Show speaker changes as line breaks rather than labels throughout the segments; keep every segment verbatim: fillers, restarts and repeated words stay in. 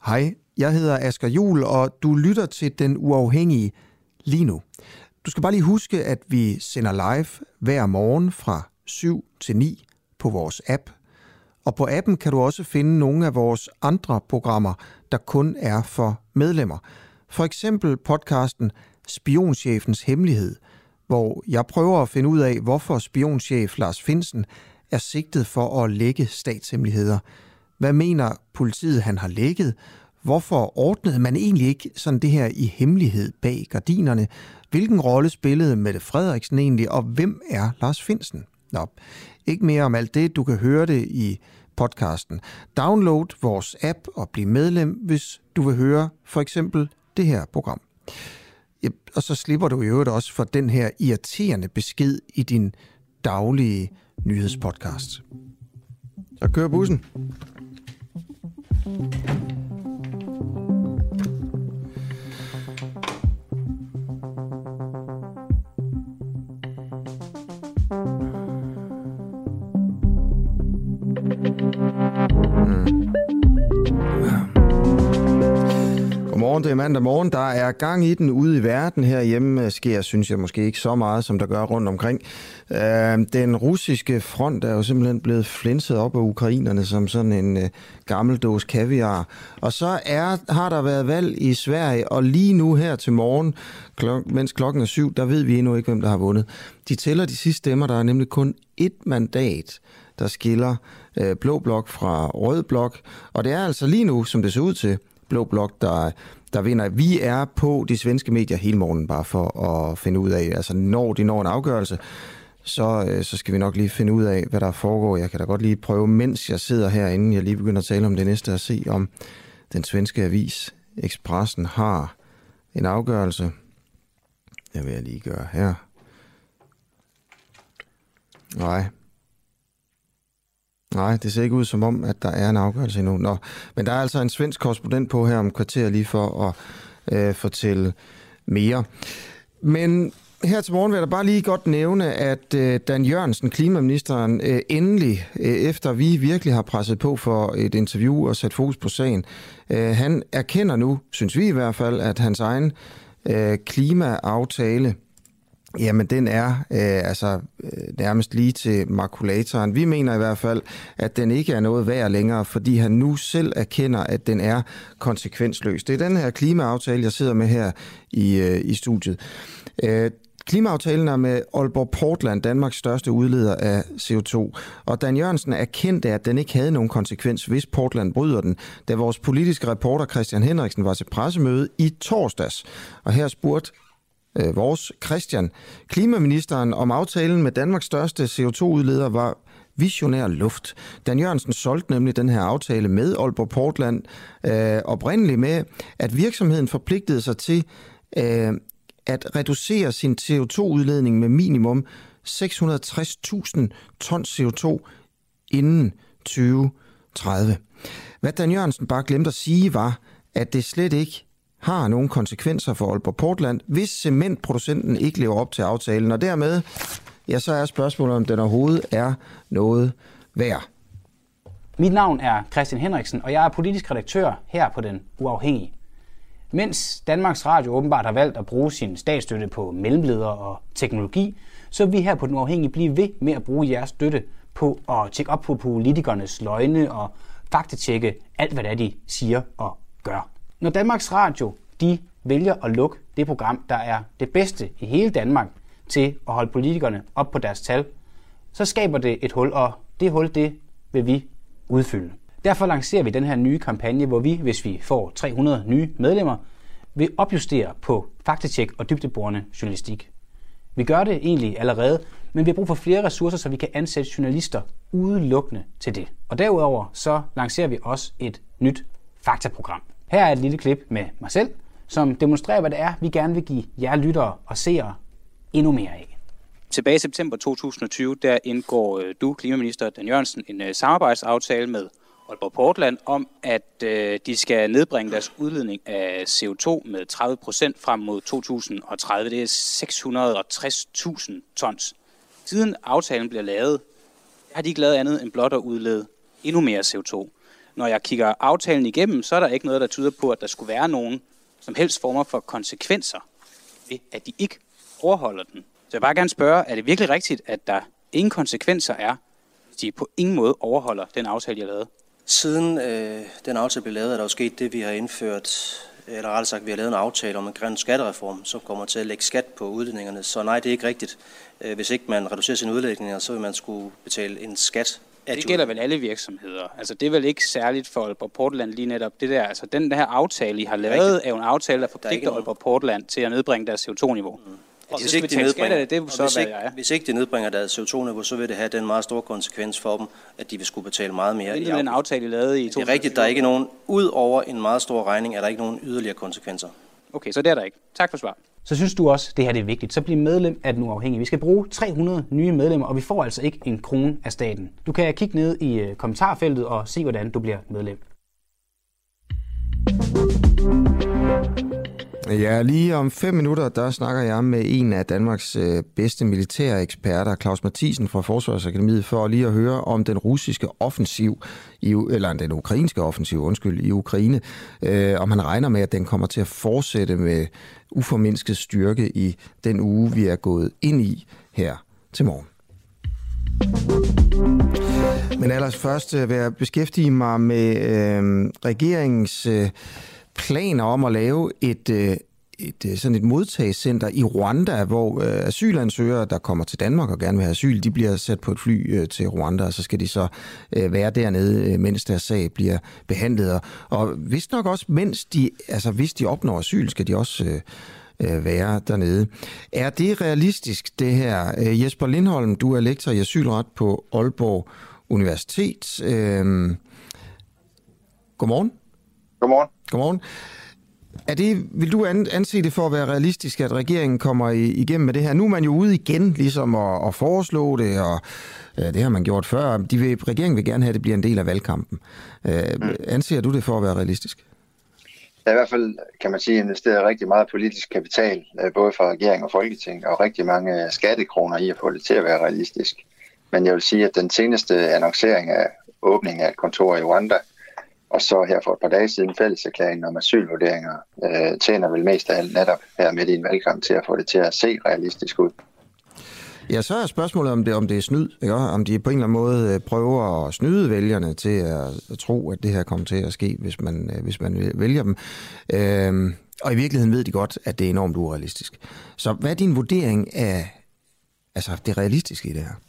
Hej, jeg hedder Asger Juhl, og du lytter til Den Uafhængige lige nu. Du skal bare lige huske, at vi sender live hver morgen fra syv til ni på vores app. Og på appen kan du også finde nogle af vores andre programmer, der kun er for medlemmer. For eksempel podcasten Spionchefens Hemmelighed, hvor jeg prøver at finde ud af, hvorfor spionchef Lars Findsen er sigtet for at lække statshemmeligheder. Hvad mener politiet, han har lækket? Hvorfor ordnede man egentlig ikke sådan det her i hemmelighed bag gardinerne? Hvilken rolle spillede Mette Frederiksen egentlig, og hvem er Lars Findsen? Nå, ikke mere om alt det. Du kan høre det i podcasten. Download vores app og bliv medlem, hvis du vil høre for eksempel det her program. Ja, og så slipper du i øvrigt også for den her irriterende besked i din daglige nyhedspodcast. Så kører bussen. Godmorgen, det er mandag morgen. Der er gang i den ude i verden. Herhjemme sker, synes jeg, måske ikke så meget, som der gør rundt omkring. Den russiske front er jo simpelthen blevet flinset op af ukrainerne som sådan en gammel dåse kaviar. Og så er, har der været valg i Sverige, og lige nu her til morgen, klok- mens klokken er syv, der ved vi endnu ikke, hvem der har vundet. De tæller de sidste stemmer, der er nemlig kun ét mandat, der skiller øh, blå blok fra rød blok. Og det er altså lige nu, som det ser ud til, blå blok, der, der vinder. Vi er på de svenske medier hele morgen, bare for at finde ud af, altså når de når en afgørelse, så, øh, så skal vi nok lige finde ud af, hvad der foregår. Jeg kan da godt lige prøve, mens jeg sidder herinde, jeg lige begynder at tale om det næste, at se om den svenske avis Expressen har en afgørelse. Det vil jeg lige gøre her. Nej. Nej, det ser ikke ud som om, at der er en afgørelse endnu. Nå, men der er altså en svensk korrespondent på her om kvarter lige for at øh, fortælle mere. Men her til morgen vil jeg da bare lige godt nævne, at øh, Dan Jørgensen, klimaministeren, øh, endelig, øh, efter vi virkelig har presset på for et interview og sat fokus på sagen, øh, han erkender nu, synes vi i hvert fald, at hans egen øh, klimaaftale, jamen, den er øh, altså øh, nærmest lige til makulatoren. Vi mener i hvert fald, at den ikke er noget værd længere, fordi han nu selv erkender, at den er konsekvensløs. Det er den her klimaaftale, jeg sidder med her i, øh, i studiet. Øh, Klimaaftalen er med Aalborg Portland, Danmarks største udleder af C O to. Og Dan Jørgensen erkendte, at den ikke havde nogen konsekvens, hvis Portland bryder den, da vores politiske reporter Christian Henriksen var til pressemøde i torsdags. Og her spurgte vores Christian, klimaministeren, om aftalen med Danmarks største C O to udleder var visionær luft. Dan Jørgensen solgte nemlig den her aftale med Aalborg Portland øh, oprindeligt med, at virksomheden forpligtede sig til øh, at reducere sin C O to udledning med minimum seks hundrede og tres tusind tons C O to inden tyve tredive. Hvad Dan Jørgensen bare glemte at sige var, at det slet ikke har nogle konsekvenser for Aalborg Portland, hvis cementproducenten ikke lever op til aftalen. Og dermed, ja, så er spørgsmålet, om den overhovedet er noget værd.
Mit navn er Christian Henriksen, og jeg er politisk redaktør her på Den Uafhængige. Mens Danmarks Radio åbenbart har valgt at bruge sin statsstøtte på mellemledere og teknologi, så vil vi her på Den Uafhængige blive ved med at bruge jeres støtte på at tjekke op på politikernes løgne og faktatjekke alt, hvad det er, de siger og gør. Når Danmarks Radio de vælger at lukke det program, der er det bedste i hele Danmark til at holde politikerne op på deres tal, så skaber det et hul, og det hul, det vil vi udfylde. Derfor lancerer vi den her nye kampagne, hvor vi, hvis vi får tre hundrede nye medlemmer, vil opjustere på faktatjek og dybdeborende journalistik. Vi gør det egentlig allerede, men vi har brug for flere ressourcer, så vi kan ansætte journalister udelukkende til det. Og derudover så lancerer vi også et nyt faktaprogram. Her er et lille klip med mig selv, som demonstrerer, hvad det er, vi gerne vil give jer lyttere og seere endnu mere af. Tilbage i september to tusind og tyve, der indgår du, klimaminister Dan Jørgensen, en samarbejdsaftale med Aalborg Portland om, at øh, de skal nedbringe deres udledning af C O to med tredive procent frem mod to tusind og tredive. Det er seks hundrede og tres tusind tons. Siden aftalen bliver lavet, har de ikke lavet andet end blot at udlede endnu mere C O to. når jeg kigger aftalen igennem, så er der ikke noget, der tyder på, at der skulle være nogen som helst former for konsekvenser ved, at de ikke overholder den. Så jeg vil bare gerne spørge, er det virkelig rigtigt, at der ingen konsekvenser er, hvis de på ingen måde overholder den aftale, de har lavet?
Siden øh, den aftale blev lavet, er der jo sket det, vi har indført, eller rettere sagt, vi har lavet en aftale om en grøn skattereform, som kommer til at lægge skat på udledningerne. Så nej, det er ikke rigtigt. Hvis ikke man reducerer sine udledninger, så vil man skulle betale en skat.
Det gælder vel alle virksomheder. Altså det er vel ikke særligt for Aalborg Portland lige netop det der. Altså den her aftale, I har lavet, er jo en aftale, der forpligter Aalborg Portland til at nedbringe deres C O to niveau. Mm. Og hvis, ikke de nedbringer, det, det så,
hvis, ikke, hvis ikke de nedbringer deres C O to niveau, så vil det have den meget store konsekvens for dem, at de vil skulle betale meget mere.
Det er den aftale, I lavede i to tusind og tyve.
Det er rigtigt, der er ikke nogen, ud over en meget stor regning, er der ikke nogen yderligere konsekvenser.
Okay, så det er der ikke. Tak for svar. Så synes du også, det her det er vigtigt, så bliv medlem af Den Uafhængige. Vi skal bruge tre hundrede nye medlemmer, og vi får altså ikke en krone af staten. Du kan kigge ned i kommentarfeltet og se, hvordan du bliver medlem.
Ja, lige om fem minutter, der snakker jeg med en af Danmarks bedste militære eksperter, Claus Mathisen fra Forsvarsakademiet, for lige at høre om den russiske offensiv, i, eller den ukrainske offensiv, undskyld, i Ukraine, øh, om han regner med, at den kommer til at fortsætte med uformindsket styrke i den uge, vi er gået ind i her til morgen. Men ellers først vil jeg beskæftige mig med øh, regeringens øh, planer om at lave et, øh, et sådan et modtagscenter i Rwanda, hvor øh, asylansøgere, der kommer til Danmark og gerne vil have asyl, de bliver sat på et fly øh, til Rwanda, og så skal de så øh, være dernede, øh, mens deres sag bliver behandlet. Og vist nok også, mens de, altså hvis de opnår asyl, skal de også øh, øh, være dernede. Er det realistisk, det her? Øh, Jesper Lindholm, du er lektor i asylret på Aalborg Universitet. Øh, godmorgen.
Godmorgen.
Godmorgen. Er det, vil du anse det for at være realistisk, at regeringen kommer igennem med det her? Nu er man jo ude igen ligesom at, at foreslå det, og ja, det har man gjort før. De vil, regeringen vil gerne have, at det bliver en del af valgkampen. Mm. Anser du det for at være realistisk?
Der er i hvert fald, kan man sige, investeret rigtig meget politisk kapital, både fra regering og folketing, og rigtig mange skattekroner i at få det til at være realistisk. Men jeg vil sige, at den seneste annoncering af åbning af et kontor i Rwanda, og så her for et par dage siden fælleserklæringen om asylvurderinger, øh, tjener vel mest af alt netop her midt i en valgkamp til at få det til at se realistisk ud.
Ja, så er spørgsmålet, om det, om det er snyd, ikke? Om de på en eller anden måde prøver at snyde vælgerne til at, at tro, at det her kommer til at ske, hvis man, hvis man vælger dem. Øhm, og i virkeligheden ved de godt, at det er enormt urealistisk. Så hvad er din vurdering af altså, det realistiske i det her?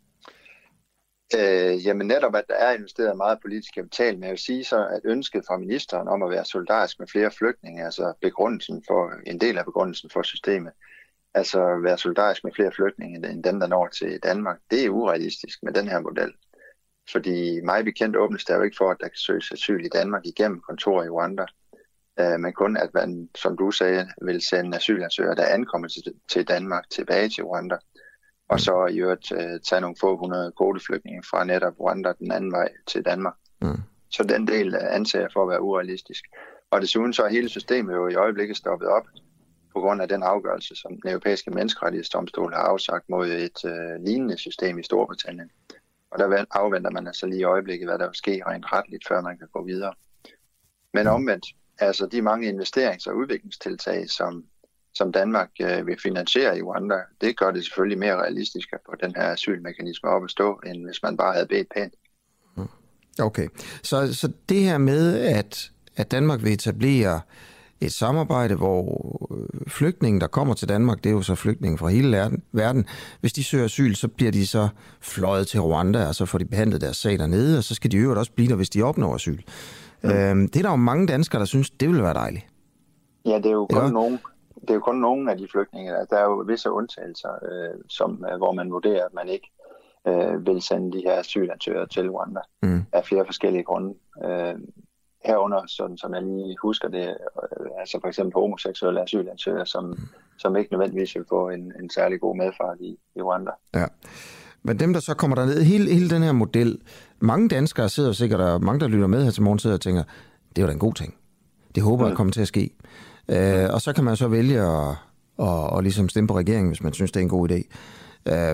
Øh, jamen netop, at der er investeret meget politisk kapital, men jeg vil sige så, at ønsket fra ministeren om at være solidarisk med flere flygtninge, altså begrundelsen for, en del af begrundelsen for systemet, altså være solidarisk med flere flygtninge end dem, der når til Danmark, det er urealistisk med den her model. Fordi mig bekendt åbnes der jo ikke for, at der kan søges asyl i Danmark igennem kontorer i Rwanda, øh, men kun at man, som du sagde, vil sende asylansøgere, der ankommer til, til Danmark, tilbage til Rwanda. Og så i øvrigt uh, tage nogle få hundrede kvoteflygtninge fra netop Rwanda den anden vej til Danmark. Mm. Så den del uh, anser jeg for at være urealistisk. Og desuden så er hele systemet jo i øjeblikket stoppet op på grund af den afgørelse, som den europæiske menneskerettighedsdomstol har afsagt mod et uh, lignende system i Storbritannien. Og der afventer man altså lige i øjeblikket, hvad der vil ske rent retligt, før man kan gå videre. Men omvendt, altså de mange investerings- og udviklingstiltag, som som Danmark øh, vil finansiere i Rwanda, det gør det selvfølgelig mere realistisk at få den her asylmekanisme op at stå, end hvis man bare havde bedt pænt.
Okay, så, så det her med, at, at Danmark vil etablere et samarbejde, hvor flygtninge, der kommer til Danmark, det er jo så flygtninge fra hele verden, hvis de søger asyl, så bliver de så fløjet til Rwanda, og så får de behandlet deres sag dernede, og så skal de jo også blive der, hvis de opnår asyl. Mm. Øhm, det er der jo mange danskere, der synes, det ville være dejligt.
Ja, det er jo kun ja. nogen. Det er jo kun nogle af de flygtninge, der er jo visse undtagelser, øh, som, hvor man vurderer, at man ikke øh, vil sende de her asylansøgere til Rwanda mm. af flere forskellige grunde. Øh, herunder, sådan som jeg lige husker det, øh, altså for eksempel homoseksuelle asylansøgere, som, mm. som ikke nødvendigvis vil få en, en særlig god medfart i, i Rwanda.
Ja. Men dem, der så kommer derned, hele, hele den her model, mange danskere sidder sikkert, og mange, der lytter med her til morgen, sidder og tænker, det er jo da en god ting. Det håber jeg mm. kommer til at ske. Uh, og så kan man så vælge at, at, at ligesom stemme på regeringen, hvis man synes, det er en god idé. Uh,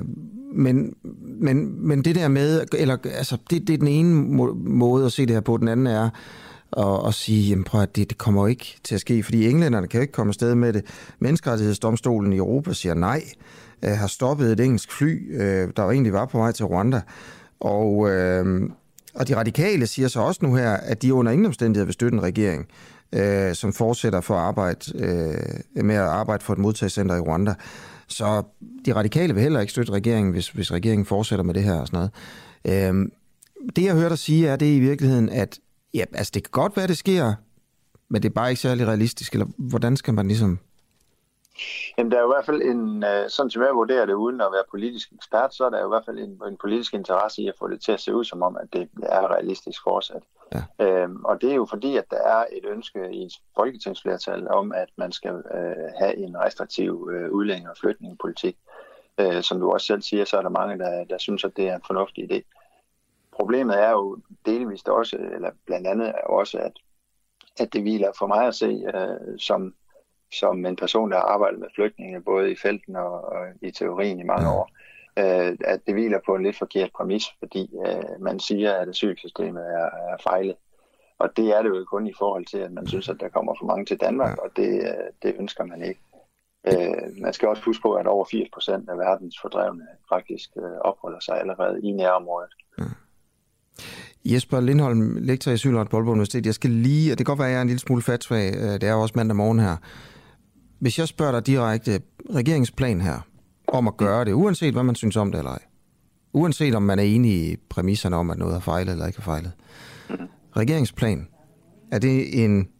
men, men, men det der med, eller altså, det, det er den ene må, måde at se det her på, den anden er at, at sige, jamen prøv at det, det kommer ikke til at ske, fordi englænderne kan jo ikke komme afsted med det. Menneskerettighedsdomstolen i Europa siger nej, øh, har stoppet et engelsk fly, øh, der egentlig var på vej til Rwanda, og, øh, og de radikale siger så også nu her, at de under ingen omstændigheder vil støtte en regering, øh, som fortsætter for at arbejde, øh, med at arbejde for et modtagscenter i Rwanda. Så de radikale vil heller ikke støtte regeringen, hvis, hvis regeringen fortsætter med det her og sådan noget. Øhm, det, jeg hørte dig sige, er det i virkeligheden, at ja, altså, det kan godt være, det sker, men det er bare ikke særlig realistisk. Eller hvordan skal man ligesom...
Jamen, der er jo i hvert fald en, sådan som jeg vurderer det, uden at være politisk ekspert, så er der jo i hvert fald en, en politisk interesse i at få det til at se ud som om, at det er realistisk fortsat. Ja. Øhm, og det er jo fordi, at der er et ønske i et folketingsflertal om, at man skal øh, have en restriktiv øh, udlænding- og flygtningepolitik. Øh, som du også selv siger, så er der mange, der, der synes, at det er en fornuftig idé. Problemet er jo delvist også, eller blandt andet også, at, at det hviler for mig at se øh, som som en person, der har arbejdet med flygtninge, både i felten og, og i teorien i mange år, øh, at det hviler på en lidt forkert præmis, fordi øh, man siger, at asylsystemet er, er fejlet. Og det er det jo kun i forhold til, at man synes, at der kommer for mange til Danmark, og det, det ønsker man ikke. Øh, man skal også huske på, at over firs procent af verdens fordrevne faktisk øh, opholder sig allerede i nærområdet. Ja.
Jesper Lindholm, lektor i asylret på Aalborg Universitet. Jeg skal lige, og det kan godt være, at jeg er en lille smule fatsvag, det er jo også mandag morgen her. Hvis jeg spørger dig direkte, regeringsplan her, om at gøre det, uanset hvad man synes om det eller ej, uanset om man er enig i præmisserne om, at noget er fejlet eller ikke er fejlet, regeringsplan, er det en,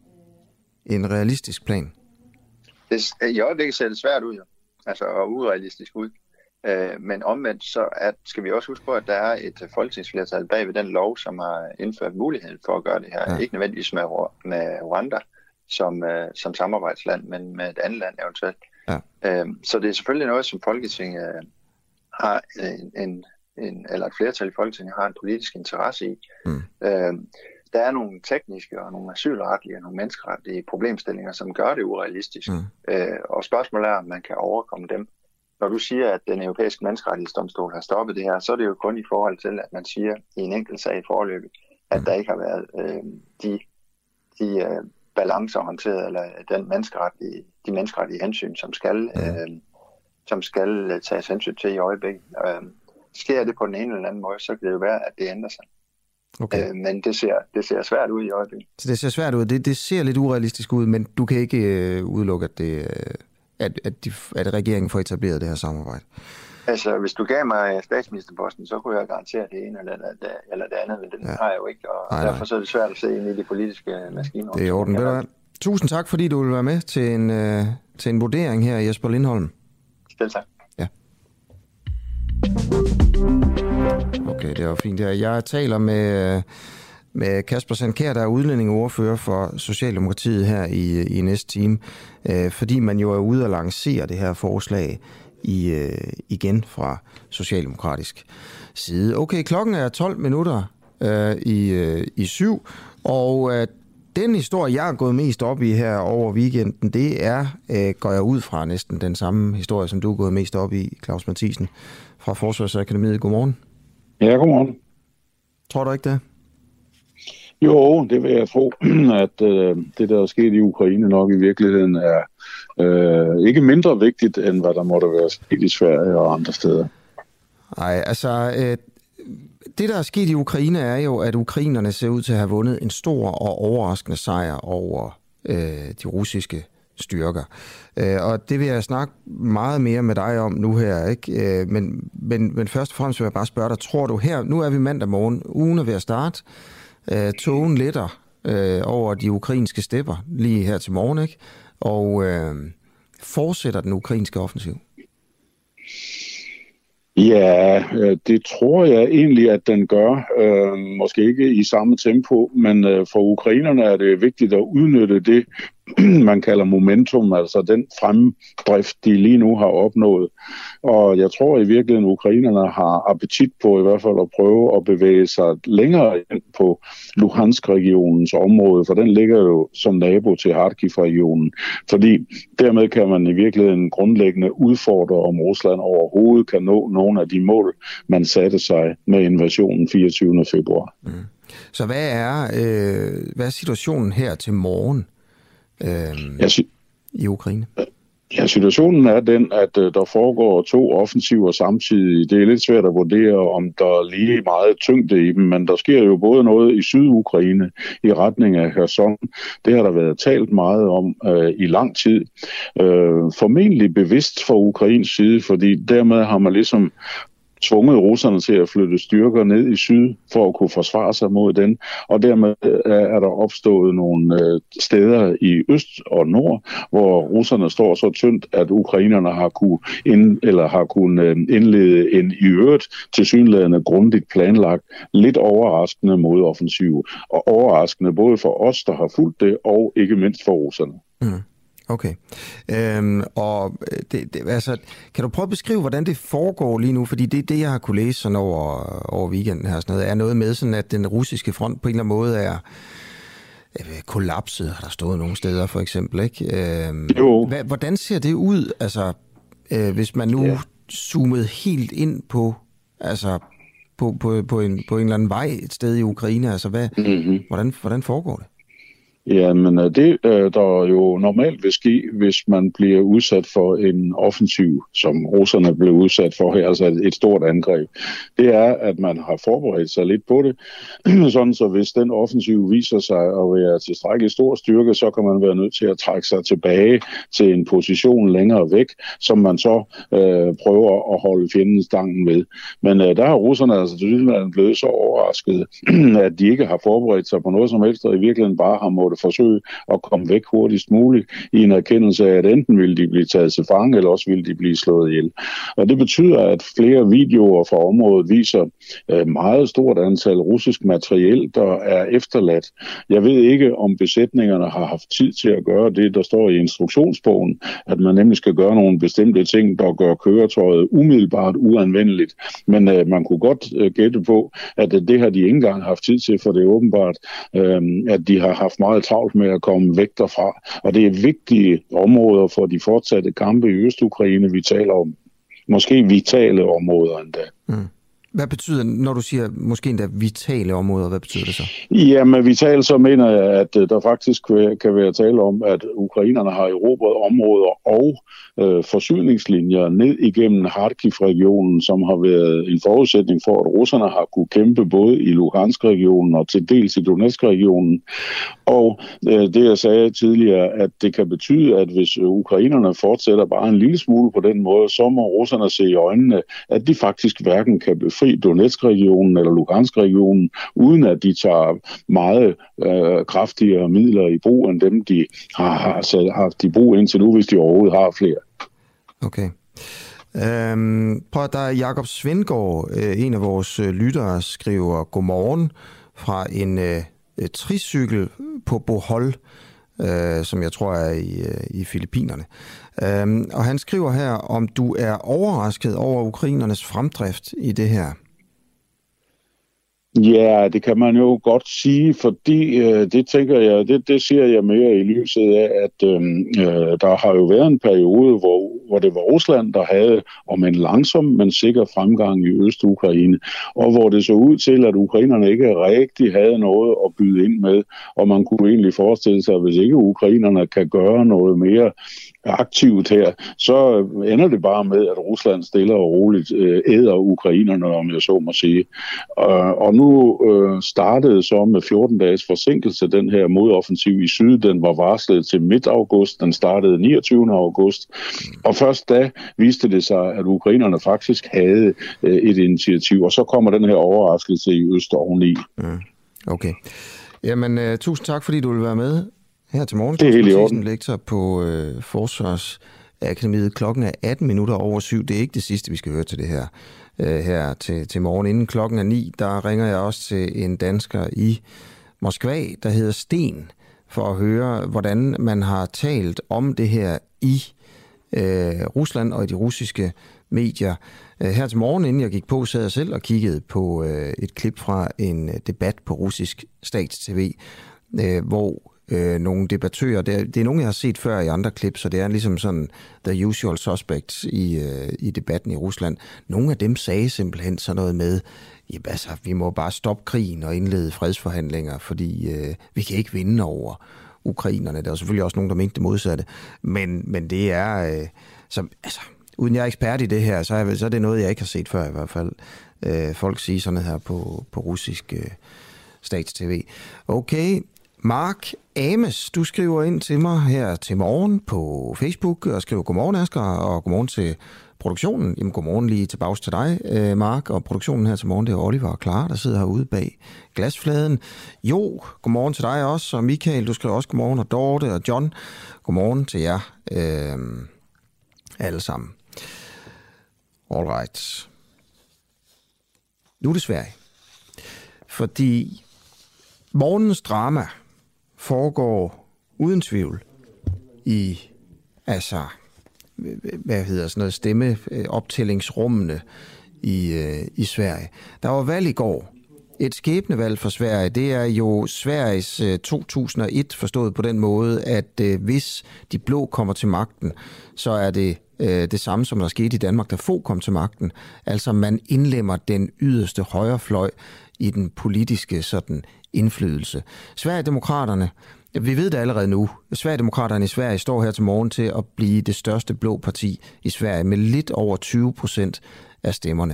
en realistisk plan?
Det, I øjeblikket ser det svært ud, jo. Altså og urealistisk ud. Øh, men omvendt så at, skal vi også huske på, at der er et folketingsflertal bag ved den lov, som har indført muligheden for at gøre det her. Ja. Ikke nødvendigvis med, med Rwanda som, øh, som samarbejdsland, men med et andet land eventuelt. Ja. Øh, så det er selvfølgelig noget, som Folketinget øh, har en, en, en, eller et flertal i Folketinget har en politisk interesse i. Mm. Øh, der er nogle tekniske og nogle asylretlige og nogle menneskeretlige problemstillinger, som gør det urealistisk. Mm. Øh, og spørgsmålet er, om man kan overkomme dem. Når du siger, at den europæiske menneskerettighedsdomstol har stoppet det her, så er det jo kun i forhold til, at man siger i en enkelt sag i forløbet, at der ikke har været øh, de, de øh, balancer håndteret, eller den menneskeretlige, de menneskeretlige hensyn, som skal, øh, som skal tages hensyn til i øjeblikket. Øh, sker det på den ene eller anden måde, så kan det jo være, at det ændrer sig. Okay. Øh, men det ser, det ser svært ud i øjeblikket.
Så det ser svært ud. Det, det ser lidt urealistisk ud, men du kan ikke øh, udelukke, at det... Øh At, at, de, at regeringen får etableret det her samarbejde?
Altså, hvis du gav mig statsministerposten, så kunne jeg garantere det ene eller det, eller det andet, men det ja. har jeg jo ikke, og nej, derfor nej. Så er det svært at se ind i de politiske maskiner.
Det er i orden. Ved du hvad? Tusind tak, fordi du vil være med til en, uh, til en vurdering her, Jesper Lindholm.
Selv tak.
Ja. Okay, det er jo fint her. Jeg taler med... med Kasper Sandkjær, der er udlændingeordfører for Socialdemokratiet her i, i næste time, øh, fordi man jo er ude og lancere det her forslag i, øh, igen fra socialdemokratisk side. Okay, klokken er tolv minutter øh, i, øh, i syv, og øh, den historie, jeg har gået mest op i her over weekenden, det er, øh, går jeg ud fra næsten den samme historie, som du er gået mest op i, Claus Mathisen fra Forsvarsakademiet. Godmorgen.
Ja, godmorgen.
Tror du ikke det?
Jo, det vil jeg tro, at øh, det, der er sket i Ukraine nok i virkeligheden er øh, ikke mindre vigtigt, end hvad der måtte være sket i Sverige og andre steder.
Nej, altså øh, det, der er sket i Ukraine, er jo, at ukrainerne ser ud til at have vundet en stor og overraskende sejr over øh, de russiske styrker. Øh, og det vil jeg snakke meget mere med dig om nu her, ikke? Øh, men, men, men først og fremmest vil jeg bare spørge dig, tror du her, nu er vi mandag morgen, ugen er ved at starte, øh, togen letter øh, over de ukrainske stepper lige her til morgen, ikke? Og øh, fortsætter den ukrainske offensiv?
Ja, det tror jeg egentlig, at den gør. Øh, måske ikke i samme tempo, men øh, for ukrainerne er det vigtigt at udnytte det man kalder momentum, altså den fremdrift, de lige nu har opnået. Og jeg tror i virkeligheden, at ukrainerne har appetit på i hvert fald at prøve at bevæge sig længere ind på Luhansk-regionens område, for den ligger jo som nabo til Kharkiv-regionen. Fordi dermed kan man i virkeligheden grundlæggende udfordre, om Rusland overhovedet kan nå nogle af de mål, man satte sig med invasionen fireogtyvende februar. Mm.
Så hvad er, øh, hvad er situationen her til morgen øh,
sy-
i Ukraine?
Ja, situationen er den, at øh, der foregår to offensiver samtidig. Det er lidt svært at vurdere, om der er lige meget tyngde i dem, men der sker jo både noget i Sydukraine i retning af Kherson. Det har der været talt meget om øh, i lang tid. Øh, formentlig bevidst fra Ukrains side, fordi dermed har man ligesom tvunget russerne til at flytte styrker ned i syd for at kunne forsvare sig mod den, og dermed er der opstået nogle steder i øst og nord, hvor russerne står så tyndt, at ukrainerne har kunne ind, eller har kunnet indlede en i øvrigt tilsyneladende grundigt planlagt, lidt overraskende modoffensiv, og overraskende både for os, der har fulgt det, og ikke mindst for russerne.
Mm. Okay. Øhm, og det, det, altså, kan du prøve at beskrive, hvordan det foregår lige nu? Fordi det, det jeg har kunne læse sådan over, over weekenden her, sådan noget, er noget med, sådan at den russiske front på en eller anden måde er øh, kollapset, har der stået nogle steder for eksempel, ikke? Øhm,
jo.
Hva, hvordan ser det ud, altså, øh, hvis man nu ja. zoomede helt ind på, altså, på, på, på, en, på en eller anden vej et sted i Ukraine, altså, hvad, mm-hmm. hvordan, hvordan foregår det?
Ja, men det, der jo normalt vil ske, hvis man bliver udsat for en offensiv, som russerne blev udsat for her, altså et stort angreb, det er, at man har forberedt sig lidt på det, sådan så hvis den offensiv viser sig at være tilstrækkelig stor styrke, så kan man være nødt til at trække sig tilbage til en position længere væk, som man så øh, prøver at holde fjenden stangen ved. Men øh, der har russerne altså tydeligvis blevet så overrasket, at de ikke har forberedt sig på noget som helst, og i virkeligheden bare har måttet forsøge at komme væk hurtigst muligt i en erkendelse af, at enten ville de blive taget til fange, eller også ville de blive slået ihjel. Og det betyder, at flere videoer fra området viser øh, meget stort antal russisk materiel, der er efterladt. Jeg ved ikke, om besætningerne har haft tid til at gøre det, der står i instruktionsbogen, at man nemlig skal gøre nogle bestemte ting, der gør køretøjet umiddelbart uanvendeligt. Men øh, man kunne godt øh, gætte på, at øh, det har de ikke engang haft tid til, for det er åbenbart, øh, at de har haft meget travlt med at komme væk derfra. Og det er vigtige områder for de fortsatte kampe i Østukraine, vi taler om. Måske vitale områder endda. Mm.
Hvad betyder, når du siger måske endda vitale områder, hvad betyder det så?
Jamen, vitale så mener jeg, at der faktisk kan være tale om, at ukrainerne har erobret områder og øh, forsyningslinjer ned igennem Kharkiv-regionen, som har været en forudsætning for, at russerne har kunne kæmpe både i Luhansk-regionen og til dels i Donetsk-regionen. Og øh, det, jeg sagde tidligere, at det kan betyde, at hvis ukrainerne fortsætter bare en lille smule på den måde, så må russerne se i øjnene, at de faktisk hverken kan befri Donetsk-regionen eller Luhansk-regionen, uden at de tager meget øh, kraftigere midler i brug, end dem, de har, har haft i brug indtil nu, hvis de overhovedet har flere.
Okay. Øhm, prøv at der er Jakob Svendgaard, øh, en af vores øh, lyttere, skriver godmorgen fra en øh, tricykel på Bohol, øh, som jeg tror er i, øh, i Filippinerne. Øhm, og han skriver her, om du er overrasket over ukrainernes fremdrift i det her.
Ja, det kan man jo godt sige, fordi øh, det tænker jeg, det, det ser jeg mere i lyset af, at øh, der har jo været en periode, hvor, hvor det var Rusland, der havde om en langsom, men sikker fremgang i Øst-Ukraine, og hvor det så ud til, at ukrainerne ikke rigtig havde noget at byde ind med, og man kunne egentlig forestille sig, at hvis ikke ukrainerne kan gøre noget mere aktivt her, så ender det bare med, at Rusland stille og roligt øh, æder ukrainerne, om jeg så må sige. Og, og nu øh, startede så med fjorten dages forsinkelse den her modoffensiv i syd. Den var varslet til midt august. Den startede niogtyvende august. Og først da viste det sig, at ukrainerne faktisk havde øh, et initiativ. Og så kommer den her overraskelse i øst oveni.
Mm. Okay. Jamen, uh, tusind tak, fordi du vil være med her til morgen.
Det er helt i orden.
Lektor på øh, Forsvarsakademiet. Klokken er atten minutter over syv. Det er ikke det sidste, vi skal høre til det her. Øh, her til, til morgen. Inden klokken er ni, der ringer jeg også til en dansker i Moskva, der hedder Sten for at høre, hvordan man har talt om det her i øh, Rusland og i de russiske medier. Her til morgen, inden jeg gik på, sad jeg selv og kiggede på øh, et klip fra en debat på russisk stats-tv, øh, hvor øh, nogle debattører, det er, det er nogle, jeg har set før i andre klip, så det er ligesom sådan the usual suspects i, øh, i debatten i Rusland. Nogle af dem sagde simpelthen sådan noget med, jamen altså, vi må bare stoppe krigen og indlede fredsforhandlinger, fordi øh, vi kan ikke vinde over ukrainerne. Der er selvfølgelig også nogen, der mente det modsatte, men, men det er, øh, som, altså, uden jeg er ekspert i det her, så er, så er det noget, jeg ikke har set før i hvert fald. Øh, folk siger sådan her på, på russisk øh, stats-tv. Okay, Mark Ames, du skriver ind til mig her til morgen på Facebook og skriver godmorgen, Asger, og godmorgen til produktionen. Jamen godmorgen lige tilbage til dig, øh, Mark, og produktionen her til morgen, det er Oliver og Clara, der sidder herude bag glasfladen. Jo, godmorgen til dig også, og Michael, du skriver også godmorgen, og Dorte og John, godmorgen til jer øh, alle sammen. All right. Nu er det Sverige. Fordi morgens drama foregår uden tvivl i, altså, hvad hedder sådan noget, stemmeoptællingsrummene i, i Sverige. Der var valg i går. Et skæbnevalg for Sverige, det er jo Sveriges to tusind og et forstået på den måde, at hvis de blå kommer til magten, så er det det samme, som der skete i Danmark, da Fogh kom til magten. Altså man indlemmer den yderste højrefløj i den politiske sådan indflydelse. Sverigedemokraterne, vi ved det allerede nu, Sverigedemokraterne i Sverige står her til morgen til at blive det største blå parti i Sverige med lidt over tyve procent af stemmerne.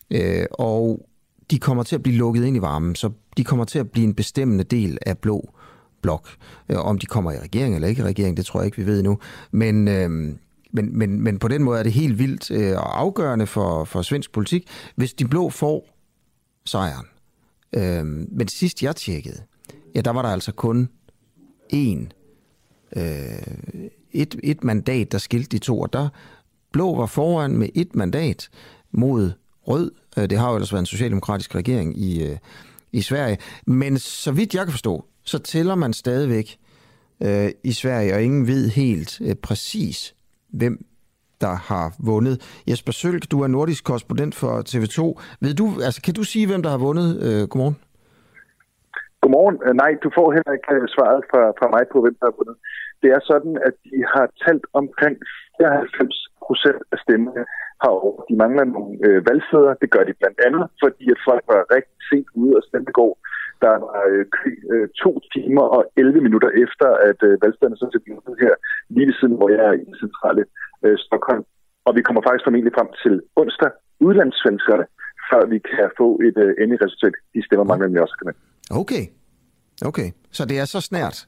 Og de kommer til at blive lukket ind i varmen, så de kommer til at blive en bestemmende del af blå blok. Om de kommer i regering eller ikke i regering, det tror jeg ikke, vi ved endnu. Men Men, men, men på den måde er det helt vildt øh, og afgørende for, for svensk politik, hvis de blå får sejren. Øh, men sidst jeg tjekkede, ja, der var der altså kun én, øh, et, et mandat, der skilte de to, og der blå var foran med et mandat mod rød. Øh, det har jo ellers været en socialdemokratisk regering i, øh, i Sverige. Men så vidt jeg kan forstå, så tæller man stadigvæk øh, i Sverige, og ingen ved helt øh, præcis, hvem der har vundet. Jesper Sølk, du er nordisk korrespondent for T V to. Ved du, altså, kan du sige, hvem der har vundet? Øh, godmorgen.
Godmorgen. Nej, du får heller ikke svaret fra, fra mig på, hvem der har vundet. Det er sådan, at de har talt omkring fireoghalvfems procent af stemmerne herovre. De mangler nogle øh, valgsteder. Det gør de blandt andet, fordi at folk var rigtig sent ude og stemme i går. Der var øh, kø øh, to timer og elleve minutter efter, at øh, valgstederne så til blevet her lige ved siden, hvor jeg er i den centrale øh, Stockholm. Og vi kommer faktisk formentlig frem til onsdag udlandssvenskerne, før vi kan få et øh, endeligt resultat. De stemmer mange, men vi også kan med.
Okay. Okay. Så det er så snært?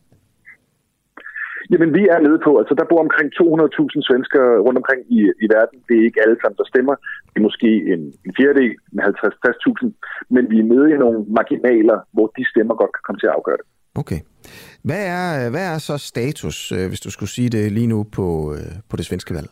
Jamen, vi er nede på, altså der bor omkring to hundrede tusind svenskere rundt omkring i, i verden. Det er ikke alle sammen, der stemmer. Det er måske en, en fjerdedel med halvtreds til tres tusind. Men vi er nede i nogle marginaler, hvor de stemmer godt kan komme til at afgøre det.
Okay. Hvad er, hvad er så status, hvis du skulle sige det lige nu på, på det svenske valg?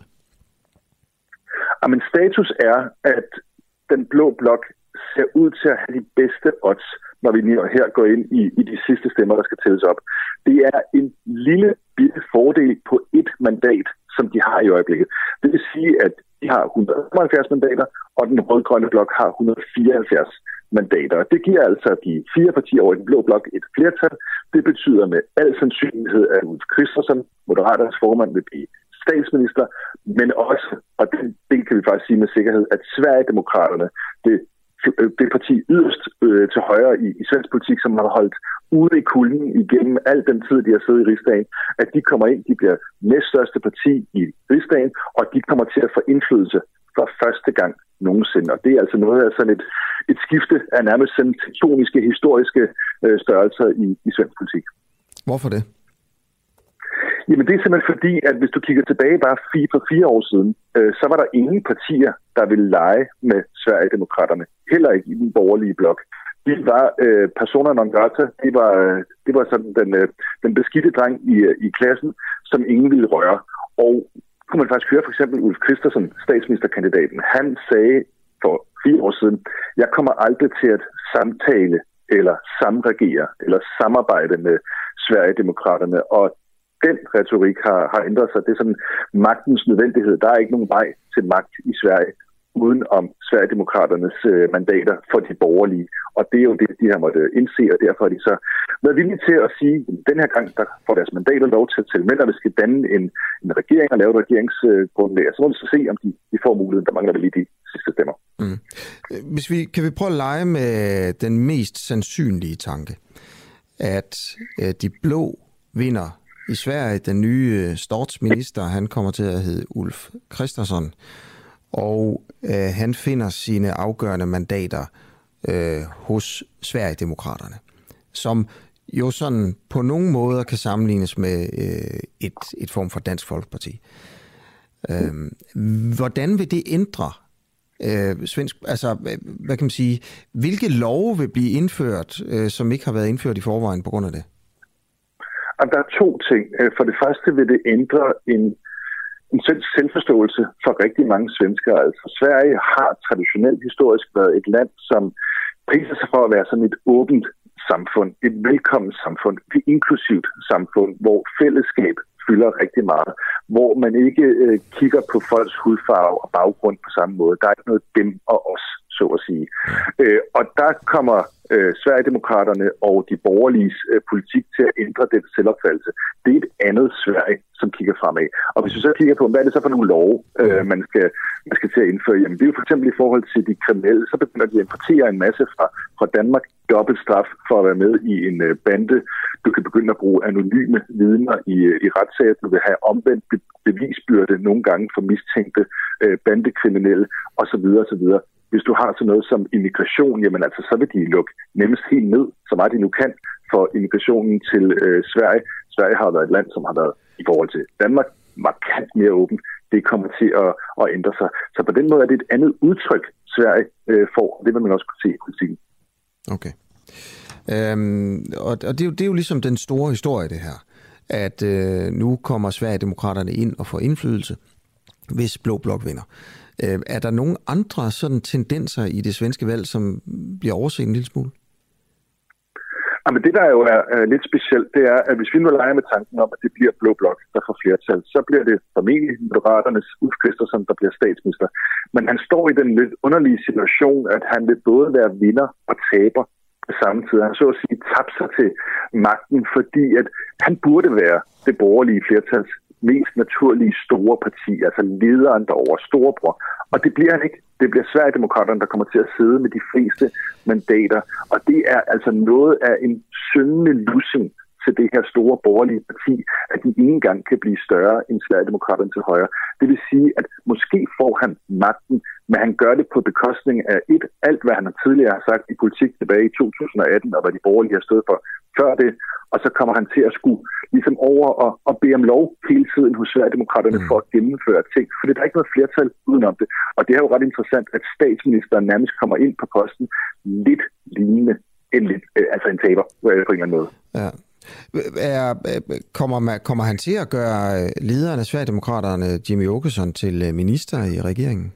Jamen, status er, at den blå blok ser ud til at have de bedste odds, når vi her går ind i, i de sidste stemmer, der skal tælles op. Det er en lille bitte fordel på et mandat, som de har i øjeblikket. Det vil sige, at de har et hundrede og femoghalvfjerds mandater, og den rød-grønne blok har et hundrede og fireoghalvfjerds mandater. Det giver altså de fire partier over i den blå blok et flertal. Det betyder med al sandsynlighed, at Ulf Kristersson, Moderaternes formand, vil blive statsminister, men også, og den del kan vi faktisk sige med sikkerhed, at Sverigedemokraterne, det det parti yderst øh, til højre i, i svensk politik, som har holdt ude i kulden igennem al den tid, de har siddet i Rigsdagen, at de kommer ind, de bliver næststørste parti i Rigsdagen, og de kommer til at få indflydelse for første gang nogensinde. Og det er altså noget af sådan et, et skifte af nærmest sådan tektoniske, historiske øh, størrelser i, i svensk politik.
Hvorfor det?
Jamen det er simpelthen fordi, at hvis du kigger tilbage bare fire, for fire år siden, øh, så var der ingen partier, der ville lege med Sverigedemokraterne. Heller ikke i den borgerlige blok. De var øh, persona non grata. Det var, det var sådan den, øh, den beskidte dreng i, i klassen, som ingen ville røre. Og kunne man faktisk høre for eksempel Ulf Kristersson, statsministerkandidaten. Han sagde for fire år siden, jeg kommer aldrig til at samtale eller samregere eller samarbejde med Sverigedemokraterne, og den retorik har, har ændret sig. Det er sådan magtens nødvendighed. Der er ikke nogen vej til magt i Sverige uden om Sverigedemokraternes øh, mandater for de borgerlige. Og det er jo det, de har måttet indse, og derfor er de så været villige til at sige, at den her gang, der får deres mandater lov til at tælle med, når vi skal danne en, en regering og lave et regeringsgrundlag. Så må vi så se, om de, de får muligheden. Der mangler vel lige de sidste stemmer.
Mm. Hvis vi, kan vi prøve at lege med den mest sandsynlige tanke, at øh, de blå vinder i Sverige. Den nye statsminister, han kommer til at hedde Ulf Kristersson, og øh, han finder sine afgørende mandater øh, hos Sverigedemokraterne, som jo sådan på nogle måder kan sammenlignes med øh, et, et form for Dansk Folkeparti. Øh, hvordan vil det ændre øh, svensk, altså hvad kan man sige, hvilke love vil blive indført, øh, som ikke har været indført i forvejen på grund af det?
Og der er to ting. For det første vil det ændre en, en selvforståelse for rigtig mange svenskere. Altså Sverige har traditionelt historisk været et land, som priser sig for at være sådan et åbent samfund, et velkomment samfund, et inklusivt samfund, hvor fællesskab fylder rigtig meget, hvor man ikke øh, kigger på folks hudfarve og baggrund på samme måde. Der er ikke noget dem og os, så at sige. Øh, og der kommer øh, Sverigedemokraterne og de borgerliges øh, politik til at ændre den selvopfattelse. Det er et andet Sverige, som kigger fremad. Og hvis vi så kigger på, hvad er det så for nogle love, øh, man, skal, man skal til at indføre? Jamen det er jo for eksempel i forhold til de kriminelle, så begynder de at importere en masse fra, fra Danmark, dobbelt straf for at være med i en øh, bande. Du kan begynde at bruge anonyme vidner i, øh, i retssager. Du vil have omvendt be- bevisbyrde nogle gange for mistænkte øh, bandekriminelle osv. osv. Hvis du har sådan noget som immigration, jamen altså, så vil de lukke nemmest helt ned, så meget de nu kan, for immigrationen til øh, Sverige. Sverige har været et land, som har været i forhold til Danmark markant mere åbent. Det kommer til at, at ændre sig. Så på den måde er det et andet udtryk, Sverige øh, får, og det vil man også kunne se i politikken.
Okay. Øhm, og og det, er jo, det er jo ligesom den store historie, det her, at øh, nu kommer Sverigedemokraterne ind og får indflydelse, hvis Blå Blok vinder. Øh, er der nogle andre sådan tendenser i det svenske valg, som bliver overset en lille smule?
Jamen det, der jo er uh, lidt specielt, det er, at hvis vi nu leger med tanken om, at det bliver Blå Blok, der får flertal, så bliver det formentlig Moderaternes Ulf Kristersson, der bliver statsminister. Men han står i den lidt underlige situation, at han vil både være vinder og taber på samme tid. Han så at sige tabt sig til magten, fordi at han burde være det borgerlige flertals mest naturlige store parti, altså lederen derover, storebror. Og det bliver han ikke. Det bliver Sverigedemokraterne, der kommer til at sidde med de fleste mandater. Og det er altså noget af en syngende lussing til det her store borgerlige parti, at de ikke engang kan blive større end Sverigedemokraterne til højre. Det vil sige, at måske får han magten, men han gør det på bekostning af et, alt hvad han tidligere har sagt i politik tilbage i to tusind og atten, og hvad de borgerlige har stået for før det, og så kommer han til at skulle ligesom over og, og bede om lov hele tiden hos Sverigedemokraterne mm. for at gennemføre ting, for der er ikke noget flertal udenom det. Og det er jo ret interessant, at statsministeren nærmest kommer ind på posten lidt lignende en, lidt, øh, altså en taber på en eller anden måde. Ja.
Er, kommer, man, kommer han til at gøre lederen af Sverigedemokraterne, Jimmie Åkesson, til minister i regeringen?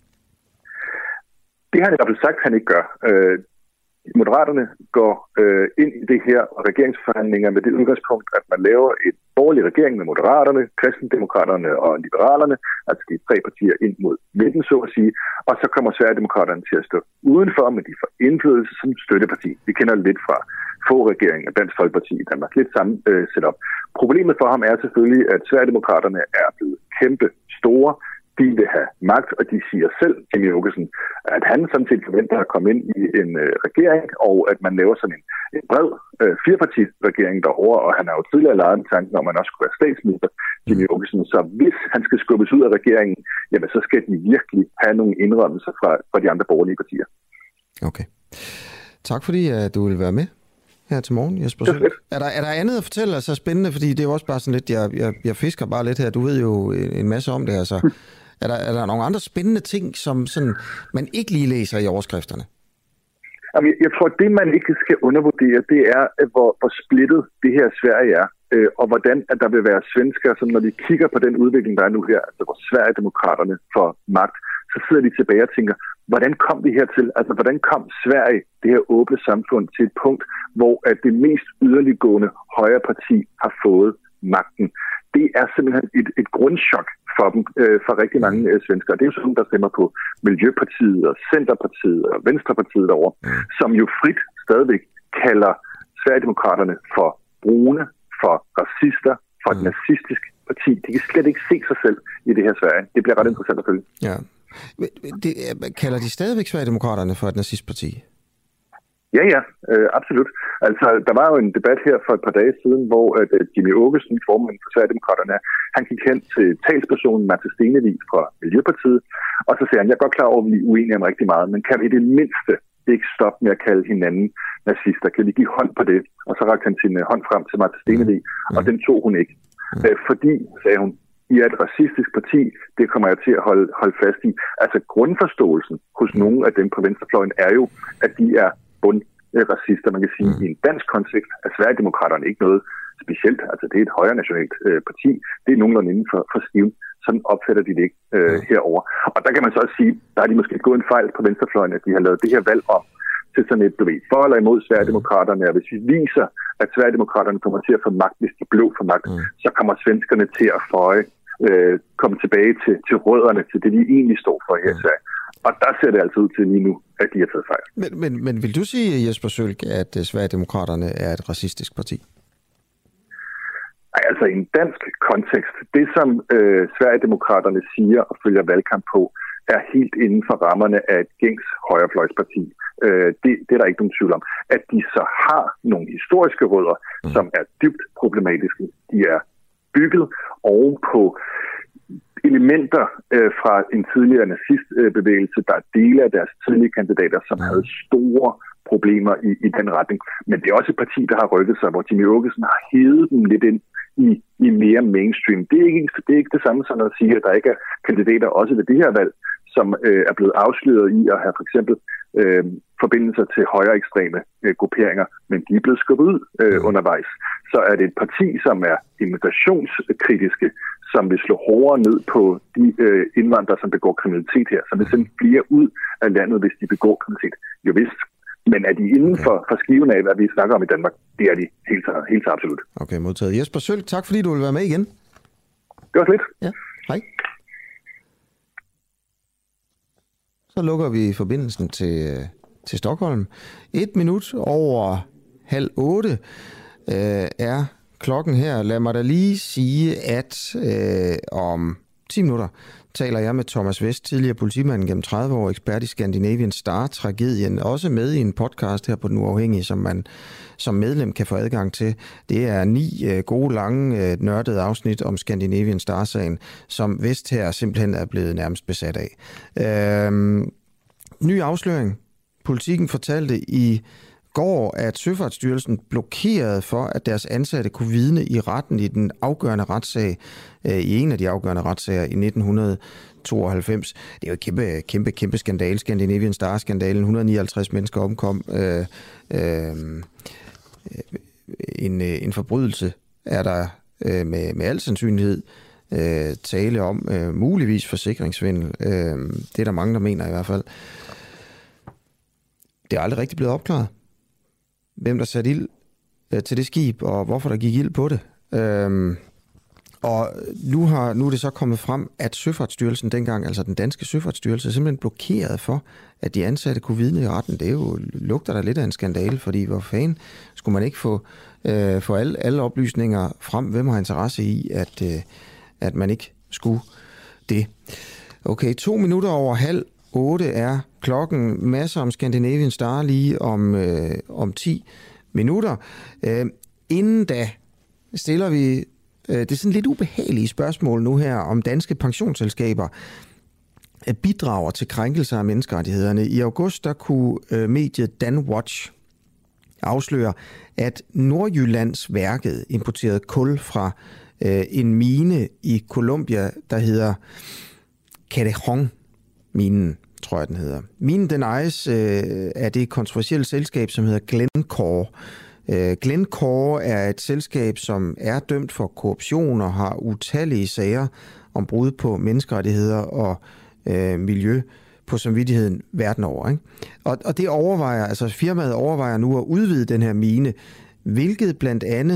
Det har han i hvert fald sagt, at han ikke gør. Øh, Moderaterne går øh, ind i det her regeringsforhandlinger med det udgangspunkt, at man laver et borgerlig regering med Moderaterne, Kristendemokraterne og Liberalerne, altså de tre partier ind mod midten, så at sige, og så kommer Sverigedemokraterne til at stå udenfor, men de får indflydelse som støtteparti. Vi kender lidt fra få regeringen af Dansk Folkeparti i Danmark. Lidt samme øh, setup. Problemet for ham er selvfølgelig, at Sverigedemokraterne er blevet kæmpe store. De vil have magt, og de siger selv, Jimmie Åkesson, at han sådan set forventer at komme ind i en øh, regering, og at man laver sådan en, en bred øh, fireparti-regering derovre, og han har jo tidligere leget med tanken om, at man også skulle være statsminister, Jimmie Åkesson. Så hvis han skal skubbes ud af regeringen, jamen så skal de virkelig have nogle indrømmelser fra, fra de andre borgerlige partier.
Okay. Tak fordi uh, du vil være med her til morgen, Jesper. Er der, er der andet at fortælle, altså spændende, fordi det er jo også bare sådan lidt, jeg, jeg, jeg fisker bare lidt her, du ved jo en masse om det, altså. Er der, er der nogle andre spændende ting, som sådan, man ikke lige læser i overskrifterne?
Jamen, jeg, jeg tror, at det, man ikke skal undervurdere, det er, hvor, hvor splittet det her Sverige er, øh, og hvordan at der vil være svenskere, som når de kigger på den udvikling, der er nu her, altså hvor Sverigedemokraterne får magt, så sidder de tilbage og tænker, hvordan kom vi hertil? Altså, hvordan kom Sverige, det her åbne samfund, til et punkt, hvor at det mest yderliggående højreparti har fået magten. Det er simpelthen et, et grundchok for dem, øh, for rigtig mange øh, svenskere. Det er jo sådan, der stemmer på Miljøpartiet og Centerpartiet og Venstrepartiet derovre, som jo frit stadigvæk kalder Sverigedemokraterne for brune, for racister, for et nazistisk parti. De kan slet ikke se sig selv i det her Sverige. Det bliver ret interessant at følge.
Ja. Det, kalder de stadigvæk Sverigedemokraterne for et nazistparti?
Ja, ja, øh, absolut. Altså, der var jo en debat her for et par dage siden, hvor at, uh, Jimmy Åkesson, formanden for Sverigedemokraterne, han gik hen til talspersonen Martin Stenevi fra Miljøpartiet, og så siger han, jeg er godt klar over, at vi er uenige om rigtig meget, men kan vi i det mindste ikke stoppe med at kalde hinanden nazister? Kan vi give hånd på det? Og så rakte han sin uh, hånd frem til Martin Stenevi, mm. og den tog hun ikke. Mm. Uh, fordi, sagde hun, I er et racistisk parti, det kommer jeg til at holde, holde fast i. Altså, grundforståelsen hos nogle af dem på venstrefløjen er jo, at de er bundracister. Man kan sige, mm. i en dansk kontekst er Sverigedemokraterne ikke noget specielt. Altså, det er et højre nationalt øh, parti. Det er nogenlunde inden for, for skiven. Sådan opfatter de det ikke øh, herover. Og der kan man så også sige, der har de måske gået en fejl på venstrefløjen, at de har lavet det her valg om til sådan et, du ved, for eller imod Sverigedemokraterne. Og hvis vi viser, at Sverigedemokraterne kommer til at få magt, hvis de blå får magt, mm. så kommer svenskerne til at føje, øh, komme tilbage til, til rødderne, til det, de egentlig står for her i Sverige. Og der ser det altså ud til lige nu, at de har taget fejl.
Men, men, men vil du sige, Jesper Sølk, at Sverigedemokraterne er et racistisk parti?
Ej, altså i en dansk kontekst, det som øh, Sverigedemokraterne siger og følger valgkamp på, er helt inden for rammerne af et gængs højrefløjsparti. Øh, det, det er der ikke nogen tvivl om. At de så har nogle historiske rødder, mm. som er dybt problematiske. De er bygget oven på elementer øh, fra en tidligere nazistbevægelse, der er dele af deres tidlige kandidater, som havde store problemer i, i den retning. Men det er også et parti, der har rykket sig, hvor Jimmy Åkesson har hævet dem lidt ind i, i mere mainstream. Det er, ikke, det er ikke det samme som at sige, at der ikke er kandidater også ved det her valg, som øh, er blevet afsløret i at have for eksempel øh, forbindelser til højere ekstreme øh, grupperinger, men de er blevet skubbet ud øh, undervejs. Så er det et parti, som er immigrationskritiske, som vil slå hårdere ned på de øh, indvandrere, som begår kriminalitet her, som vil sende flere ud af landet, hvis de begår kriminalitet. Jo vist. Men er de inden for, for skiven af, hvad vi snakker om i Danmark? Det er de helt, helt absolut.
Okay, modtaget. Jesper Sølk, tak fordi du vil være med igen.
Det var lidt.
Ja, hej. Så lukker vi forbindelsen til, til Stockholm. Et minut over halv otte øh, er klokken her. Lad mig da lige sige, at øh, om ti minutter taler jeg med Thomas West, tidligere politimand gennem tredive år, ekspert i Scandinavian Star-tragedien, også med i en podcast her på Den Uafhængige, som man som medlem kan få adgang til. Det er ni øh, gode, lange, øh, nørdede afsnit om Scandinavian Star-sagen, som West her simpelthen er blevet nærmest besat af. Øh, ny afsløring. Politikken fortalte i går, at Søfartsstyrelsen blokerede for, at deres ansatte kunne vidne i retten i den afgørende retssag, øh, i en af de afgørende retssager i nitten tooghalvfems. Det er jo et kæmpe, kæmpe, kæmpe skandale. Scandinavian Star-skandalen. et hundrede og nioghalvtreds mennesker omkom. Øh, øh, en, en forbrydelse er der øh, med, med al sandsynlighed øh, tale om. Øh, muligvis forsikringssvindel. Øh, det er der mange, der mener i hvert fald. Det er aldrig rigtig blevet opklaret, hvem der satte ild øh, til det skib, og hvorfor der gik ild på det. Øhm, og nu, har, nu er det så kommet frem, at Søfartsstyrelsen dengang, altså den danske Søfartsstyrelse, simpelthen blokerede for, at de ansatte kunne vidne i retten. Det er jo, lugter der lidt af en skandale, fordi hvor fanden skulle man ikke få, øh, få alle, alle oplysninger frem, hvem har interesse i, at, øh, at man ikke skulle det. Okay, to minutter over halv otte er klokken. Masser om Scandinavian Star lige om, øh, om ti minutter. Øh, inden da stiller vi øh, det er sådan lidt ubehagelige spørgsmål nu her, om danske pensionsselskaber øh, bidrager til krænkelser af menneskerettighederne. I august der kunne øh, mediet Danwatch afsløre, at Nordjyllands Værket importerede kul fra øh, en mine i Colombia, der hedder Cadejon-minen, tror jeg, den hedder. Minen, den ejes øh, af det kontroversielle selskab, som hedder Glencore. Øh, Glencore er et selskab, som er dømt for korruption og har utallige sager om brud på menneskerettigheder og øh, miljø på samvittigheden verden over. Ikke? Og, og det overvejer, altså firmaet overvejer nu at udvide den her mine, hvilket blandt andet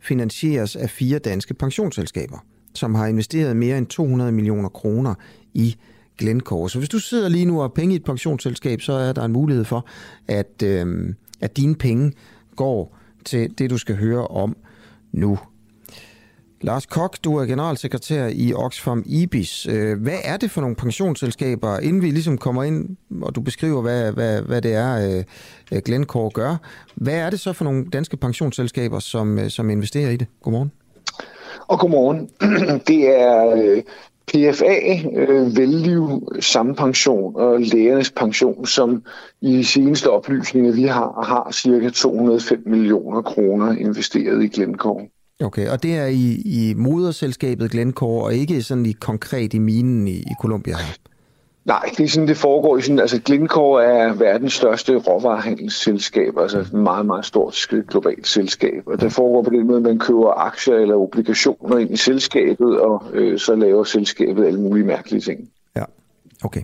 finansieres af fire danske pensionsselskaber, som har investeret mere end to hundrede millioner kroner i Glencore. Så hvis du sidder lige nu og har penge i et pensionsselskab, så er der en mulighed for, at, øh, at dine penge går til det, du skal høre om nu. Lars Koch, du er generalsekretær i Oxfam IBIS. Hvad er det for nogle pensionsselskaber, inden vi ligesom kommer ind, og du beskriver, hvad, hvad, hvad det er, Glencore gør? Hvad er det så for nogle danske pensionsselskaber, som, som investerer i det? Godmorgen.
Og godmorgen. Det er P F A, Velliv, Sampension og Lægernes Pension, som i de seneste oplysninger, vi har, har cirka to hundrede og fem millioner kroner investeret i Glencore.
Okay, og det er i, i moderselskabet Glencore, og ikke sådan i konkret i minen i, i Colombia her?
Nej, det er sådan, det foregår i sådan, altså Glencore er verdens største råvarehandelsselskab, altså et meget, meget stort globalt selskab, og det foregår på den måde, at man køber aktier eller obligationer ind i selskabet, og øh, så laver selskabet alle mulige mærkelige ting.
Ja, okay.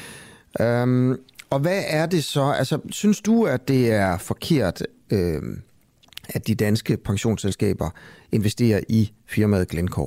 Um, og hvad er det så, altså synes du, at det er forkert, øh, at de danske pensionsselskaber investerer i firmaet Glencore?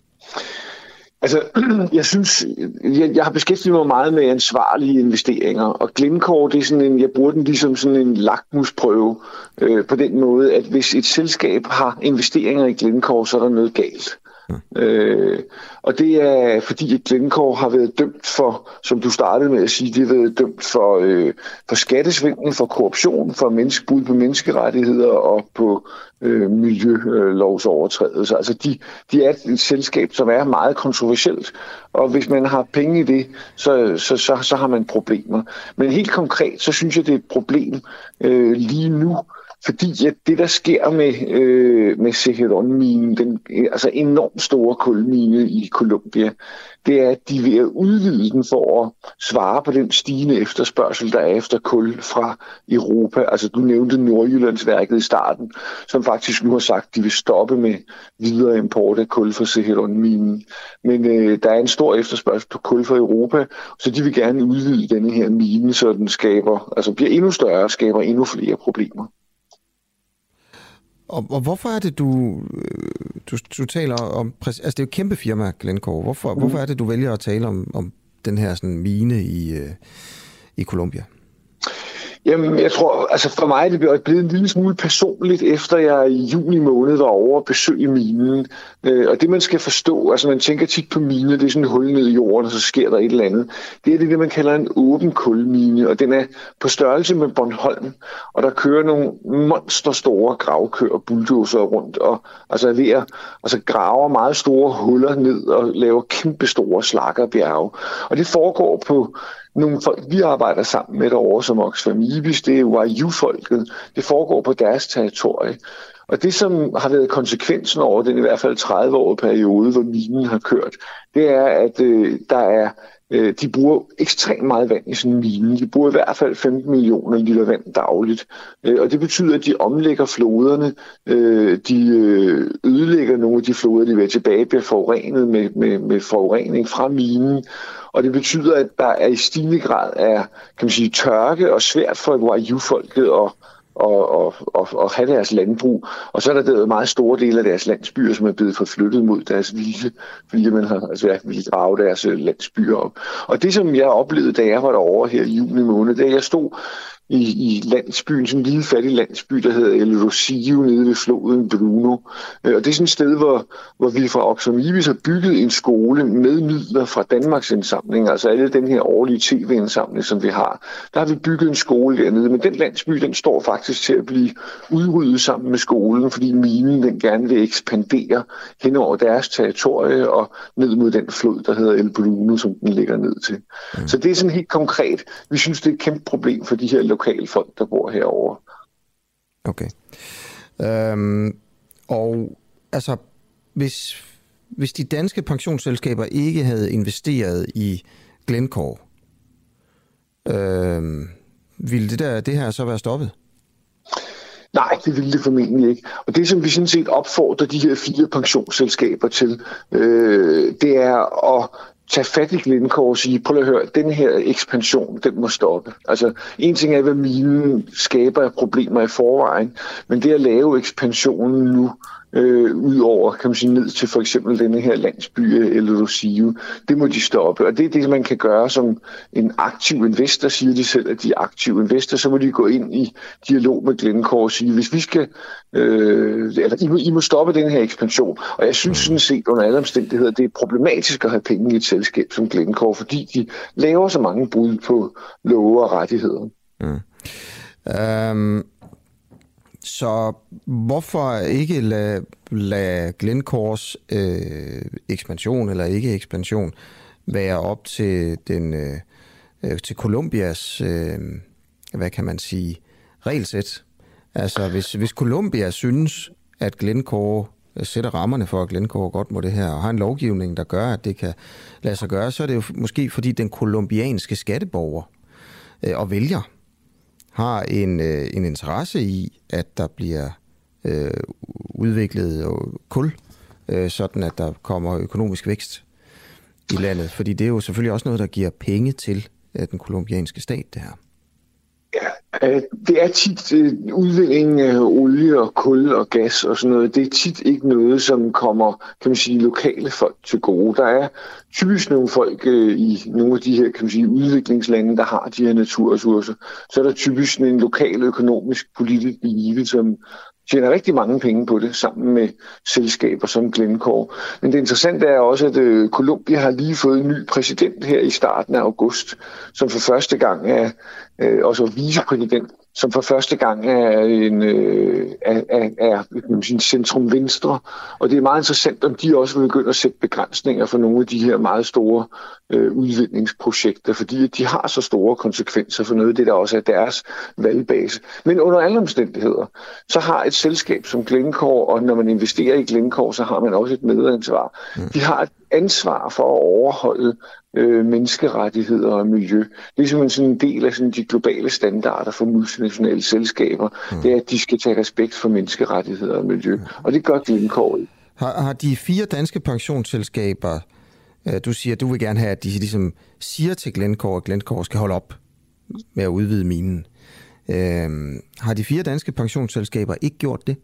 Altså, jeg synes, jeg, jeg har beskæftiget mig meget med ansvarlige investeringer, og Glencore, det er sådan en, jeg bruger den ligesom sådan en lakmusprøve øh, på den måde, at hvis et selskab har investeringer i Glencore, så er der noget galt. Ja. Øh, og det er fordi, at Glencore har været dømt for, som du startede med at sige, det har været dømt for, øh, for skattesvindel, for korruption, for menneskebrud på menneskerettigheder og på øh, miljølovsovertrædelser. Altså de, de er et selskab, som er meget kontroversielt, og hvis man har penge i det, så, så, så, så har man problemer. Men helt konkret, så synes jeg, det er et problem øh, lige nu, fordi at det, der sker med, øh, med Cegeron-minen, den altså enormt store kulmine i Colombia, det er, at de er ved at udvide den for at svare på den stigende efterspørgsel, der er efter kul fra Europa. Altså du nævnte Nordjyllandsværket i starten, som faktisk nu har sagt, at de vil stoppe med videre import af kul fra Cegeron-minen. Men øh, der er en stor efterspørgsel på kul fra Europa, så de vil gerne udvide denne her mine, så den skaber, altså bliver endnu større og skaber endnu flere problemer.
Og, og hvorfor er det, du, du, du taler om... Altså, det er jo et kæmpe firma, Glencore. Hvorfor, mm. hvorfor er det, du vælger at tale om, om den her sådan, mine i, i Colombia?
Jamen, jeg tror, altså for mig er det blevet en lille smule personligt, efter jeg i juni måned var over at besøge minen. Øh, og det, man skal forstå, altså man tænker tit på mine, det er sådan et hul ned i jorden, og så sker der et eller andet. Det er det, man kalder en åben kulmine, og den er på størrelse med Bornholm. Og der kører nogle monsterstore gravkøer, bulldozer rundt, og altså er ved at altså graver meget store huller ned og laver kæmpe store slakkerbjerge. Og det foregår på nogle folk, vi arbejder sammen med derovre som Oxfam IBIS, det er Y I U-folket. Det foregår på deres territorie. Og det, som har været konsekvensen over den i hvert fald tredive-årige periode, hvor minen har kørt, det er, at øh, der er, øh, de bruger ekstremt meget vand i sådan en mine. De bruger i hvert fald femten millioner liter vand dagligt. Øh, og det betyder, at de omlægger floderne. Øh, de øh, ødelægger nogle af de floder, de vil tilbage, bliver forurenet med, med, med forurening fra minen. Og det betyder, at der er i stigende grad er, kan man sige, tørke og svært for Y I U-folket at Og, og, og, og have deres landbrug. Og så er der meget store dele af deres landsbyer, som er blevet forflyttet mod deres vilje, fordi man har altså virkelig grave deres landsbyer op. Og det, som jeg oplevede, da jeg var derovre her i juni måned, da jeg stod i, i landsbyen, sådan en lille fattig landsby, der hedder El Rosillo, nede ved floden Bruno. Og det er sådan et sted, hvor, hvor vi fra Oxfam IBIS har bygget en skole med midler fra Danmarks indsamling, altså alle den her årlige tv-indsamling, som vi har. Der har vi bygget en skole dernede, men den landsby, den står faktisk til at blive udryddet sammen med skolen, fordi minen den gerne vil ekspandere hen over deres territorie og ned mod den flod, der hedder El Bruno, som den ligger ned til. Mm. Så det er sådan helt konkret. Vi synes, det er et kæmpe problem for de her lokale folk, der bor herovre.
Okay. Øhm, og altså, hvis, hvis de danske pensionsselskaber ikke havde investeret i Glencore, øhm, ville det, der, det her så være stoppet?
Nej, det ville det formentlig ikke. Og det, som vi sådan set opfordrer de her fire pensionsselskaber til, øh, det er at tage fat i Glencore og sige, prøv at høre, den her ekspansion, den må stoppe. Altså, en ting er, hvad minen skaber af problemer i forvejen, men det at lave ekspansionen nu, øh, ud over, kan man sige, ned til for eksempel denne her landsby eller Lucio. Det må de stoppe, og det er det, man kan gøre som en aktiv investor, siger de selv, at de er aktive investor, så må de gå ind i dialog med Glencore og sige, hvis vi skal, øh, eller I må, I må stoppe den her ekspansion. Og jeg synes sådan set under alle omstændigheder, det er problematisk at have penge i et selskab som Glencore, fordi de laver så mange brud på love og rettigheder. Mm.
Um, så hvorfor ikke lade, lade Glencores øh, ekspansion eller ikke ekspansion være op til den øh, til Colombias øh, hvad kan man sige regelsæt? Altså hvis hvis Colombia synes at Glencore sætter rammerne for, at Glencore godt må det her, og har en lovgivning, der gør, at det kan lade sig gøre, så er det jo måske fordi den kolumbianske skatteborger øh, og vælger har en, øh, en interesse i, at der bliver øh, udviklet kul, øh, sådan at der kommer økonomisk vækst i landet. Fordi det er jo selvfølgelig også noget, der giver penge til øh, den kolumbianske stat, det her.
Ja, det er tit øh, udvinding af olie og kul og gas og sådan noget. Det er tit ikke noget, som kommer, kan man sige, lokale folk til gode. Der er typisk nogle folk øh, i nogle af de her, kan man sige, udviklingslande, der har de her naturressourcer. Så er der typisk en lokal økonomisk politisk elite, som tjener rigtig mange penge på det, sammen med selskaber som Glencore. Men det interessante er også, at øh, Colombia har lige fået en ny præsident her i starten af august, som for første gang er, øh, også vicepræsident, som for første gang er en øh, er, er, er en centrum venstre. Og det er meget interessant, om de også vil begynde at sætte begrænsninger for nogle af de her meget store øh, udviklingsprojekter, fordi de har så store konsekvenser for noget af det, der også er deres valgbase. Men under alle omstændigheder, så har et selskab som Glencore, og når man investerer i Glencore, så har man også et medansvar. De har et ansvar for at overholde øh, menneskerettigheder og miljø. Det er simpelthen sådan en del af sådan de globale standarder for multinationale selskaber. Mm. Det er, at de skal tage respekt for menneskerettigheder og miljø. Mm. Og det gør Glencore.
Har, har de fire danske pensionsselskaber, øh, du siger, du vil gerne have, at de ligesom siger til Glencore, at Glencore skal holde op med at udvide minen. Øh, har de fire danske pensionsselskaber ikke gjort det?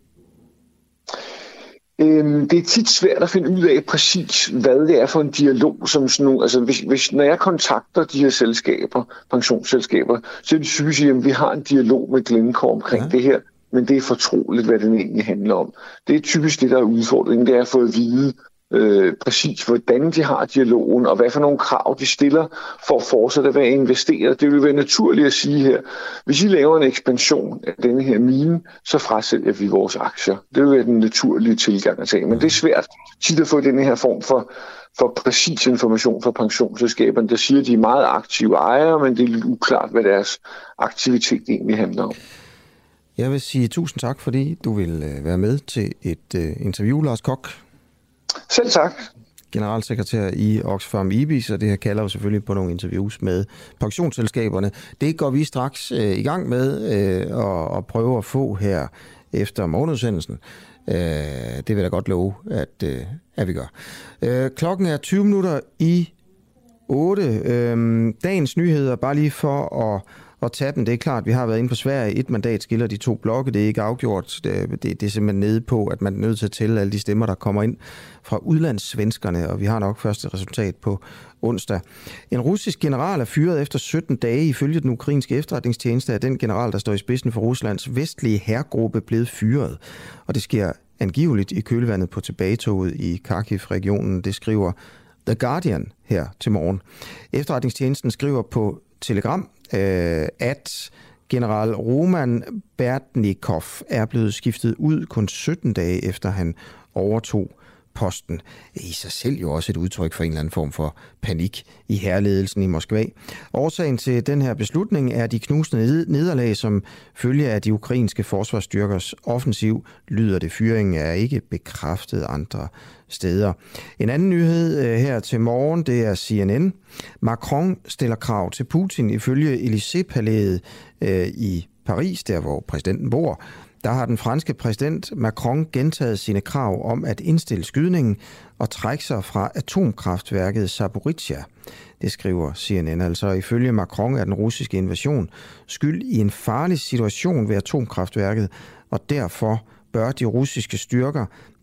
Det er tit svært at finde ud af præcis, hvad det er for en dialog, som sådan nogle, altså hvis, hvis, når jeg kontakter de her selskaber, pensionsselskaber, så er det typisk, at vi har en dialog med Glencore omkring ja. det her, men det er fortroligt, hvad det egentlig handler om. Det er typisk det, der er udfordringen, det er at få at vide øh, præcis, hvordan de har dialogen, og hvad for nogle krav de stiller for at fortsætte at være investeret. Det vil være naturligt at sige her, hvis I laver en ekspansion af denne her mine, så frasælger vi vores aktier. Det vil være den naturlige tilgang at tage. Men det er svært tit at få denne her form for, for præcis information fra pensionsselskaberne, der siger, at de er meget aktive ejere, men det er lidt uklart, hvad deres aktivitet egentlig handler om.
Jeg vil sige tusind tak, fordi du vil være med til et uh, interview, Lars Koch.
Selv tak.
Generalsekretær i Oxfam Ibis, og det her kalder jo selvfølgelig på nogle interviews med pensionsselskaberne. Det går vi straks øh, i gang med øh, og, og prøve at få her efter morgenudsendelsen. Øh, det vil jeg godt love, at, øh, at vi gør. Øh, klokken er tyve minutter i otte. Øh, dagens nyheder, bare lige for at og tage den. Det er klart, vi har været inde på Sverige. Et mandat skiller de to blokke. Det er ikke afgjort. Det, det, det er simpelthen nede på, at man er nødt til at tælle alle de stemmer, der kommer ind fra udlandssvenskerne, og vi har nok første resultat på onsdag. En russisk general er fyret efter sytten dage. Ifølge den ukrainske efterretningstjeneste er den general, der står i spidsen for Ruslands vestlige hærgruppe, blevet fyret. Og det sker angiveligt i kølvandet på tilbagetoget i Kharkiv-regionen. Det skriver The Guardian her til morgen. Efterretningstjenesten skriver på Telegram, at general Roman Bertnikov er blevet skiftet ud kun sytten dage efter han overtog posten. I sig selv jo også et udtryk for en eller anden form for panik i hærledelsen i Moskva. Årsagen til den her beslutning er de knusende nederlag, som følge af de ukrainske forsvarsstyrkers offensiv, lyder det. Fyringen er ikke bekræftet andre steder. En anden nyhed her til morgen, det er C N N. Macron stiller krav til Putin. Ifølge Élysée-palæet øh, i Paris, der hvor præsidenten bor, der har den franske præsident Macron gentaget sine krav om at indstille skydningen og trække sig fra atomkraftværket Zaporizhzhia. Det skriver C N N. Altså ifølge Macron er den russiske invasion skyld i en farlig situation ved atomkraftværket, og derfor bør de russiske styrker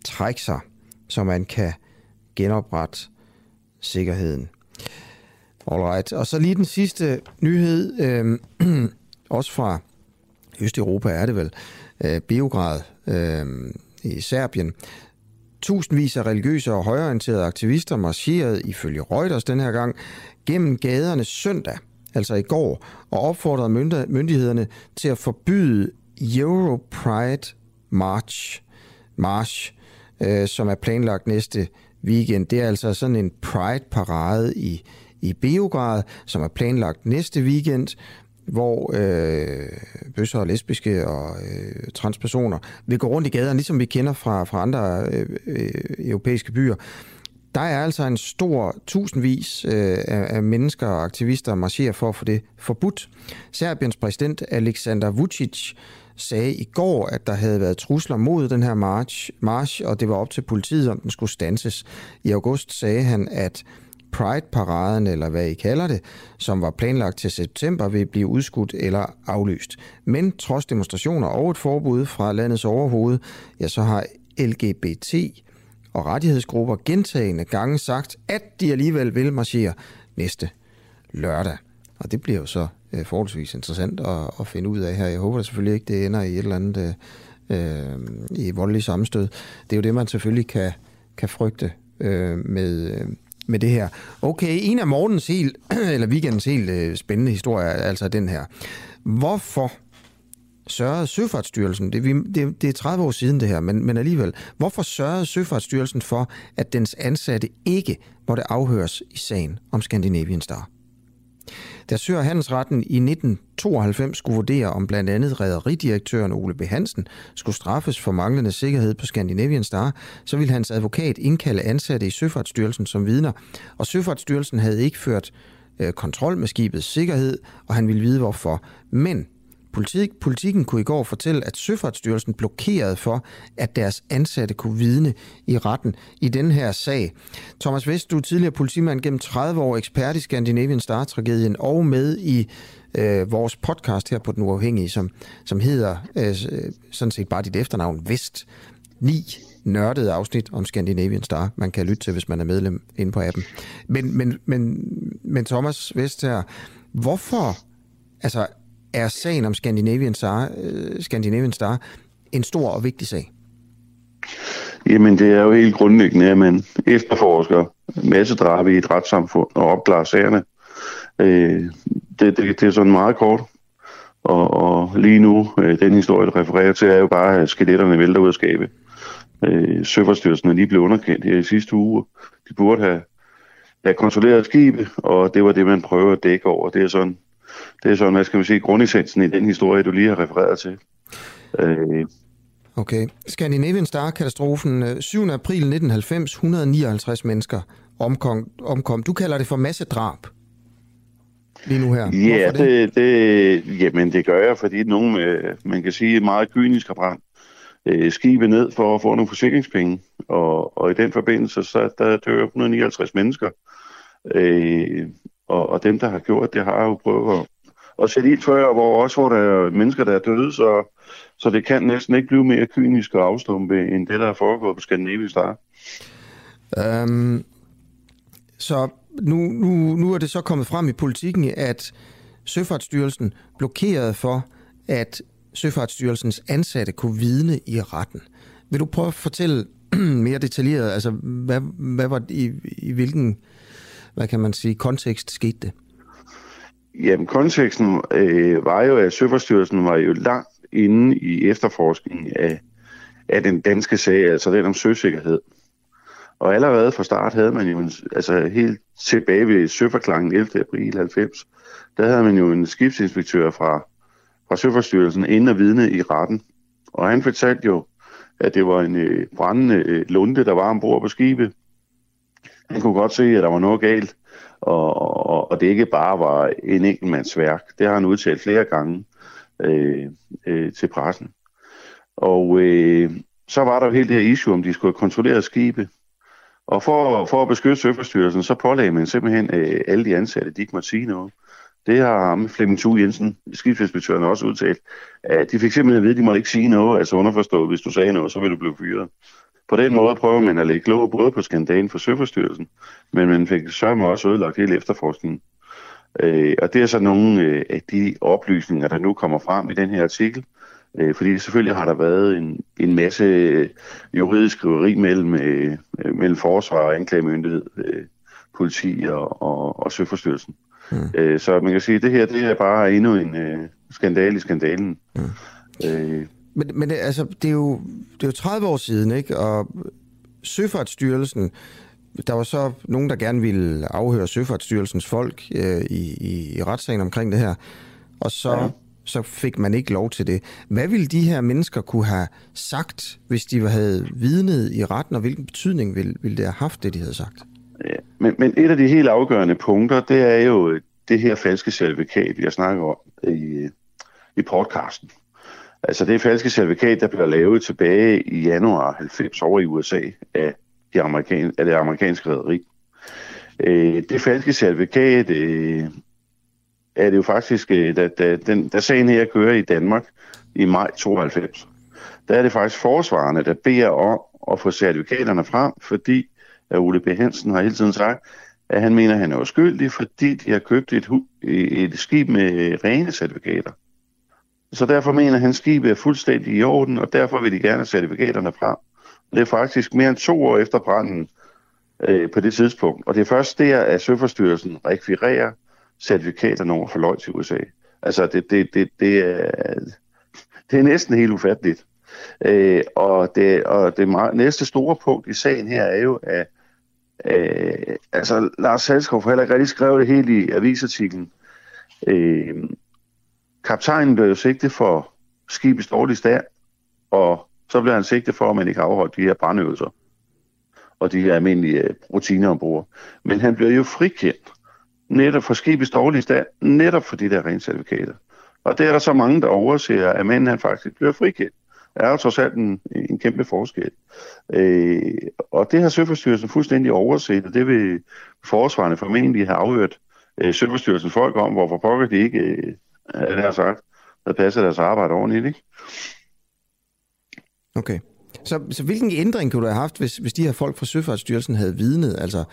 trække sig, så man kan genoprette sikkerheden. Alright. Og så lige den sidste nyhed, øh, også fra Østeuropa er det vel, øh, Beograd øh, i Serbien. Tusindvis af religiøse og højreorienterede aktivister marcherede ifølge Reuters den her gang gennem gaderne søndag, altså i går, og opfordrede myndighederne til at forbyde Europride March, March øh, som er planlagt næste weekend. Det er altså sådan en Pride-parade i, i Beograd, som er planlagt næste weekend, hvor øh, bøsser og lesbiske og øh, transpersoner vil gå rundt i gaderne, ligesom vi kender fra, fra andre øh, øh, europæiske byer. Der er altså en stor tusindvis øh, af, af mennesker og aktivister marcherer for at få det forbudt. Serbiens præsident Aleksandar Vučić sagde i går, at der havde været trusler mod den her march, march, og det var op til politiet, om den skulle standses. I august sagde han, at Pride-paraden, eller hvad I kalder det, som var planlagt til september, vil blive udskudt eller aflyst. Men trods demonstrationer og et forbud fra landets overhoved, ja, så har L G B T og rettighedsgrupper gentagende gange sagt, at de alligevel vil marchere næste lørdag. Og det bliver jo så øh, forholdsvis interessant at, at finde ud af her. Jeg håber da selvfølgelig ikke, det ender i et eller andet øh, i voldelig sammenstød. Det er jo det, man selvfølgelig kan, kan frygte øh, med... Øh, med det her. Okay, en af morgens helt, eller weekendens helt øh, spændende historie er altså den her. Hvorfor sørgede Søfartsstyrelsen, det, det, det er tredive år siden det her, men, men alligevel, hvorfor sørgede Søfartsstyrelsen for, at dens ansatte ikke måtte afhøres i sagen om Scandinavian Star? Da Sø- og Handelsretten i nitten tooghalvfems skulle vurdere, om blandt andet rederidirektøren Ole B. Hansen skulle straffes for manglende sikkerhed på Scandinavian Star, så ville hans advokat indkalde ansatte i Søfartsstyrelsen som vidner, og Søfartsstyrelsen havde ikke ført øh, kontrol med skibets sikkerhed, og han ville vide hvorfor. Men politik, politikken kunne i går fortælle, at Søfartsstyrelsen blokerede for, at deres ansatte kunne vidne i retten i den her sag. Thomas West, du er tidligere politimand gennem tredive år, ekspert i Scandinavian Star-tragedien, og med i øh, vores podcast her på Den Uafhængige, som, som hedder øh, sådan set bare dit efternavn, West. Ni nørdede afsnit om Scandinavian Star, man kan lytte til, hvis man er medlem inde på appen. Men, men, men, men Thomas West her, hvorfor altså er sagen om Scandinavian Star, uh, Scandinavian Star en stor og vigtig sag?
Jamen, det er jo helt grundlæggende, at man efterforsker massedrab i et retssamfund og opklarer sagerne. Øh, det, det, det er sådan meget kort. Og, og lige nu, øh, den historie, du refererer til, er jo bare, at skeletterne vælter ud af skabet. Øh, Søfartsstyrelsen er lige blevet underkendt her i sidste uge. De burde have, have kontrolleret skibet, og det var det, man prøver at dække over. Det er sådan, det er sådan, hvad skal man sige, grundessensen i den historie, du lige har refereret til. Øh.
Okay. Scandinavian Star-katastrofen syvende april nitten halvfems, et hundrede og nioghalvtreds mennesker omkom. omkom. Du kalder det for massedrab lige nu her.
Ja, det? Det, det, jamen det gør jeg, fordi nogen, man kan sige, meget kynisk har brændt øh, skibet ned for at få nogle forsikringspenge. Og, og i den forbindelse, så der dør et hundrede og nioghalvtreds mennesker. Øh, og, og dem, der har gjort det, har jo prøvet at, at sætte ild før, hvor også hvor der er mennesker, der er døde, så, så det kan næsten ikke blive mere kynisk og afstumpe, end det, der er foregået på Scandinavian Star.
Um, så nu, nu, nu er det så kommet frem i politikken, at Søfartsstyrelsen blokerede for, at Søfartsstyrelsens ansatte kunne vidne i retten. Vil du prøve at fortælle mere detaljeret, altså hvad, hvad var i, i hvilken, hvad kan man sige, kontekst skete det?
Jamen, konteksten øh, var jo, at Søfartsstyrelsen var jo langt inde i efterforskningen af, af den danske sag, altså den om søsikkerhed. Og allerede fra start havde man jo, en, altså helt tilbage ved søforklaringen ellevte april halvfems, der havde man jo en skibsinspektør fra, fra Søfartsstyrelsen inde og vidne i retten. Og han fortalte jo, at det var en øh, brændende øh, lunde, der var ombord på skibet. Han kunne godt se, at der var noget galt, og, og, og det ikke bare var en enkeltmandsværk. Det har han udtalt flere gange øh, øh, til pressen. Og øh, så var der jo helt det her issue, om de skulle kontrollere skibet. Og for, for at beskytte Søfartsstyrelsen, så pålagde man simpelthen øh, alle de ansatte, de ikke måtte sige noget. Det har ham, Flemming Thue Jensen, skibsinspektøren, også udtalt, at de fik simpelthen at vide, at de måtte ikke sige noget, altså underforstået, hvis du sagde noget, så ville du blive fyret. På den måde prøver man at lægge låg både på skandalen for Søfartsstyrelsen, men man fik sørme også ødelagt hele efterforskningen. Øh, og det er så nogle øh, af de oplysninger, der nu kommer frem i den her artikel. Øh, fordi selvfølgelig har der været en, en masse øh, juridisk skriveri mellem, øh, mellem forsvar og anklagemyndighed, øh, politi og, og, og Søfartsstyrelsen. Mm. Øh, så man kan sige, at det her det er bare endnu en øh, skandale i skandalen. Mm. Øh,
men men det, altså, det, er jo, det er jo tredive år siden, ikke? Og Søfartsstyrelsen, der var så nogen, der gerne ville afhøre Søfartsstyrelsens folk øh, i, i, i retssagen omkring det her, og så, ja. så fik man ikke lov til det. Hvad ville de her mennesker kunne have sagt, hvis de havde vidnet i retten, og hvilken betydning ville, ville det have haft, det de havde sagt?
Ja, men, men et af de helt afgørende punkter, det er jo det her falske certifikat, jeg snakker om i, i podcasten. Altså det falske certifikat, der blev lavet tilbage i januar halvfems over i U S A af, de amerikan, af det amerikanske rederi. Øh, det falske certifikat øh, er det jo faktisk, da, da, den, da sagen her kører i Danmark i maj tooghalvfems, der er det faktisk forsvarerne, der beder om at få certifikaterne frem, fordi at Ole B. Hansen har hele tiden sagt, at han mener, at han er uskyldig, fordi de har købt et, et skib med rene certifikater. Så derfor mener han, at skibet er fuldstændig i orden, og derfor vil de gerne have certifikaterne frem. Det er faktisk mere end to år efter branden øh, på det tidspunkt. Og det er først der, at Søfartsstyrelsen rekvirerer certifikaterne over for løg til U S A. Altså, det, det, det, det, er, det er næsten helt ufatteligt. Øh, og det, og det meget, næste store punkt i sagen her er jo, at øh, altså, Lars Salskov har heller ikke rigtig skrevet det helt i avisartiklen. Øh, kaptajnen blev jo sigtet for skibets dårlige stand, og så blev han sigtet for, at man ikke har afholdt de her brandøvelser og de her almindelige rutiner ombord. Men han blev jo frikendt netop for skibets dårlige stand, netop for de der rene certifikater. Og det er der så mange, der overser, at manden han faktisk bliver frikendt. Det er jo trods alt en, en kæmpe forskel. Øh, og det har Søfartsstyrelsen fuldstændig overset, og det vil forsvarerne formentlig have afhørt øh, Søfartsstyrelsens folk om, hvorfor pokker de ikke, øh, det har sagt, havde passet deres arbejde ordentligt, ikke?
Okay. Så, så hvilken ændring kunne du have haft, hvis, hvis de her folk fra Søfartsstyrelsen havde vidnet? Altså...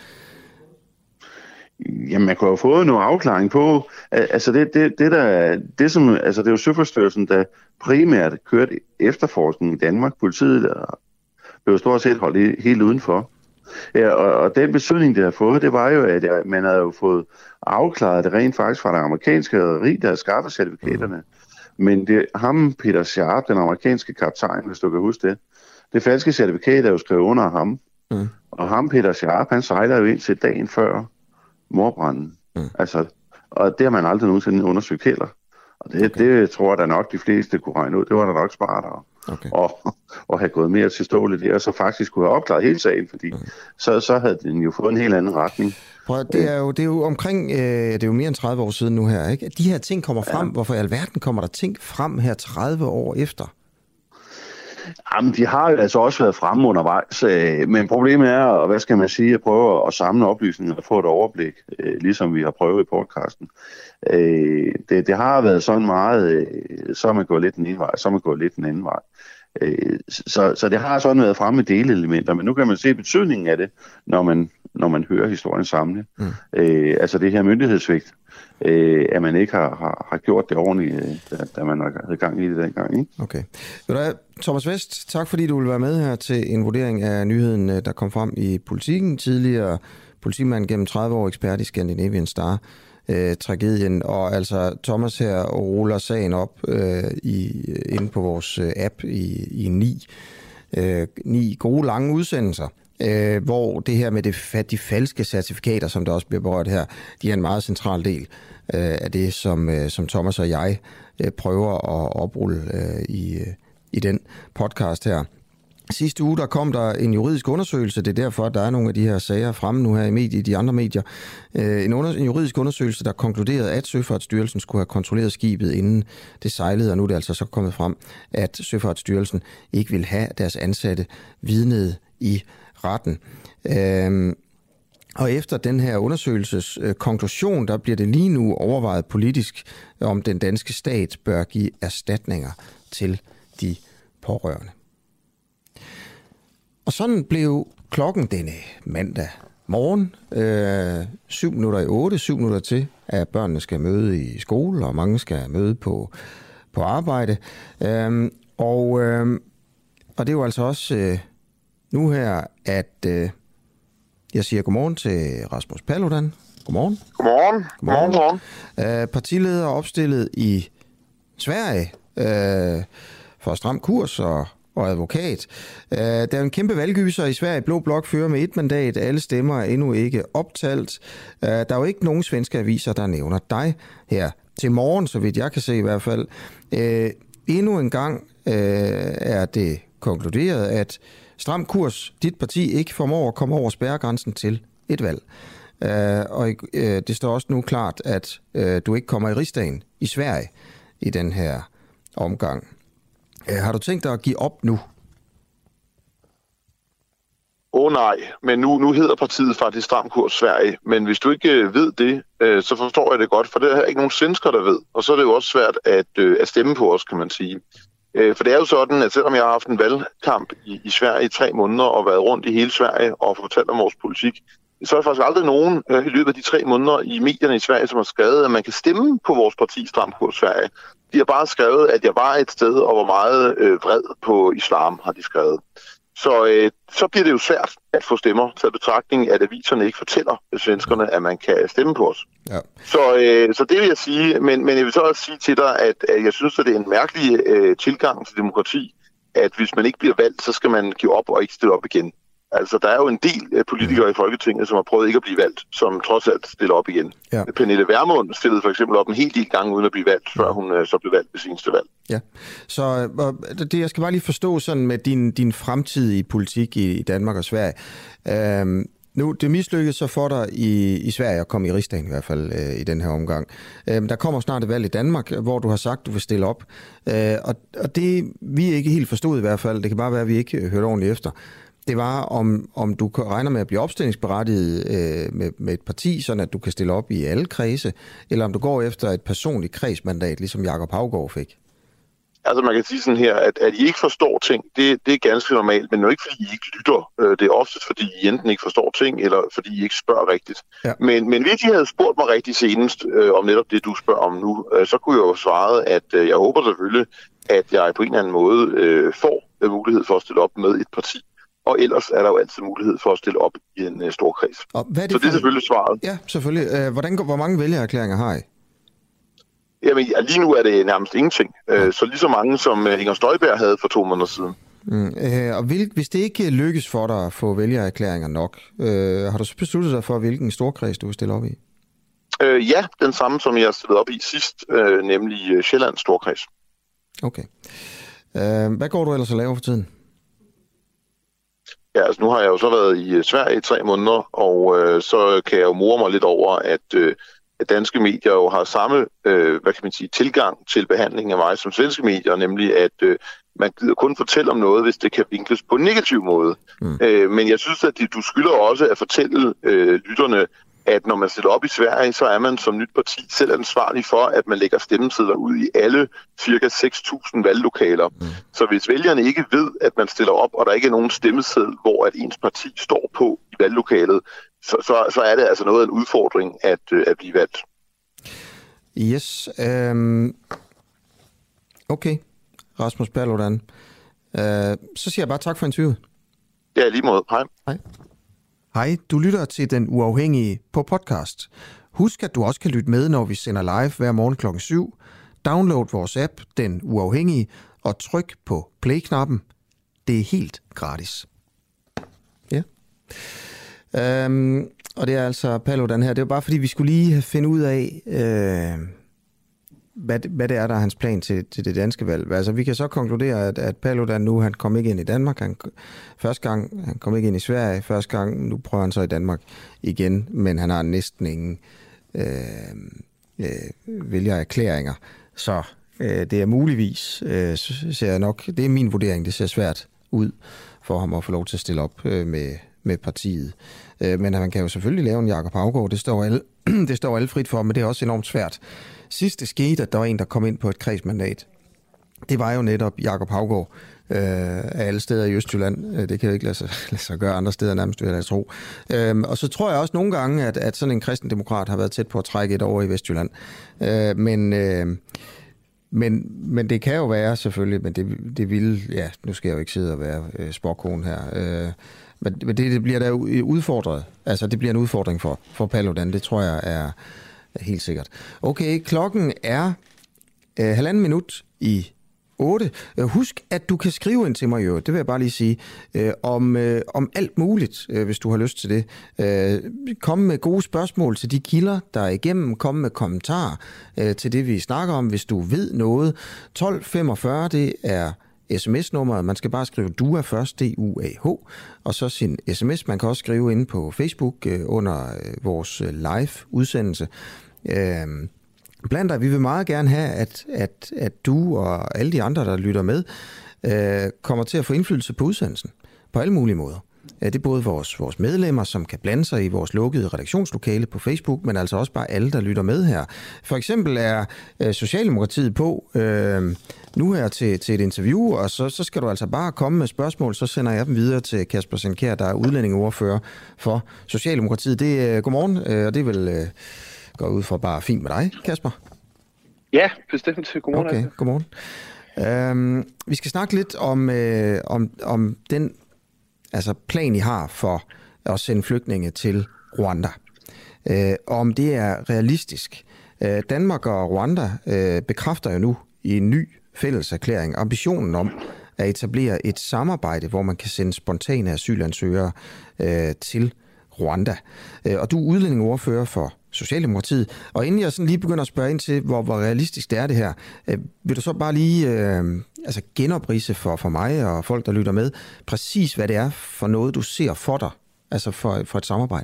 Jamen, man kunne have fået noget afklaring på, altså det, det, det der, det som, altså det er jo Søfartsstyrelsen, der primært kørte efterforskning i Danmark. Politiet der blev stort set holdt helt udenfor. Ja, og, og den betydning, det har fået, det var jo, at man havde jo fået afklaret det rent faktisk fra det amerikanske rederi, der havde skaffet certifikaterne. Mm. Men det ham, Peter Sharp, den amerikanske kaptajn, hvis du kan huske det, det falske certifikat er jo skrevet under ham. Mm. Og ham, Peter Sharp, han sejler jo ind til dagen før mordbranden. Mm. Altså, og det har man aldrig nogensinde undersøgt heller. Og det, okay. det tror jeg da nok, de fleste kunne regne ud. Det var da nok smartere. Okay. Og, og have gået mere til stålet der, og så faktisk kunne have opklaret hele sagen, fordi mm. så, så havde den jo fået en helt anden retning.
Prøv, det, er jo, det er jo omkring, øh, det er jo mere end tredive år siden nu her, ikke? De her ting kommer frem. Ja. Hvorfor i alverden kommer der ting frem her tredive år efter?
Jamen, de har jo altså også været fremme undervejs, øh, men problemet er, og hvad skal man sige, at prøve at samle oplysninger og få et overblik, øh, ligesom vi har prøvet i podcasten. Øh, det, det har været sådan meget, øh, så er man gået lidt den ene vej, så er man gået lidt den anden vej. Øh, så, så det har sådan været fremme med delelementer, men nu kan man se betydningen af det, når man, når man hører historien samle. Mm. Øh, altså det her myndighedssvigt, øh, at man ikke har, har, har gjort det ordentligt, da, da man havde gang i det dengang. Ikke?
Okay. Thomas West, tak fordi du vil være med her til en vurdering af nyheden, der kom frem i Politiken. Tidligere politimand gennem tredive år, ekspert i Scandinavian Star. Øh, tragedien, og altså Thomas her ruller sagen op øh, i, inde på vores øh, app i, i ni, øh, ni gode lange udsendelser, øh, hvor det her med det, de falske certifikater, som der også bliver berørt her, de er en meget central del øh, af det, som, øh, som Thomas og jeg øh, prøver at oprulle øh, i, øh, i den podcast her. Sidste uge der kom der en juridisk undersøgelse, det er derfor, at der er nogle af de her sager fremme nu her i medier, de andre medier. En, under, en juridisk undersøgelse, der konkluderede, at Søfartsstyrelsen skulle have kontrolleret skibet, inden det sejlede, og nu er det altså så kommet frem, at Søfartsstyrelsen ikke vil have deres ansatte vidnet i retten. Øhm, og efter den her undersøgelses øh, konklusion, der bliver det lige nu overvejet politisk, om den danske stat bør give erstatninger til de pårørende. og sådan blev klokken denne mandag morgen, øh, syv minutter i otte, syv minutter til, at børnene skal møde i skole, og mange skal møde på, på arbejde. Øh, og, øh, og det er jo altså også øh, nu her, at øh, jeg siger godmorgen til Rasmus Paludan. Godmorgen.
Godmorgen. Godmorgen. Godmorgen.
Øh, partileder opstillet i Sverige øh, for stram kurs og, og advokat. Øh, der er en kæmpe valggyser i Sverige. Blå Blok fører med et mandat. Alle stemmer er endnu ikke optalt. Øh, der er jo ikke nogen svenske aviser, der nævner dig her til morgen, så vidt jeg kan se i hvert fald. Øh, endnu en gang øh, er det konkluderet, at stram kurs, dit parti, ikke formår at komme over spærregrænsen til et valg. Uh, og uh, det står også nu klart, at uh, du ikke kommer i rigsdagen i Sverige i den her omgang. Uh, har du tænkt dig at give op nu?
Åh oh, nej, men nu, nu hedder partiet faktisk Stram Kurs Sverige. Men hvis du ikke uh, ved det, uh, så forstår jeg det godt, for det er ikke nogen svensker, der ved. Og så er det jo også svært at, uh, at stemme på os, kan man sige. Uh, for det er jo sådan, at selvom jeg har haft en valgkamp i, i Sverige i tre måneder og været rundt i hele Sverige og fortalt om vores politik, så er der faktisk aldrig nogen øh, i løbet af de tre måneder i medierne i Sverige, som har skrevet, at man kan stemme på vores parti Stram Kurs Sverige. De har bare skrevet, at jeg var et sted og var meget øh, vred på islam, har de skrevet. Så, øh, så bliver det jo svært at få stemmer til betragtning, at aviserne ikke fortæller svenskerne, at man kan stemme på os. Ja. Så, øh, så det vil jeg sige, men, men jeg vil så også sige til dig, at, at jeg synes, at det er en mærkelig øh, tilgang til demokrati, at hvis man ikke bliver valgt, så skal man give op og ikke stille op igen. Altså, der er jo en del politikere i Folketinget, som har prøvet ikke at blive valgt, som trods alt stiller op igen. Ja. Pernille Vermund stillede for eksempel op en hel del gange uden at blive valgt, før hun uh, så blev valgt ved seneste valg.
Ja, så det, jeg skal bare lige forstå sådan med din, din fremtidige politik i, i Danmark og Sverige. Øhm, nu, det mislykkedes så for dig i, i Sverige at komme i rigsdagen i hvert fald øh, i den her omgang. Øhm, der kommer snart et valg i Danmark, hvor du har sagt, du vil stille op. Øh, og, og det vi ikke helt forstod i hvert fald, det kan bare være, at vi ikke hørte ordentligt efter. Det var, om, om du regner med at blive opstillingsberettiget øh, med, med et parti, sådan at du kan stille op i alle kredse, eller om du går efter et personligt kredsmandat, ligesom Jakob Haugaard fik?
Altså man kan sige sådan her, at, at I ikke forstår ting, det, det er ganske normalt, men det er ikke fordi I ikke lytter. Det er oftest fordi I enten ikke forstår ting, eller fordi I ikke spørger rigtigt. Ja. Men, men hvis I havde spurgt mig rigtig senest øh, om netop det, du spørger om nu, øh, så kunne jeg jo svare, at øh, jeg håber selvfølgelig, at jeg på en eller anden måde øh, får øh, mulighed for at stille op med et parti. Og ellers er der jo altid mulighed for at stille op i en uh, stor kreds. Og hvad er det så for... det er selvfølgelig svaret.
Ja, selvfølgelig. Uh, hvordan, hvor mange vælgererklæringer har I?
Jamen, ja, lige nu er det nærmest ingenting. Ja. Uh, så lige så mange, som uh, Inger Støjberg havde for to måneder siden.
Mm, uh, og vil, hvis det ikke lykkes for dig at få vælgererklæringer nok, uh, har du så besluttet dig for, hvilken storkreds du vil stille op i?
Uh, ja, den samme, som jeg stillede op i sidst, uh, nemlig uh, Sjællands storkreds.
Okay. Uh, hvad går du ellers at lave for tiden?
Ja, altså nu har jeg jo så været i Sverige i tre måneder, og øh, så kan jeg jo more mig lidt over, at, øh, at danske medier jo har samme øh, hvad kan man sige, tilgang til behandling af mig som svenske medier, nemlig at øh, man gider kun fortælle om noget, hvis det kan vinkles på en negativ måde. Mm. Øh, men jeg synes, at du skylder også at fortælle øh, lytterne, at når man stiller op i Sverige, så er man som nyt parti selv ansvarlig for, at man lægger stemmesedler ud i alle cirka seks tusind valglokaler. Mm. Så hvis vælgerne ikke ved, at man stiller op, og der ikke er nogen stemmeseddel, hvor at ens parti står på i valglokalet, så, så, så er det altså noget af en udfordring at, at blive valgt.
Yes. Um... Okay. Rasmus Paludan. Uh, så siger jeg bare tak for interviewet.
Ja, lige måde. Hej.
Hej. Hej, du lytter til Den Uafhængige på podcast. Husk, at du også kan lytte med, når vi sender live hver morgen klokken syv. Download vores app, Den Uafhængige, og tryk på play-knappen. Det er helt gratis. Ja. Øhm, og det er altså Paludan her. Det er bare fordi, vi skulle lige finde ud af, øh, hvad, hvad det er, der er hans plan til, til det danske valg. Altså, vi kan så konkludere, at, at Paludan nu, han kom ikke ind i Danmark. Han, første gang, han kom ikke ind i Sverige. Første gang, nu prøver han så i Danmark igen. Men han har næsten ingen øh, øh, vælgererklæringer. Så øh, det er muligvis, øh, ser jeg nok, det er min vurdering, det ser svært ud for ham at få lov til at stille op øh, med, med partiet. Øh, men man kan jo selvfølgelig lave en Jakob Haugaard, det står alle, det står alle frit for, men det er også enormt svært. Sidst det skete, at der var en, der kom ind på et kredsmandat, det var jo netop Jakob Haugaard, af alle steder i Østjylland. Det kan jo ikke lade sig, lade sig gøre andre steder nærmest, vil jeg tro. Øh, og så tror jeg også nogle gange, at, at sådan en kristendemokrat har været tæt på at trække et over i Vestjylland. Øh, men... Øh, Men, men det kan jo være selvfølgelig, men det, det vil, ja, nu skal jeg jo ikke sidde og være øh, sporkone her, øh, men, men det, det bliver da udfordret, altså det bliver en udfordring for, for Paludan, det tror jeg er, er helt sikkert. Okay, klokken er øh, halvanden minut i otte. Husk, at du kan skrive ind til mig, jo, det vil jeg bare lige sige, øh, om, øh, om alt muligt, øh, hvis du har lyst til det. Øh, kom med gode spørgsmål til de kilder, der er igennem. Kom med kommentarer øh, til det, vi snakker om, hvis du ved noget. tolv femogfyrre, det er sms-nummeret. Man skal bare skrive D U A først, D U A H, og så sin sms. Man kan også skrive inde på Facebook øh, under øh, vores live-udsendelse. Øh, Blandt dig, vi vil meget gerne have, at, at, at du og alle de andre, der lytter med, øh, kommer til at få indflydelse på udsendelsen på alle mulige måder. Det er både vores, vores medlemmer, som kan blande sig i vores lukkede redaktionslokale på Facebook, men altså også bare alle, der lytter med her. For eksempel er øh, Socialdemokratiet på øh, nu her til, til et interview, og så, så skal du altså bare komme med spørgsmål, så sender jeg dem videre til Kasper Sandkjær, der er udlændingeordfører for Socialdemokratiet. Det er øh, godmorgen, øh, og det er vel... Øh, går ud for bare fint med dig, Kasper?
Ja, bestemt. Godmorgen.
Okay, godmorgen. Øhm, vi skal snakke lidt om, øh, om, om den altså plan, I har for at sende flygtninge til Rwanda. Øh, og om det er realistisk. Øh, Danmark og Rwanda øh, bekræfter jo nu i en ny fælleserklæring ambitionen om at etablere et samarbejde, hvor man kan sende spontane asylansøgere øh, til Rwanda. Øh, og du er udlændingeordfører for Socialdemokratiet. Og inden jeg sådan lige begynder at spørge ind til, hvor, hvor realistisk det er det her, øh, vil du så bare lige øh, altså genoprise for, for mig og folk, der lytter med, præcis hvad det er for noget, du ser for dig, altså for, for et samarbejde?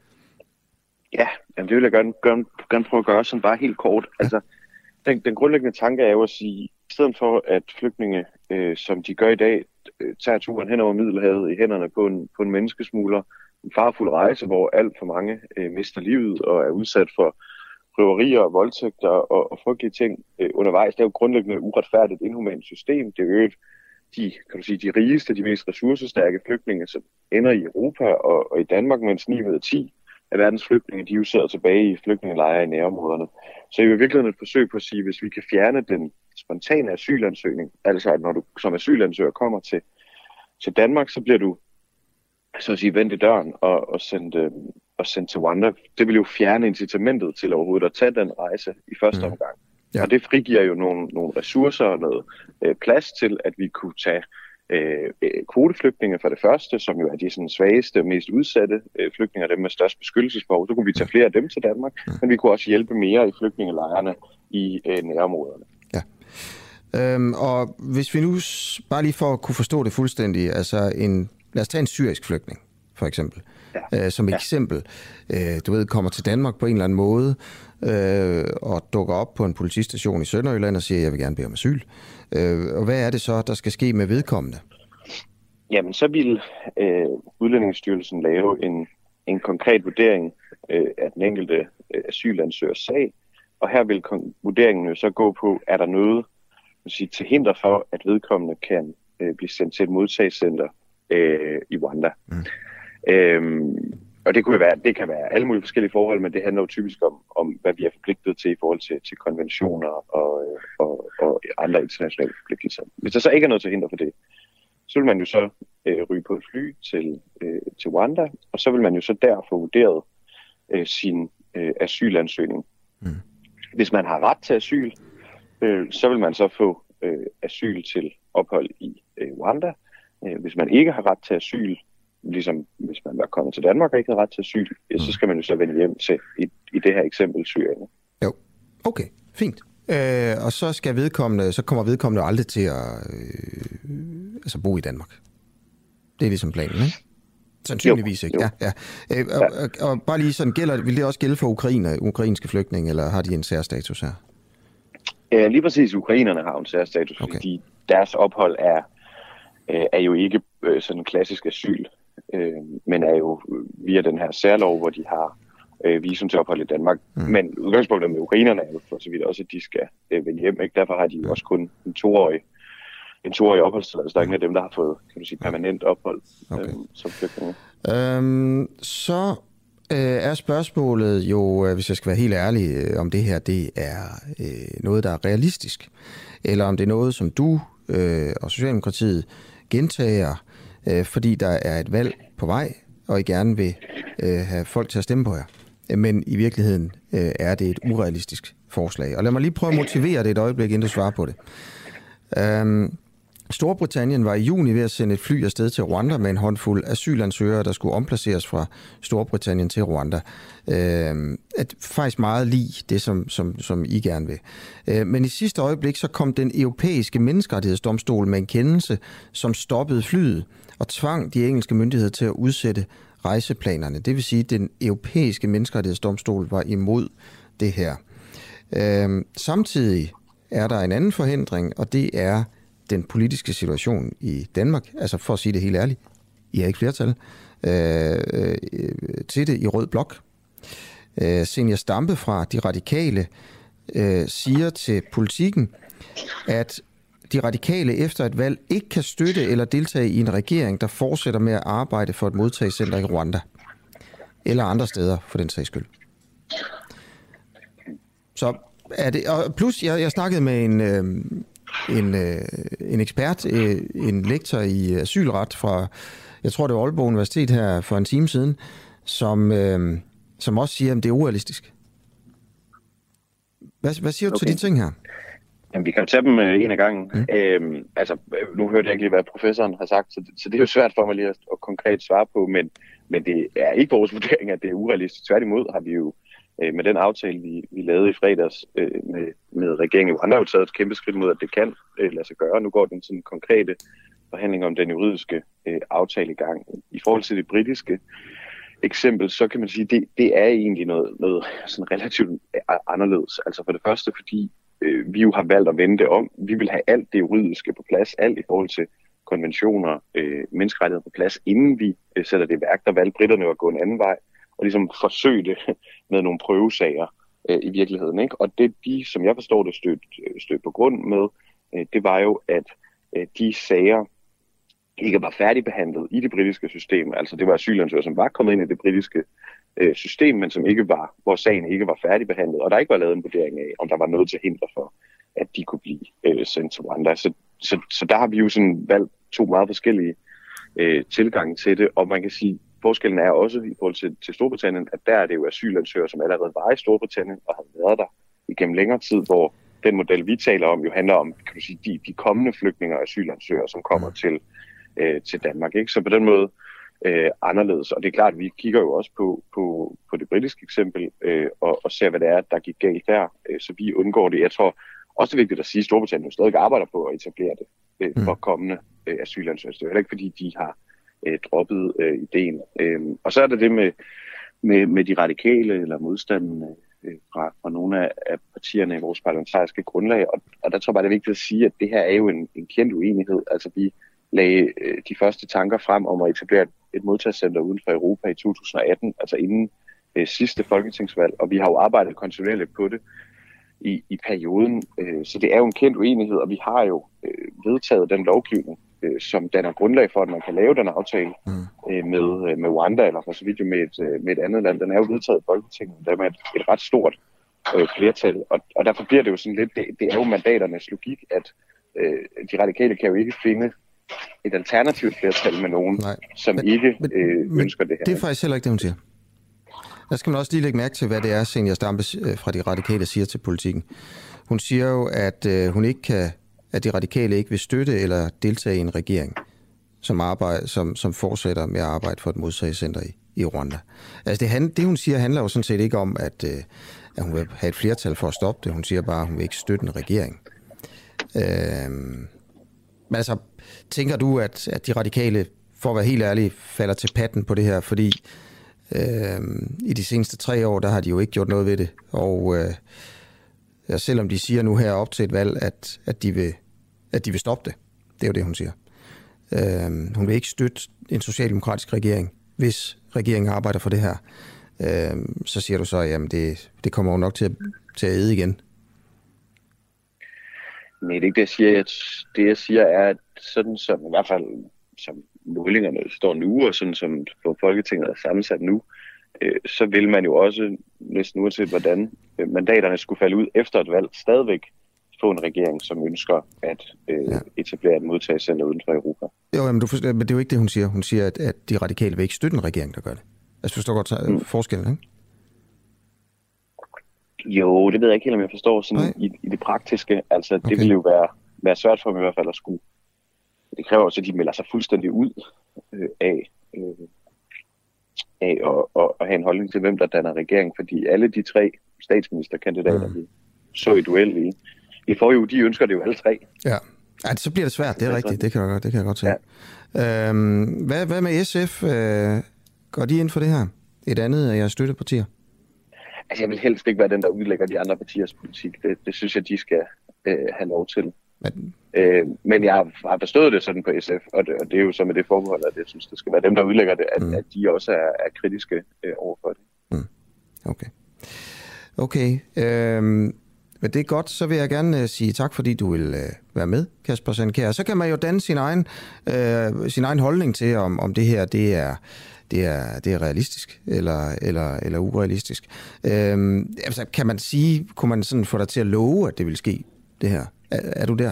Ja, jamen det vil jeg gerne, gerne, gerne prøve at gøre sådan bare helt kort. Ja. Altså, den, den grundlæggende tanke er jo at sige, i stedet for at flygtninge, øh, som de gør i dag, øh, tager turen hen over Middelhavet i hænderne på en, på en menneskesmugler, en farfuld rejse, hvor alt for mange øh, mister livet og er udsat for røverier og voldtægter og, og frygtelige ting øh, undervejs. Det er jo grundlæggende uretfærdigt inhumant system. Det er jo de, kan du sige, de rigeste, de mest ressourcestærke flygtninge, som ender i Europa og, og i Danmark, mens ni ud af ti af verdens flygtninge, de jo sidder tilbage i flygtningelejre i nærområderne. Så det er jo virkelig et forsøg på at sige, hvis vi kan fjerne den spontane asylansøgning, altså at når du som asylansøger kommer til, til Danmark, så bliver du så at sige, vendt i døren og, og, sendt, øh, og sendt til Rwanda. Det vil jo fjerne incitamentet til overhovedet at tage den rejse i første mm. omgang. Ja. Og det frigiver jo nogle, nogle ressourcer og noget øh, plads til, at vi kunne tage øh, kvoteflygtninge for det første, som jo er de sådan, svageste og mest udsatte øh, flygtninge, dem med størst beskyttelsesbehov. Så kunne vi tage flere af dem til Danmark, mm. men vi kunne også hjælpe mere i flygtningelejrene i øh, nærområderne.
Ja. Øhm, og hvis vi nu bare lige for at kunne forstå det fuldstændig, altså en lad os tage en syrisk flygtning, for eksempel, ja. øh, som et ja. eksempel. Øh, du ved, kommer til Danmark på en eller anden måde, øh, og dukker op på en politistation i Sønderjylland og siger, jeg vil gerne bede om asyl. Øh, og hvad er det så, der skal ske med vedkommende?
Jamen, så vil øh, Udlændingsstyrelsen lave en, en konkret vurdering øh, af den enkelte øh, asylansøgers sag, og her vil vurderingen jo så gå på, er der noget sige, til hinder for, at vedkommende kan øh, blive sendt til et modtagscenter Øh, i Rwanda. Mm. Øhm, og det, kunne være, det kan være alle mulige forskellige forhold, men det handler jo typisk om, om hvad vi er forpligtet til i forhold til, til konventioner og, og, og andre internationale forpligtelser. Hvis der så ikke er noget til hinder for det, så vil man jo så øh, ryge på et fly til, øh, til Rwanda, og så vil man jo så der få vurderet øh, sin øh, asylansøgning. Mm. Hvis man har ret til asyl, øh, så vil man så få øh, asyl til ophold i øh, Rwanda. Hvis man ikke har ret til asyl, ligesom hvis man var kommet til Danmark og ikke har ret til asyl, mm. så skal man jo så vende hjem til, i, i det her eksempel, Syrien.
Jo, okay, fint. Øh, og så skal vedkommende, så kommer vedkommende aldrig til at øh, altså bo i Danmark. Det er ligesom planen, ikke? Sandsynligvis ikke, ja. ja. Øh, og, og, og bare lige sådan, gælder, vil det også gælde for Ukraine, ukrainske flygtninge, eller har de en særstatus her?
Ja, lige præcis, ukrainerne har en særstatus, okay. Fordi deres ophold er er jo ikke øh, sådan en klassisk asyl, øh, men er jo via den her særlov, hvor de har øh, visum til ophold i Danmark. Mm. Men udgangspunktet med ukrainerne er jo for så vidt også, at de skal øh, vende hjem. Ikke? Derfor har de jo også kun en toårig en toårig opholdstilladelse. Der er ingen af dem, der har fået, kan du sige, permanent ophold okay. øh, som flygtninge.
Øhm, så øh, er spørgsmålet jo, øh, hvis jeg skal være helt ærlig, øh, om det her det er øh, noget, der er realistisk, eller om det er noget, som du øh, og Socialdemokratiet gentager, øh, fordi der er et valg på vej, og I gerne vil øh, have folk til at stemme på jer. Men i virkeligheden øh, er det et urealistisk forslag. Og lad mig lige prøve at motivere det et øjeblik, inden du svarer på det. Øhm, Storbritannien var i juni ved at sende et fly afsted til Rwanda med en håndfuld asylansøgere, der skulle omplaceres fra Storbritannien til Rwanda. Øhm, at faktisk meget lig det, som, som, som I gerne vil. Øh, men i sidste øjeblik så kom den europæiske menneskerettighedsdomstol med en kendelse, som stoppede flyet og tvang de engelske myndigheder til at udsætte rejseplanerne. Det vil sige, at den europæiske menneskerettighedsdomstol var imod det her. Øhm, samtidig er der en anden forhindring, og det er den politiske situation i Danmark. Altså for at sige det helt ærligt, I har ikke flertal øh, øh, til det i rød blok. Øh, Zenia Stampe fra De Radikale øh, siger til Politikken, at De Radikale efter et valg ikke kan støtte eller deltage i en regering, der fortsætter med at arbejde for et modtagelsescenter i Rwanda. Eller andre steder, for den sags skyld. Så er det... Og plus, jeg, jeg snakkede med en, øh, en, øh, en ekspert, øh, en lektor i asylret fra, jeg tror det var Aalborg Universitet her for en time siden, som, øh, som også siger, at det er urealistisk. Hvad, hvad siger du okay. til de ting her?
Jamen, vi kan jo tage dem øh, en af gangen. Mm. Øhm, altså, nu hørte jeg ikke lige, hvad professoren har sagt, så det, så det er jo svært for mig lige at, at konkret svare på, men, men det er ikke vores vurdering, at det er urealistisk. Tværtimod har vi jo øh, med den aftale, vi, vi lavede i fredags øh, med, med regeringen, han har jo taget et kæmpe skridt mod, at det kan øh, lade sig gøre. Nu går den sådan konkrete forhandling om den juridiske øh, aftale i gang. I forhold til det britiske eksempel, så kan man sige, at det, det er egentlig noget, noget sådan relativt anderledes. Altså for det første, fordi øh, vi jo har valgt at vende det om. Vi vil have alt det juridiske på plads, alt i forhold til konventioner, øh, menneskerettigheder på plads, inden vi øh, sætter det i værk. Der valgte britterne at gå en anden vej, og ligesom forsøge det med nogle prøvesager øh, i virkeligheden. Ikke? Og det de, som jeg forstår det, stødt, stødt på grund med, øh, det var jo, at øh, de sager ikke var færdigbehandlet i det britiske system. Altså det var asylansøgere, som var kommet ind i det britiske øh, system, men som ikke var, hvor sagen ikke var færdigbehandlet, og der ikke var lavet en vurdering af, om der var noget til hinder for, at de kunne blive øh, sendt til Rwanda. Så, så, så der har vi jo sådan valgt to meget forskellige øh, tilgange til det, og man kan sige, forskellen er også i forhold til, til Storbritannien, at der er det jo asylansøgere, som allerede var i Storbritannien og har været der igennem længere tid, hvor den model, vi taler om, jo handler om, kan du sige, de, de kommende flygtninge og asylansøgere, som kommer til øh, til Danmark. Ikke? Så på den måde øh, anderledes. Og det er klart, at vi kigger jo også på, på, på det britiske eksempel øh, og, og ser, hvad det er, der gik galt der. Øh, så vi undgår det. Jeg tror også, det er vigtigt at sige, at Storbritannien stadig arbejder på at etablere det øh, for kommende øh, asylansøgere. Det er heller ikke, fordi de har øh, droppet øh, ideen. Øh, og så er der det med, med, med de radikale eller modstanden øh, fra, fra nogle af, af partierne i vores parlamentariske grundlag. Og, og der tror jeg bare, det er vigtigt at sige, at det her er jo en, en kendt uenighed. Altså vi lagde øh, de første tanker frem om at etablere et, et modtagscenter uden for Europa i to tusind og atten, altså inden øh, sidste folketingsvalg, og vi har jo arbejdet kontinuerligt på det i, i perioden, øh, så det er jo en kendt uenighed, og vi har jo øh, vedtaget den lovgivning, øh, som danner grundlag for, at man kan lave den aftale øh, med, øh, med Rwanda, eller for så vidt jo med et, øh, med et andet land. Den er jo vedtaget i Folketinget, der med et, et ret stort øh, flertal, og, og derfor bliver det jo sådan lidt, det, det er jo mandaternes logik, at øh, de radikale kan jo ikke finde et alternativt flertal med nogen, Nej. som men, ikke men, øh, ønsker det her.
Det er faktisk heller ikke det, hun siger. Der skal man også lige lægge mærke til, hvad det er, Zenia Stampe fra De Radikale siger til Politikken. Hun siger jo, at øh, hun ikke kan, at De Radikale ikke vil støtte eller deltage i en regering, som, arbejde, som, som fortsætter med at arbejde for et modtagelsescenter i, i Rwanda. Altså det, han, det, hun siger, handler jo sådan set ikke om, at, øh, at hun vil have et flertal for at stoppe det. Hun siger bare, at hun vil ikke støtte en regering. Øh, men altså, tænker du, at, at De Radikale, for at være helt ærlig, falder til patten på det her, fordi øh, i de seneste tre år, der har de jo ikke gjort noget ved det, og øh, ja, selvom de siger nu her op til et valg, at, at, de vil, at de vil stoppe det, det er jo det, hun siger. Øh, hun vil ikke støtte en socialdemokratisk regering, hvis regeringen arbejder for det her. Øh, så siger du så, jamen det, det kommer jo nok til at, til at æde igen.
Nej, det er ikke det, jeg siger. Jeg, det, jeg siger, er, at sådan som i hvert fald som målingerne står nu, og sådan som Folketinget er sammensat nu, øh, så vil man jo også, næsten uanset hvordan øh, mandaterne skulle falde ud efter et valg, stadigvæk få en regering, som ønsker at øh, ja. etablere et modtagelsescenter uden for Europa.
Jo, men, du forstår, men det er jo ikke det, hun siger. Hun siger, at, at de radikale vil ikke støtte en regering, der gør det. Altså, forstår godt mm. forskellen, ikke?
Jo, det ved jeg ikke helt, om jeg forstår sådan i, i det praktiske. Altså, okay. Det vil jo være, være svært for dem i hvert fald at skulle. Det kræver også, at de melder sig fuldstændig ud øh, af, øh, af at, at, at have en holdning til, hvem der danner regering. Fordi alle de tre statsministerkandidater, mm. vi så i duel i, i forrige uge, de ønsker det jo alle tre.
Ja, altså, så bliver det svært. Det er rigtigt. Det kan jeg godt, det kan jeg godt se. Ja. Øhm, hvad, hvad med S F? Øh, går de ind for det her? Et andet af jeres støttepartier?
Altså, jeg vil helst ikke være den, der udlægger de andre partiers politik. Det, det synes jeg, de skal øh, have lov til. Men... Øh, men jeg har forstået det sådan på S F, og det, og det er jo så med det forbehold, at jeg synes, det skal være dem, der udlægger det, at, mm. at de også er, er kritiske øh, overfor det.
Mm. Okay. Okay. Øhm, men det er godt, så vil jeg gerne uh, sige tak, fordi du vil uh, være med, Kasper Sandkjær. Så kan man jo danne sin egen, uh, sin egen holdning til, om, om det her det er... Det er, det er realistisk eller, eller, eller urealistisk. Øhm, altså, kan man sige, kunne man sådan få dig til at love, at det vil ske, det her? Er, er du der?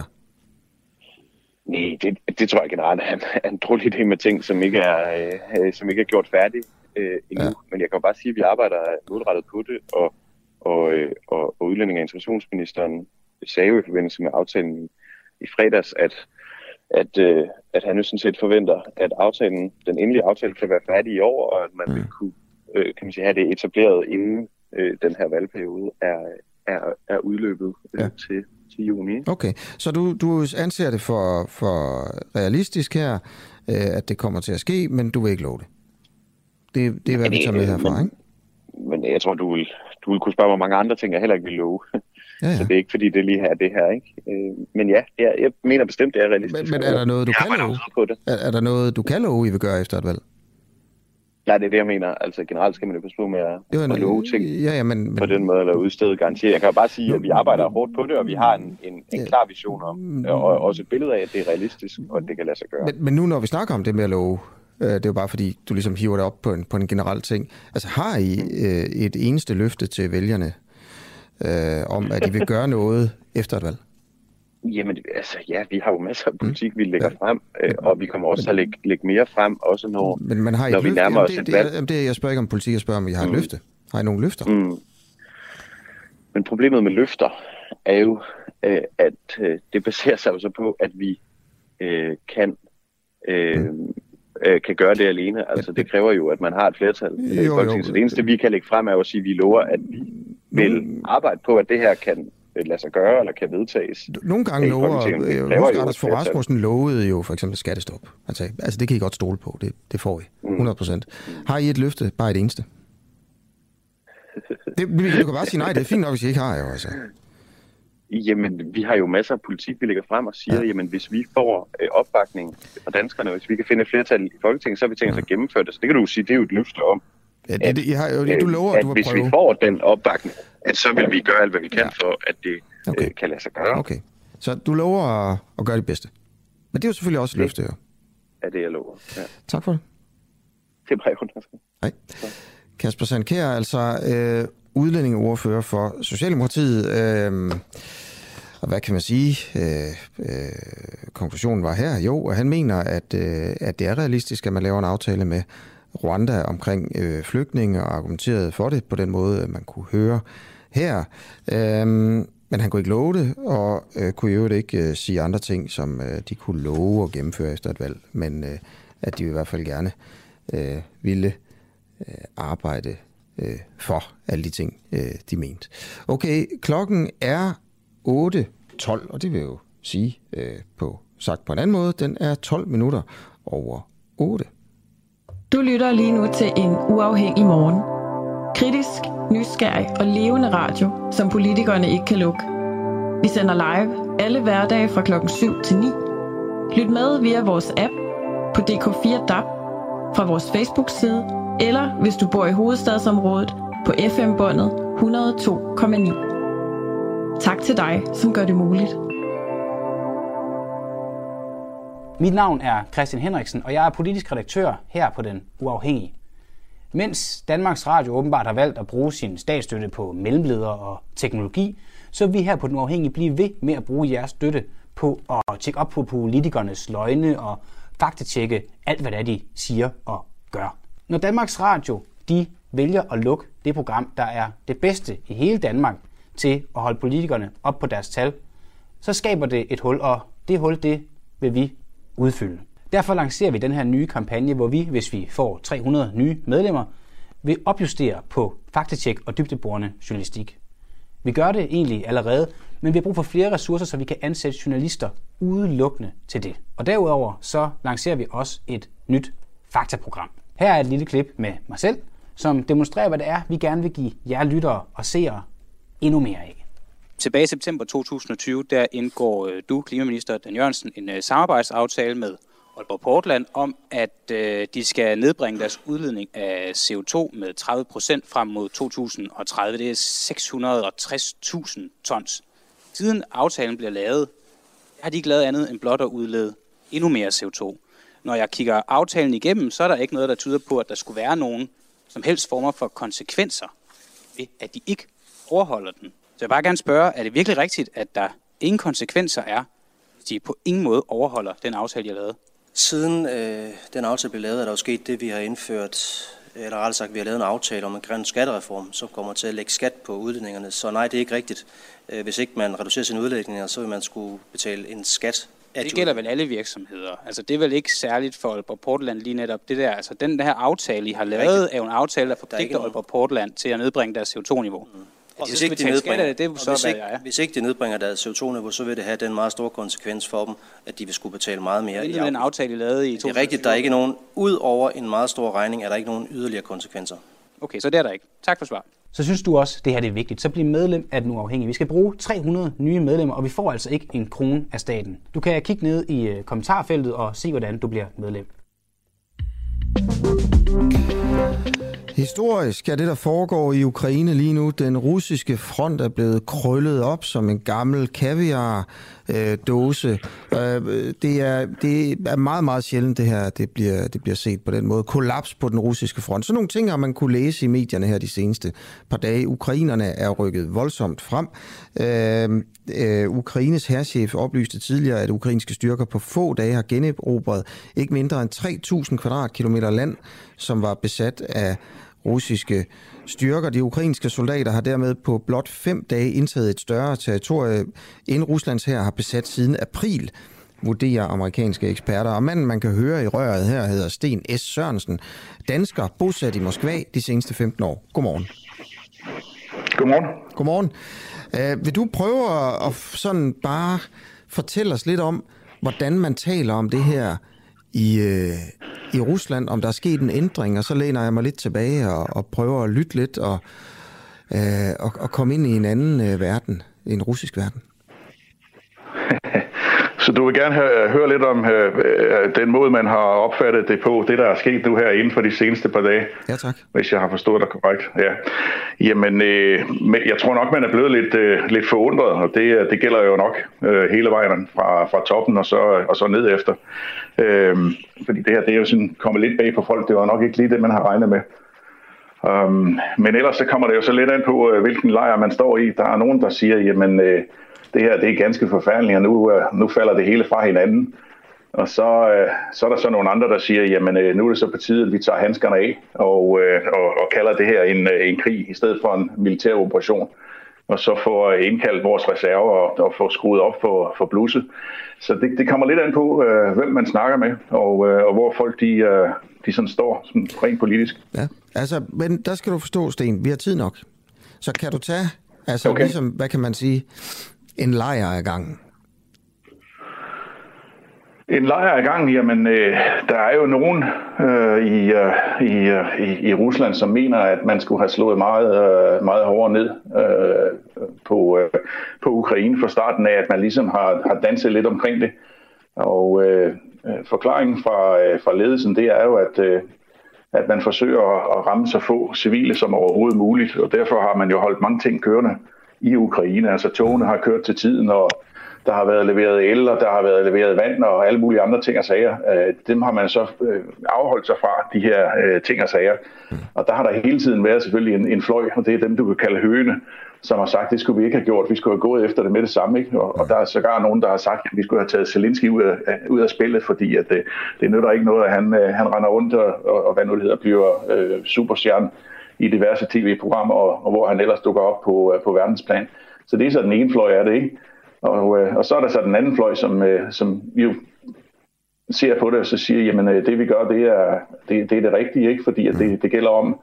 Nej, det, det tror jeg generelt er en, er en dårlig idé med ting, som ikke er, øh, som ikke er gjort færdig øh, endnu. Ja. Men jeg kan bare sige, at vi arbejder målrettet på det, og, og, øh, og, og udlænding- og integrationsministeren sagde jo i forbindelse med aftalen i fredags, at At, øh, at han jo sådan set forventer, at aftalen, den endelige aftale kan være færdig i år, og at man mm. vil kunne øh, kan man sige, have det etableret, inden øh, den her valgperiode er, er, er udløbet øh, ja. til, til juni.
Okay, så du, du anser det for, for realistisk her, øh, at det kommer til at ske, men du vil ikke love det? Det, det er, hvad vi tager med herfra,
men,
ikke?
Men jeg tror, du vil, du vil kunne spørge mig mange andre ting, jeg heller ikke vil love. Ja, ja. Så det er ikke, fordi det lige her er det her, ikke? Øh, men ja, jeg, jeg mener bestemt, det er realistisk.
Men, men er der noget, du kan love? På det. Er, er der noget, du kan love, I vil gøre efter et valg?
Nej, det er det, jeg mener. Altså generelt skal man jo passe på med at, jo, at love ting
ja, ja, men, men,
på den måde, eller udstede garantier. Jeg kan jo bare sige, at vi arbejder hårdt på det, og vi har en, en, en ja. klar vision om, og også et billede af, at det er realistisk, og at det kan lade sig gøre.
Men, men nu, når vi snakker om det med at love, øh, det er jo bare fordi, du ligesom hiver det op på en, på en generel ting. Altså har I øh, et eneste løfte til vælgerne, Øh, om, at de vil gøre noget efter et valg?
Jamen, altså ja, vi har jo masser af politik, mm. vi lægger ja. frem, øh, og vi kommer også til at lægge, lægge mere frem, også når,
men man har
når vi nærmer os et valg.
Det, det, jeg spørger ikke om politik, jeg spørger om, I har mm. et løfte. Har I nogle løfter? Mm.
Men problemet med løfter er jo, øh, at øh, det baserer sig jo så på, at vi øh, kan... Øh, mm. kan gøre det alene. Altså, det kræver jo, at man har et flertal i Folketinget. Så det eneste, vi kan lægge frem, er jo at sige, at vi lover, at vi vil arbejde på, at det her kan lade sig gøre, eller kan vedtages.
Nogle gange lover, Anders Fogh Rasmussen lovede jo for eksempel skattestop. Altså, altså, det kan I godt stole på. Det, det får I. hundrede procent. Mm. Har I et løfte? Bare et eneste? Det, du kan bare sige nej, det er fint nok, hvis I ikke har, jo. Altså.
Jamen, vi har jo masser af politik, vi lægger frem og siger, ja. jamen, hvis vi får øh, opbakning fra danskerne, hvis vi kan finde et flertal i Folketinget, så har vi tænkt os at gennemføre det. Så det kan du sige, det er jo et løfte om,
ja, det, at, det, har jo, du lover,
at,
du
at hvis
prøve.
vi får den opbakning, at så vil vi gøre alt, hvad vi kan ja. for, at det okay. øh, kan lade sig gøre.
Okay, så du lover at, at gøre det bedste. Men det er jo selvfølgelig også et løfte, jo.
Ja, det jeg lover. Ja.
Tak for det.
Det er bare jo.
Hej. Kasper Sandkjær, altså øh, udlændingeordfører for Socialdemokratiet. Øh, og hvad kan man sige? Øh, øh, konklusionen var her, jo, og han mener, at, øh, at det er realistisk, at man laver en aftale med Rwanda omkring øh, flygtninge, og argumenterede for det på den måde, man kunne høre her. Øh, men han kunne ikke love det, og øh, kunne jo ikke øh, sige andre ting, som øh, de kunne love og gennemføre efter et valg, men øh, at de i hvert fald gerne øh, ville øh, arbejde øh, for alle de ting, øh, de mente. Okay, klokken er otte tolv, og det vil jo sige øh, på sagt på en anden måde, den er tolv minutter over otte.
Du lytter lige nu til en uafhængig morgen. Kritisk, nysgerrig og levende radio, som politikerne ikke kan lukke. Vi sender live alle hverdage fra klokken syv til ni. Lyt med via vores app på D K fire D A B, fra vores Facebook-side, eller hvis du bor i hovedstadsområdet på F M-båndet hundrede og to komma ni. Tak til dig, som gør det muligt.
Mit navn er Christian Henriksen, og jeg er politisk redaktør her på Den Uafhængige. Mens Danmarks Radio åbenbart har valgt at bruge sin statsstøtte på mellemledere og teknologi, så vil vi her på Den Uafhængige blive ved med at bruge jeres støtte på at tjekke op på politikernes løgne og faktatjekke alt, hvad det er, de siger og gør. Når Danmarks Radio de vælger at lukke det program, der er det bedste i hele Danmark til at holde politikerne op på deres tal, så skaber det et hul, og det hul, det vil vi udfylde. Derfor lancerer vi den her nye kampagne, hvor vi, hvis vi får tre hundrede nye medlemmer, vil opjustere på faktatjek og dybdeborende journalistik. Vi gør det egentlig allerede, men vi har brug for flere ressourcer, så vi kan ansætte journalister udelukkende til det. Og derudover så lancerer vi også et nyt faktaprogram. Her er et lille klip med mig selv, som demonstrerer, hvad det er, vi gerne vil give jer lyttere og seere endnu mere af. Tilbage i september to tusind og tyve, der indgår du, klimaminister Dan Jørgensen, en samarbejdsaftale med Aalborg Portland om, at øh, de skal nedbringe deres udledning af C O to med tredive procent frem mod to tusind og tredive. Det er seks hundrede og tres tusind tons. Siden aftalen bliver lavet, har de ikke lavet andet end blot at udlede endnu mere C O to. Når jeg kigger aftalen igennem, så er der ikke noget, der tyder på, at der skulle være nogen som helst former for konsekvenser ved, at de ikke overholder den. Så jeg vil bare gerne spørge, er det virkelig rigtigt, at der ingen konsekvenser er, hvis de på ingen måde overholder den aftale, jeg lavede?
Siden øh, den aftale blev lavet, er der jo sket det, vi har indført, eller rettere sagt, vi har lavet en aftale om en grøn skattereform, som kommer til at lægge skat på udledningerne. Så nej, det er ikke rigtigt. Hvis ikke man reducerer sine udledninger, så vil man skulle betale en skat.
Det gælder vel alle virksomheder. Altså det er vel ikke særligt for Aalborg Portland lige netop det der. Altså den der aftale, I har lavet, er jo en aftale, der forpligter Aalborg Portland til at nedbringe deres C O to niveau. Mm.
Og hvis ikke, de nedbringer, det, det så, hvis, ikke, hvis ikke de nedbringer deres C O to niveau, så vil det have den meget store konsekvens for dem, at de vil skulle betale meget mere.
Det er den aftale, I lavede i to tusind og tyve.
Det er rigtigt, der er ikke nogen, ud over en meget stor regning, er der ikke nogen yderligere konsekvenser.
Okay, så det er der ikke. Tak for svar. Så synes du også, det her det er vigtigt, så bliv medlem af Den Uafhængige. Vi skal bruge tre hundrede nye medlemmer, og vi får altså ikke en krone af staten. Du kan kigge ned i kommentarfeltet og se, hvordan du bliver medlem.
Historisk er det, der foregår i Ukraine lige nu. Den russiske front er blevet krøllet op som en gammel kaviar-dåse. Øh, det, er, det er meget, meget sjældent, det her det bliver, det bliver set på den måde. Kollaps på den russiske front. Så nogle ting har man kunne læse i medierne her de seneste par dage. Ukrainerne er rykket voldsomt frem. Øh, øh, Ukraines hærchef oplyste tidligere, at ukrainske styrker på få dage har generobret ikke mindre end tre tusind kvadratkilometer land, som var besat af russiske styrker. De ukrainske soldater har dermed på blot fem dage indtaget et større territorie, end Ruslands hær har besat siden april, vurderer amerikanske eksperter. Og manden, man kan høre i røret her, hedder Sten S. Sørensen, dansker, bosat i Moskva de seneste femten år. Godmorgen.
Godmorgen.
Godmorgen. Uh, vil du prøve at, at sådan bare fortælle os lidt om, hvordan man taler om det her i, øh, i Rusland, om der er sket en ændring, og så læner jeg mig lidt tilbage og, og prøver at lytte lidt og, øh, og, og komme ind i en anden øh, verden, en russisk verden.
Så du vil gerne høre, høre lidt om øh, den måde, man har opfattet det på, det der er sket nu her inden for de seneste par dage?
Ja, tak.
Hvis jeg har forstået dig korrekt. Ja. Jamen, øh, jeg tror nok, man er blevet lidt, øh, lidt forundret, og det, det gælder jo nok øh, hele vejen fra, fra toppen og så, og så ned efter. Øh, fordi det her, det er jo sådan kommet lidt bag på folk. Det var nok ikke lige det, man har regnet med. Um, men ellers så kommer det jo så lidt an på, øh, hvilken lejr man står i. Der er nogen, der siger, jamen... Øh, det her, det er ganske forfærdeligt, og nu, nu falder det hele fra hinanden. Og så, så er der så nogle andre, der siger, jamen nu er det så på tide, at vi tager handskerne af og, og, og kalder det her en, en krig i stedet for en militær operation. Og så får indkaldt vores reserver og, og får skruet op for, for blusset. Så det, det kommer lidt an på, hvem man snakker med, og, og hvor folk de, de sådan står sådan rent politisk.
Ja, altså, men der skal du forstå, Sten, vi har tid nok. Så kan du tage, altså okay. Ligesom, hvad kan man sige... En lejr ad gangen.
En lejr ad gangen, jamen, øh, der er jo nogen øh, i, øh, i, øh, i Rusland, som mener, at man skulle have slået meget, øh, meget hårdere ned øh, på, øh, på Ukraine fra starten af, at man ligesom har, har danset lidt omkring det. Og øh, forklaringen fra, øh, fra ledelsen, det er jo, at, øh, at man forsøger at ramme så få civile som overhovedet muligt, og derfor har man jo holdt mange ting kørende i Ukraine. Altså togene har kørt til tiden, og der har været leveret el, og der har været leveret vand og alle mulige andre ting og sager. Øh, dem har man så øh, afholdt sig fra, de her øh, ting og sager. Og der har der hele tiden været selvfølgelig en, en fløj, og det er dem, du kan kalde høne, som har sagt, det skulle vi ikke have gjort. Vi skulle have gået efter det med det samme. Ikke? Og, og der er sågar nogen, der har sagt, at vi skulle have taget Zelensky ud af, ud af spillet, fordi at det, det nytter ikke noget, at han, han render rundt og, og, og hvad nu det hedder, bliver øh, superstjerne i diverse tv-programmer, og, og hvor han ellers dukker op på, på verdensplan. Så det er så den ene fløj af det, ikke? Og, øh, og så er der så den anden fløj, som, øh, som jo ser på det og så siger, jamen øh, det vi gør, det er det, det er det rigtige, ikke? Fordi at det, det gælder om,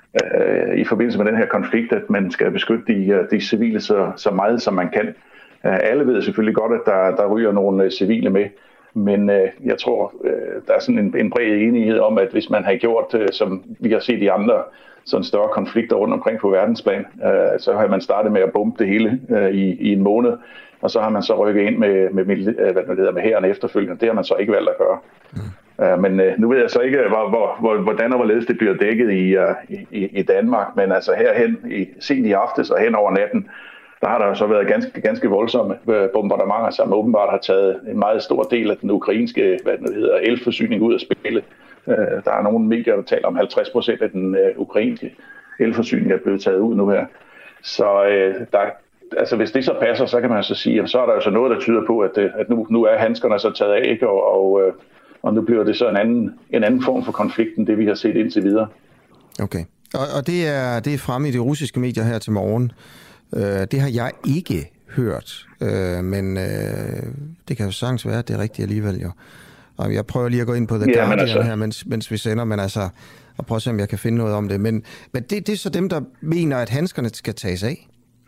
i forbindelse med den her konflikt, at man skal beskytte de, de civile så, så meget, som man kan. Alle ved selvfølgelig godt, at der, der ryger nogle civile med, men jeg tror, der er sådan en, en bred enighed om, at hvis man har gjort, som vi har set i andre sådan større konflikter rundt omkring på verdensplan, så har man startet med at bombe det hele i, i en måned, og så har man så rykket ind med, med, med, hvad det hedder, med hæren efterfølgende. Det har man så ikke valgt at gøre. Mm. Uh, men uh, nu ved jeg så ikke, hvor, hvor, hvor, hvordan og hvorledes det bliver dækket i, uh, i, i Danmark, men altså herhen, i, sent i aftes og hen over natten, der har der så været ganske, ganske voldsomme bombardementer, som åbenbart har taget en meget stor del af den ukrainske hvad det hedder, elforsyning ud af spillet. Uh, der er nogle medier, der taler om halvtreds procent af den uh, ukrainske elforsyning er blevet taget ud nu her. Så uh, der altså hvis det så passer, så kan man så sige, at så er der jo så noget, der tyder på, at, at nu, nu er handskerne så taget af, ikke? Og, og, og nu bliver det så en anden, en anden form for konflikt, end det vi har set indtil videre.
Okay, og, og det, er, det er fremme i de russiske medier her til morgen. Uh, det har jeg ikke hørt, uh, men uh, det kan jo sagtens være, at det er rigtigt alligevel jo. Og jeg prøver lige at gå ind på The ja, Guardian altså... her, mens, mens vi sender, men altså, og prøve at se, om jeg kan finde noget om det. Men, men det, det er så dem, der mener, at handskerne skal tages af,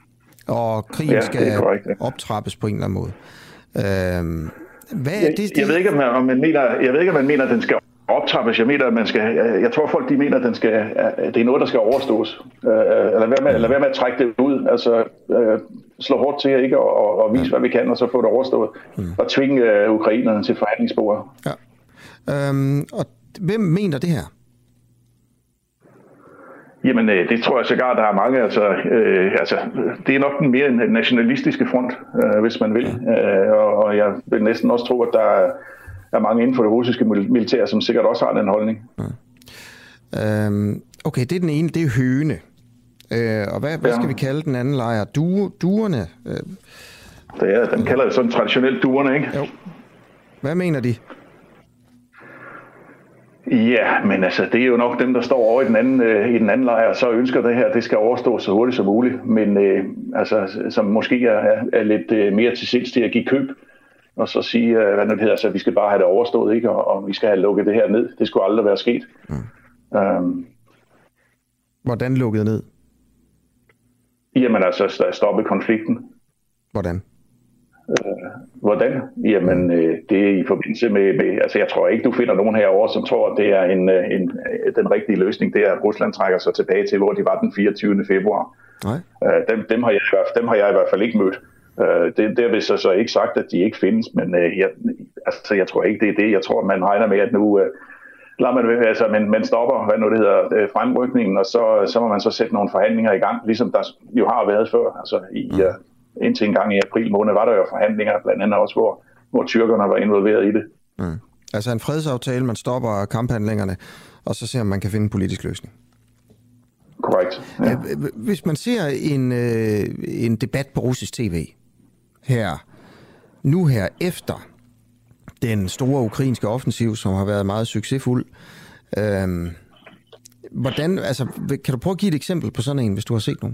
og krigen ja, skal korrekt, ja. optrappes på en eller anden måde. Øhm, hvad er
jeg,
det, det?
Jeg ved ikke, om man, om man mener, jeg ved ikke, om man mener, at den skal optrappes. Jeg mener, at man skal. Jeg tror, folk de mener, at den skal. At det er noget, der skal overstås. Øh, eller være med, eller være med at trække det ud. Altså øh, slå hårdt til ikke og, og, og vise, ja. hvad vi kan, og så få det overstået mm. og tvinge øh, ukrainerne til forhandlingsbordet.
Ja. Øhm, og hvem mener det her?
Jamen, det tror jeg sågar, der er mange. Altså, øh, altså, det er nok den mere nationalistiske front, øh, hvis man vil. Øh, og, og jeg vil næsten også tro, at der er, er mange inden for det russiske militær, som sikkert også har den holdning.
Ja. Øhm, okay, det er den ene, det er høne. Øh, og hvad, hvad skal ja. vi kalde den anden lejr? Du, duerne? Øh.
Det er, den kalder det sådan traditionelt duerne, ikke?
Jo. Hvad mener de?
Ja, men altså, det er jo nok dem, der står over i den anden, øh, i den anden lejr, og så ønsker det her, det skal overstås så hurtigt som muligt, men øh, altså, som måske er, er lidt øh, mere til sinds til at give køb, og så sige, øh, hvad det hedder, altså, vi skal bare have det overstået, ikke? Og, og vi skal have lukket det her ned. Det skulle aldrig være sket. Mm. Um,
Hvordan lukket ned?
Jamen altså, stoppe konflikten.
Hvordan?
Øh, hvordan? Jamen, øh, det er i forbindelse med, med, altså jeg tror ikke, du finder nogen herovre, som tror, at det er en, en, den rigtige løsning, det er, at Rusland trækker sig tilbage til, hvor de var den fireogtyvende februar. Nej. Øh, dem, dem, har jeg, dem har jeg i hvert fald ikke mødt. Øh, det, det har vist så ikke sagt, at de ikke findes, men øh, jeg, altså, jeg tror ikke, det er det. Jeg tror, man regner med, at nu øh, lader man, altså, man, man stopper, hvad nu det hedder, øh, fremrykningen, og så, så må man så sætte nogle forhandlinger i gang, ligesom der jo har været før, altså i... Mm. Øh, Indtil en gang i april måned var der jo forhandlinger, blandt andet også, hvor, hvor tyrkerne var involveret i det.
Mm. Altså en fredsaftale, man stopper kamphandlingerne, og så ser man, man kan finde en politisk løsning.
Korrekt. Ja.
Hvis man ser en, en debat på russisk tv her, nu her efter den store ukrainske offensiv, som har været meget succesfuld, øhm, hvordan, altså, kan du prøve at give et eksempel på sådan en, hvis du har set nogen?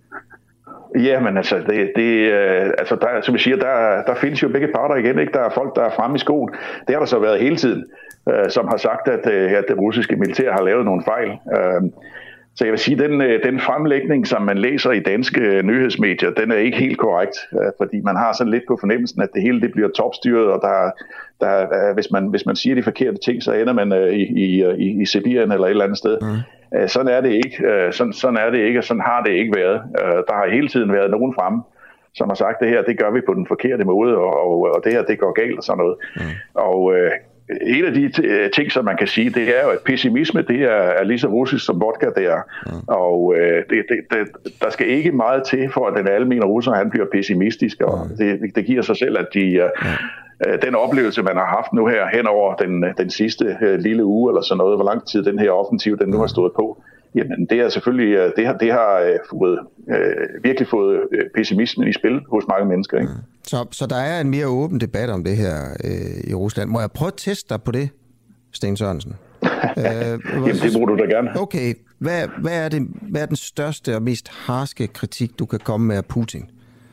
Ja, men altså, det, det, øh, altså der, som jeg siger, der, der findes jo begge parter igen, ikke? Der er folk, der er fremme i skoen. Det har der så været hele tiden, øh, som har sagt, at, øh, at det russiske militær har lavet nogle fejl. Øh, så jeg vil sige, den, den fremlægning, som man læser i danske nyhedsmedier, den er ikke helt korrekt, øh, fordi man har sådan lidt på fornemmelsen, at det hele det bliver topstyret, og der, der, øh, hvis, man, hvis man siger de forkerte ting, så ender man øh, i, i, i, i Sibirien eller et eller andet sted. Mm. Sådan er det ikke, sådan, sådan er det ikke, og sådan har det ikke været. Der har hele tiden været nogen fremme, som har sagt, det her, det gør vi på den forkerte måde, og, og, og det her, det går galt og sådan noget. Mm. Og øh, en af de ting, som man kan sige, det er jo, at pessimisme, det er, er lige så russisk som vodka, det er. Mm. Og øh, det, det, det, der skal ikke meget til, for at den almene russer, han bliver pessimistisk, og mm. det, det giver sig selv, at de, øh, mm. den oplevelse, man har haft nu her hen over den, den sidste øh, lille uge, eller sådan noget, hvor lang tid den her offensiv, den nu har stået på, jamen det er selvfølgelig, det har, det har øh, fået, øh, virkelig fået øh, pessimismen i spil hos mange mennesker. Ikke? Mm.
Så, så der er en mere åben debat om det her øh, i Rusland. Må jeg prøve at teste dig på det, Sten Sørensen?
øh, Jamen det må du da gerne.
Okay, hvad, hvad, er det, hvad er den største og mest harske kritik, du kan komme med af Putin?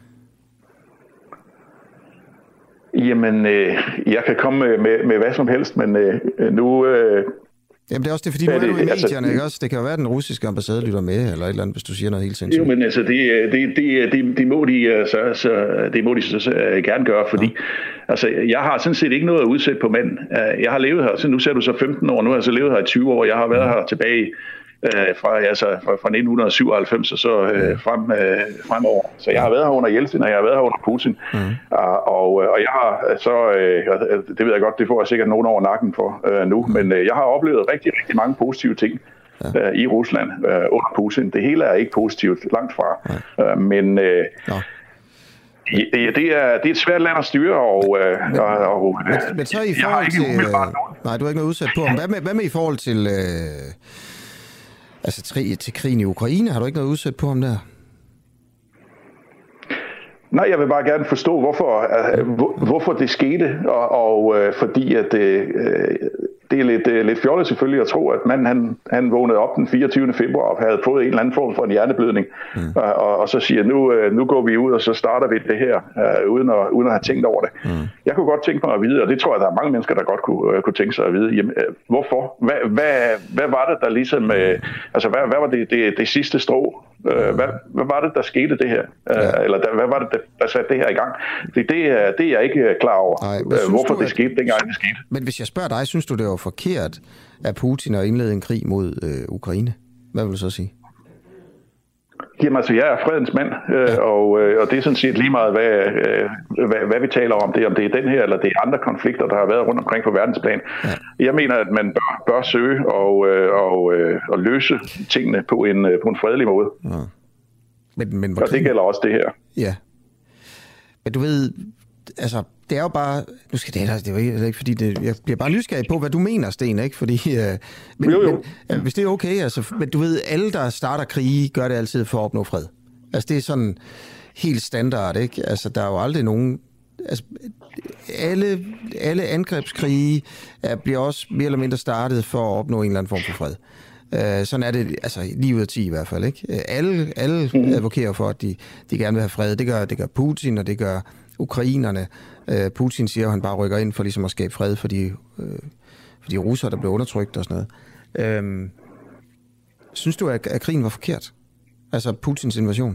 Jamen, øh, jeg kan komme med, med, med hvad som helst, men øh, nu... Øh,
Jamen det er også det, fordi nu er du i medierne, altså, ikke også? Det kan jo være, at den russiske ambassade lytter med, eller et eller andet, hvis du siger noget helt sindssygt.
Jo, men altså, det, det, det, det, det må de så, så, det må de så, så gerne gøre, fordi ja. altså, jeg har sådan set ikke noget at udsætte på manden. Jeg har levet her, så nu ser du så femten år, nu har jeg så levet her i tyve år, jeg har været her tilbage fra, altså, fra, fra nitten syvoghalvfems og så øh, frem, øh, fremover. Så jeg har været her under Jeltsin, og jeg har været her under Putin. Mm. Og, og, og jeg har så, øh, det ved jeg godt, det får jeg sikkert nogen over nakken for øh, nu, mm. men øh, jeg har oplevet rigtig, rigtig mange positive ting ja. øh, i Rusland øh, under Putin. Det hele er ikke positivt, langt fra. Ja. Øh, men... Øh, ja. Det, det, er, det er et svært land at styre, og...
Men,
og, og
men, men så i forhold til... Nej, du har ikke noget udsat på. Hvad med, hvad med i forhold til... Øh, altså til, til krigen i Ukraine? Har du ikke noget udsat på ham der?
Nej, jeg vil bare gerne forstå, hvorfor, uh, hvor, hvorfor det skete, og, og uh, fordi at uh, det er lidt, uh, lidt fjollet selvfølgelig at tro, at manden han, han vågnede op den fireogtyvende februar og havde fået en eller anden form for en hjerneblødning, mm. uh, og, og så siger, nu, uh, nu går vi ud, og så starter vi det her, uh, uden, at, uden at have tænkt over det. Mm. Jeg kunne godt tænke mig at vide, og det tror jeg, der er mange mennesker, der godt kunne, uh, kunne tænke sig at vide, jamen, uh, hvorfor? Hvad, hvad, hvad var det, der ligesom, uh, altså hvad, hvad var det, det, det sidste strå? Uh, hvad, hvad var det, der skete det her? Uh, ja. Eller der, hvad var det, der, der satte det her i gang? Det, det, er, det er jeg ikke klar over, Nej, uh, hvorfor du, det skete, dengang det skete.
Men hvis jeg spørger dig, synes du, det var forkert af Putin at indlede en krig mod øh, Ukraine? Hvad vil du så sige?
Jamen altså, jeg er fredens mand, øh, ja. og, øh, og det er sådan set lige meget, hvad, øh, hvad, hvad vi taler om. Det, om det er den her, eller det er andre konflikter, der har været rundt omkring på verdensplan. Ja. Jeg mener, at man bør, bør søge og, øh, og, øh, og løse tingene på en, på en fredelig måde. Ja. Men, men, og det gælder også det her.
Ja. Men du ved, altså, det er jo bare... Nu skal det, det er jo ikke, fordi det, jeg bliver bare nysgerrig på, hvad du mener, Sten, ikke? Fordi... Øh, men, jo, jo. Men, ja, hvis det er okay, altså... Men du ved, alle, der starter krige, gør det altid for at opnå fred. Altså, det er sådan helt standard, ikke? Altså, der er jo aldrig nogen... Altså, alle, alle angrebskrige er, bliver også mere eller mindre startet for at opnå en eller anden form for fred. Uh, sådan er det, altså ni ud af ti i hvert fald, ikke? Uh, alle alle mm. advokerer for, at de, de gerne vil have fred. Det gør, det gør Putin, og det gør ukrainerne. Uh, Putin siger, at han bare rykker ind for ligesom at skabe fred for de, uh, for de russere, der blev undertrykt og sådan noget. Uh, synes du, at, at krigen var forkert? Altså Putins invasion?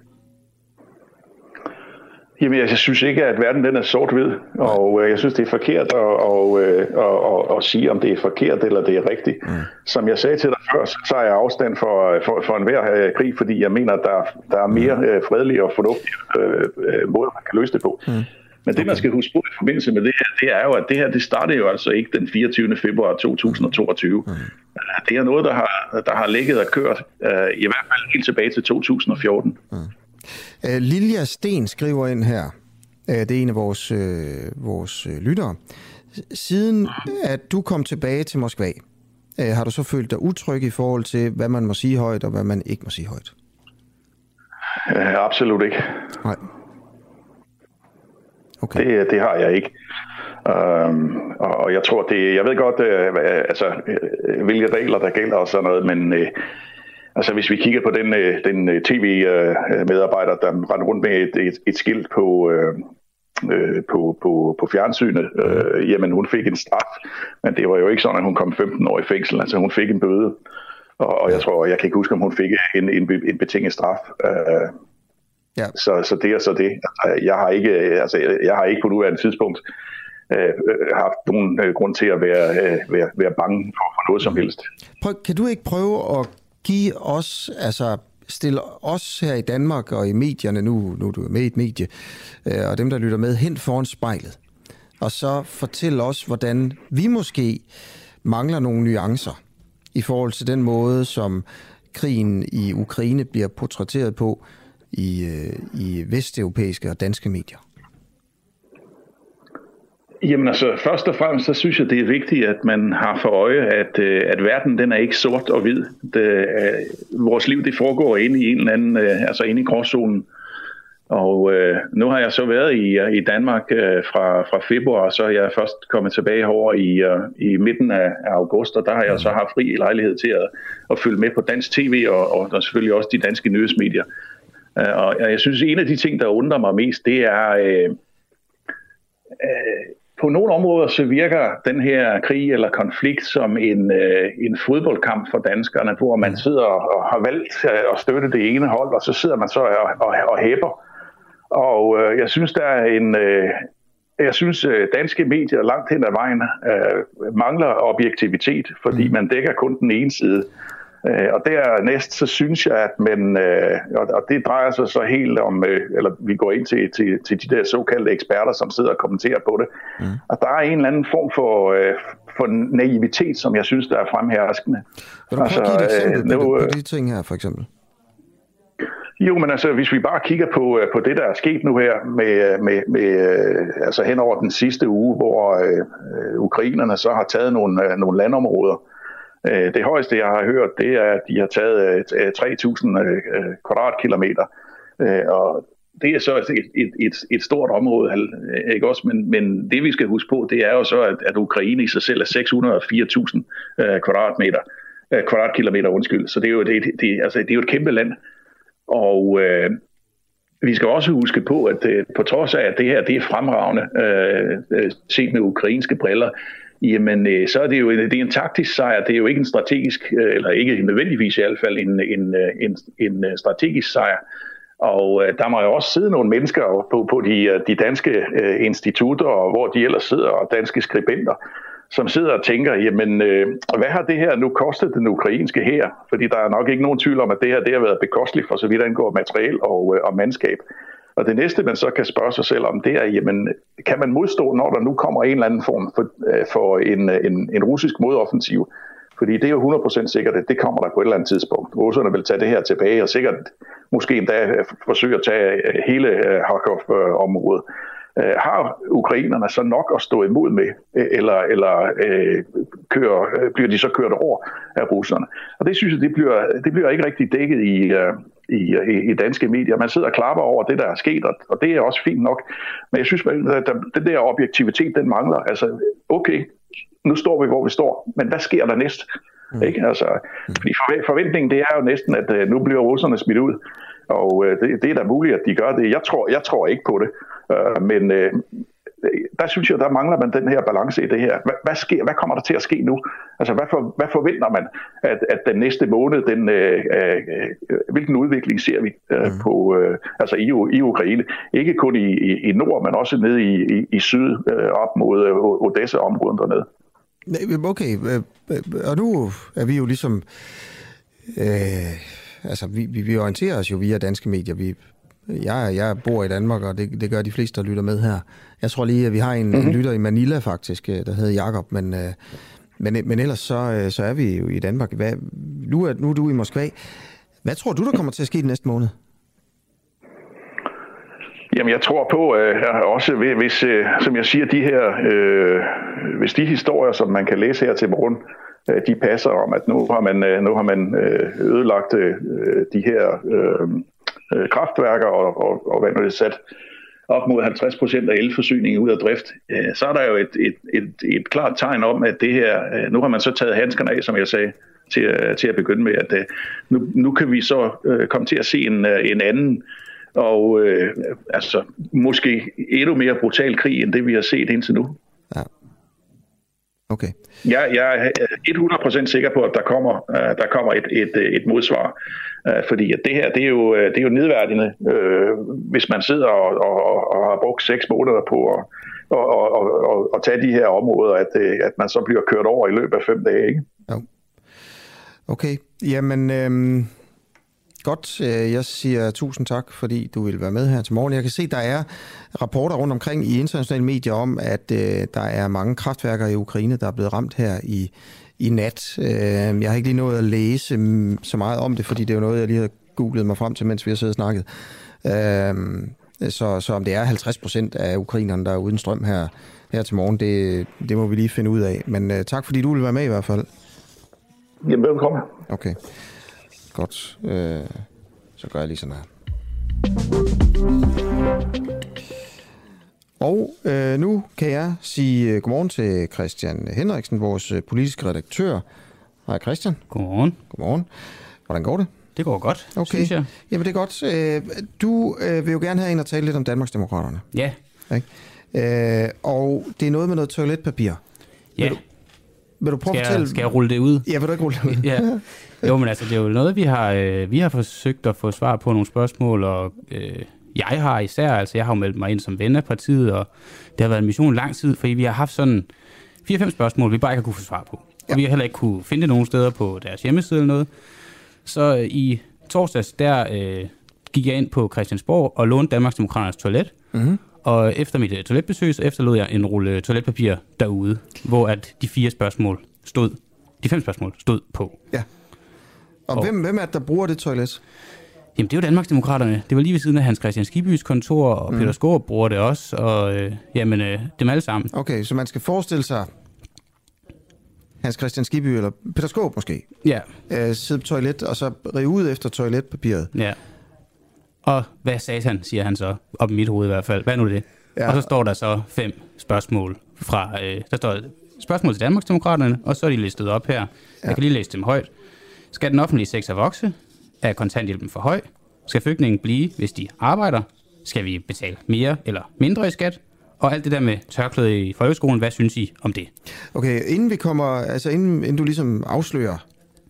Jamen, jeg synes ikke, at verden den er sort-hvid, og øh, jeg synes, det er forkert at, og, øh, og, og, og sige, om det er forkert eller det er rigtigt. Mm. Som jeg sagde til dig før, så er jeg afstand for, for, for enhver øh, krig, fordi jeg mener, at der, der er mere øh, fredelige og fornuftige øh, øh, måder, man kan løse det på. Mm. Men det, man skal huske på i forbindelse med det her, det er jo, at det her, det startede jo altså ikke den fireogtyvende februar to tusind og toogtyve. Mm. Det er noget, der har, der har ligget og kørt, øh, i hvert fald helt tilbage til to tusind og fjorten. Mm.
Uh, Lilja Sten skriver ind her, uh, det er en af vores, uh, vores uh, lyttere. Siden at du kom tilbage til Moskva, uh, har du så følt dig utryg i forhold til, hvad man må sige højt, og hvad man ikke må sige højt?
Uh, absolut ikke.
Nej. Okay.
Det, det har jeg ikke. Um, og jeg tror, det, jeg ved godt, uh, altså, uh, hvilke regler der gælder og sådan noget, men... Uh, Altså hvis vi kigger på den, den tv-medarbejder, der rendte rundt med et, et, et skilt på, øh, på, på, på fjernsynet, øh, jamen hun fik en straf, men det var jo ikke sådan, at hun kom femten år i fængsel, altså hun fik en bøde, og, og jeg tror, jeg kan ikke huske, om hun fik en, en, en betinget straf. Øh, ja. så, så det er så det. Altså, jeg har ikke, altså, jeg har ikke på nuværende tidspunkt øh, haft nogen øh, grund til at være, øh, være, være bange for, for noget som helst.
Prøv, kan du ikke prøve at give os, altså stille os her i Danmark og i medierne, nu, nu er du med i et medie, øh, og dem, der lytter med, hen foran spejlet. og så fortæl os, hvordan vi måske mangler nogle nuancer i forhold til den måde, som krigen i Ukraine bliver portrætteret på i, i vesteuropæiske og danske medier.
Jamen altså, først og fremmest, så synes jeg, det er vigtigt, at man har for øje, at, at verden, den er ikke sort og hvid. Det, vores liv, det foregår inde i en eller anden, altså inde i gråzonen. Og øh, nu har jeg så været i, i Danmark øh, fra, fra februar, og så er jeg først kommet tilbage herover i, øh, i midten af, af august, og der har jeg så haft fri lejlighed til at, at følge med på dansk tv og, og, og selvfølgelig også de danske nyhedsmedier. Uh, og jeg synes, en af de ting, der undrer mig mest, det er, øh, øh, på nogle områder så virker den her krig eller konflikt som en, øh, en fodboldkamp for danskerne, hvor man sidder og har valgt at støtte det ene hold, og så sidder man så og, og, og hæpper. Og øh, jeg synes, der er en, øh, jeg synes, danske medier langt hen ad vejen øh, mangler objektivitet, fordi mm. man dækker kun den ene side. Øh, og dernæst så synes jeg, at man, øh, og det drejer sig så helt om, øh, eller vi går ind til, til, til de der såkaldte eksperter, som sidder og kommenterer på det, mm. og der er en eller anden form for, øh, for naivitet, som jeg synes, der er fremherskende.
Vil du prøve altså, at give et eksempel øh, på, på de ting her, for eksempel?
Jo, men altså, hvis vi bare kigger på, på det, der er sket nu her, med, med, med, altså hen over den sidste uge, hvor øh, ukrainerne så har taget nogle, nogle landområder. Øh, det højeste, jeg har hørt, det er, at de har taget øh, tre tusind øh, kvadratkilometer. Øh, og det er så et, et, et, et stort område, ikke også? Men, men det, vi skal huske på, det er jo så, at, at Ukraine i sig selv er seks hundrede og fire tusind øh, kvadratmeter, øh, kvadratkilometer, undskyld. Så det er jo, det, det, altså, det er jo et kæmpe land. Og øh, vi skal også huske på, at øh, på trods af, at det her det er fremragende øh, set med ukrainske briller, jamen øh, så er det jo det er en taktisk sejr, det er jo ikke en strategisk, øh, eller ikke nødvendigvis i hvert fald en, en, en, en strategisk sejr. Og øh, der må jo også sidde nogle mennesker på, på de, de danske øh, institutter, og hvor de ellers sidder, og danske skribenter, som sidder og tænker, jamen, øh, hvad har det her nu kostet den ukrainske hær? Fordi der er nok ikke nogen tvivl om, at det her det har været bekosteligt for så vidt angår materiel og, øh, og mandskab. Og det næste, man så kan spørge sig selv om, det er, jamen, kan man modstå, når der nu kommer en eller anden form for, øh, for en, en, en russisk modoffensiv? Fordi det er jo hundrede procent sikkert, at det kommer der på et eller andet tidspunkt. Russerne vil tage det her tilbage, og sikkert måske endda forsøge at tage hele øh, Kharkov-området. Har ukrainerne så nok at stå imod med, eller, eller øh, kører, bliver de så kørt over af russerne? Og det synes jeg, det bliver, det bliver ikke rigtig dækket i, i, i danske medier. Man sidder og klapper over det, der er sket, og det er også fint nok. Men jeg synes, at den der objektivitet, den mangler. Altså, okay, nu står vi, hvor vi står, men hvad sker der næst? Mm. Ikke? Altså, fordi forventningen, det er jo næsten, at nu bliver russerne smidt ud. Og det, det er da muligt, at de gør det. Jeg tror, jeg tror ikke på det. Uh, men uh, der synes jeg, der mangler man den her balance i det her. Hvad, hvad, sker, hvad kommer der til at ske nu? Altså, hvad, for, hvad forventer man, at, at den næste måned, den, uh, uh, hvilken udvikling ser vi uh, mm. på, uh, altså i, i Ukraine? Ikke kun i, i, i nord, men også nede i, i, i syd, uh, op mod uh, Odessa-området dernede.
Okay, og nu er vi jo ligesom, øh, altså vi, vi orienterer os jo via danske medier. Vi Jeg, jeg bor i Danmark, og det, det gør de fleste, der lytter med her. Jeg tror lige, at vi har en, mm-hmm. en lytter i Manila faktisk, der hedder Jakob, men, men, men ellers så, så er vi jo i Danmark. Hvad, nu, er, nu er du i Moskva. Hvad tror du, der kommer til at ske den næste måned?
Jamen, jeg tror på, øh, også hvis, øh, som jeg siger, de her, øh, hvis de historier, som man kan læse her til morgen, øh, de passer om, at nu har man, øh, nu har man øh, ødelagt øh, de her øh, kraftværker, og, og, og hvad nu det sat op mod halvtreds procent af elforsyningen ud af drift, så er der jo et, et, et, et klart tegn om, at det her, nu har man så taget handskerne af, som jeg sagde, til, til at begynde med, at nu, nu kan vi så komme til at se en, en anden, og øh, altså måske endnu mere brutal krig, end det vi har set indtil nu.
Ja. Okay.
Jeg, jeg er hundrede procent sikker på, at der kommer, der kommer et, et, et modsvar. Fordi at det her, det er jo, det er jo nedværdigende, øh, hvis man sidder og, og, og har brugt seks måneder på at og, og, og, og tage de her områder, at, at man så bliver kørt over i løbet af fem dage, ikke?
Jo. Okay, jamen, øh, Godt. Jeg siger tusind tak, fordi du vil være med her til morgen. Jeg kan se, der er rapporter rundt omkring i internationale medier om, at øh, der er mange kraftværker i Ukraine, der er blevet ramt her i, i nat. Øh, jeg har ikke lige nået at læse så meget om det, fordi det er jo noget, jeg lige har googlet mig frem til, mens vi har siddet og snakket. Øh, så, så om det er halvtreds procent af ukrainerne, der er uden strøm her, her til morgen, det, det må vi lige finde ud af. Men øh, tak, fordi du vil være med i hvert fald.
Jamen, velkommen.
Okay. Godt. Øh, så gør jeg lige sådan her. Og øh, nu kan jeg sige godmorgen til Christian Henriksen, vores politiske redaktør. Hej Christian.
Godmorgen.
Godmorgen. Hvordan går det?
Det går godt,
okay.
synes jeg.
Jamen det er godt. Øh, du øh, vil jo gerne have en at tale lidt om Danmarksdemokraterne.
Ja.
Okay. Øh, og det er noget med noget toiletpapir.
Ja.
Vil du, vil du prøve
skal
at fortælle?
Jeg, skal jeg rulle det ud?
Ja, vil du ikke rulle det ud?
Ja. Jo, men altså, det er jo noget, vi har, øh, vi har forsøgt at få svar på nogle spørgsmål, og øh, jeg har især, altså jeg har jo meldt mig ind som ven af partiet, og det har været en mission lang tid, fordi vi har haft sådan fire fem spørgsmål, vi bare ikke har kunne få svar på. Ja. Og vi har heller ikke kunne finde det nogen steder på deres hjemmeside eller noget. Så øh, i torsdags, der øh, gik jeg ind på Christiansborg og lånte Danmarksdemokraternes toilet, mm-hmm. og efter mit uh, toiletbesøg, så efterlod jeg en rulle toiletpapir derude, hvor at de fire spørgsmål stod, de fem spørgsmål stod på.
Ja. Og, og hvem, hvem er det, der bruger det toilet?
Jamen, det er jo Danmarksdemokraterne. Det var lige ved siden af Hans Christian Skibys kontor, og mm. Peter Skaarup bruger det også, og øh, jamen, øh, dem alle sammen.
Okay, så man skal forestille sig Hans Christian Skibby, eller Peter Skaarup måske,
ja.
øh, sidde på toilet, og så rive ud efter toiletpapiret.
Ja. Og hvad sagde han, siger han så, op i mit hoved i hvert fald. Hvad er nu det? Ja. Og så står der så fem spørgsmål fra, øh, der står spørgsmål til Danmarksdemokraterne, og så er de listet op her. Ja. Jeg kan lige læse dem højt. Skal den offentlige sektor vokse? Er kontanthjælpen for høj? Skal flygtningen blive, hvis de arbejder? Skal vi betale mere eller mindre i skat? Og alt det der med tørklæde i folkeskolen, hvad synes I om det?
Okay, inden vi kommer, altså inden, inden du ligesom afslører,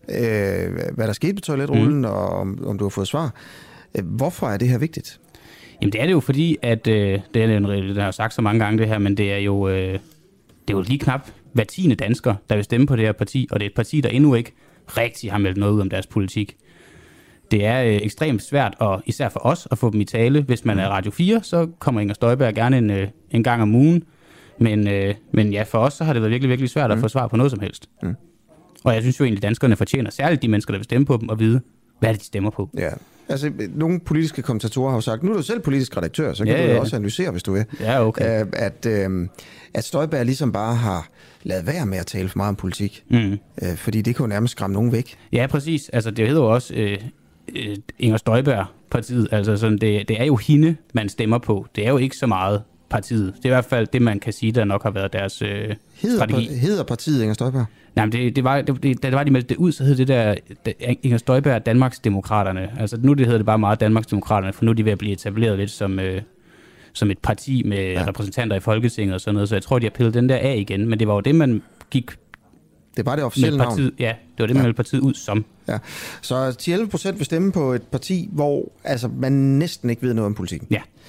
øh, hvad der skete på toiletrullen, mm. og om, om du har fået svar, øh, hvorfor er det her vigtigt?
Jamen det er det jo fordi, at, øh, det er det, der har sagt så mange gange det her, men det er jo, øh, det er jo lige knap hver tiende dansker, der vil stemme på det her parti, og det er et parti, der endnu ikke rigtig har meldt noget ud om deres politik. Det er øh, ekstremt svært, og især for os, at få dem i tale. Hvis man er Radio fire, så kommer Inger Støjberg gerne en, øh, en gang om ugen. Men, øh, men ja, for os så har det været virkelig, virkelig svært at mm. få svar på noget som helst. Mm. Og jeg synes jo egentlig, at danskerne fortjener, særligt de mennesker, der vil stemme på dem, at vide, hvad er det, de stemmer på.
Ja, altså nogle politiske kommentatorer har jo sagt, nu er du selv politisk redaktør, så kan ja, du jo ja. også analysere, hvis du vil.
Ja, okay.
Øh, at, øh, at Støjberg ligesom bare har ladet være med at tale for meget om politik. Mm. Øh, fordi det kan jo nærmest skræmme nogen væk.
Ja, præcis. Altså det hedder jo også øh, øh, Inger Støjberg-partiet. Altså sådan, det, det er jo hende, man stemmer på. Det er jo ikke så meget partiet. Det er i hvert fald det, man kan sige, der nok har været deres øh,
hedder,
strategi.
Hedder partiet Inger Støjberg?
Nej, men det, det var, det, det, da det var, de meldte det ud, så hed det der Inger Støjberg Danmarksdemokraterne. Altså nu det hedder det bare meget Danmarksdemokraterne, for nu er de ved at blive etableret lidt som, øh, som et parti med ja. repræsentanter i Folketinget og sådan noget. Så jeg tror, de har pillet den der af igen. Men det var jo det, man gik...
Det var det officielle navn.
Ja, det var det, man ja. meldte partiet ud som.
Ja. Så ti til elleve procent vil stemme på et parti, hvor altså, man næsten ikke ved noget om politikken.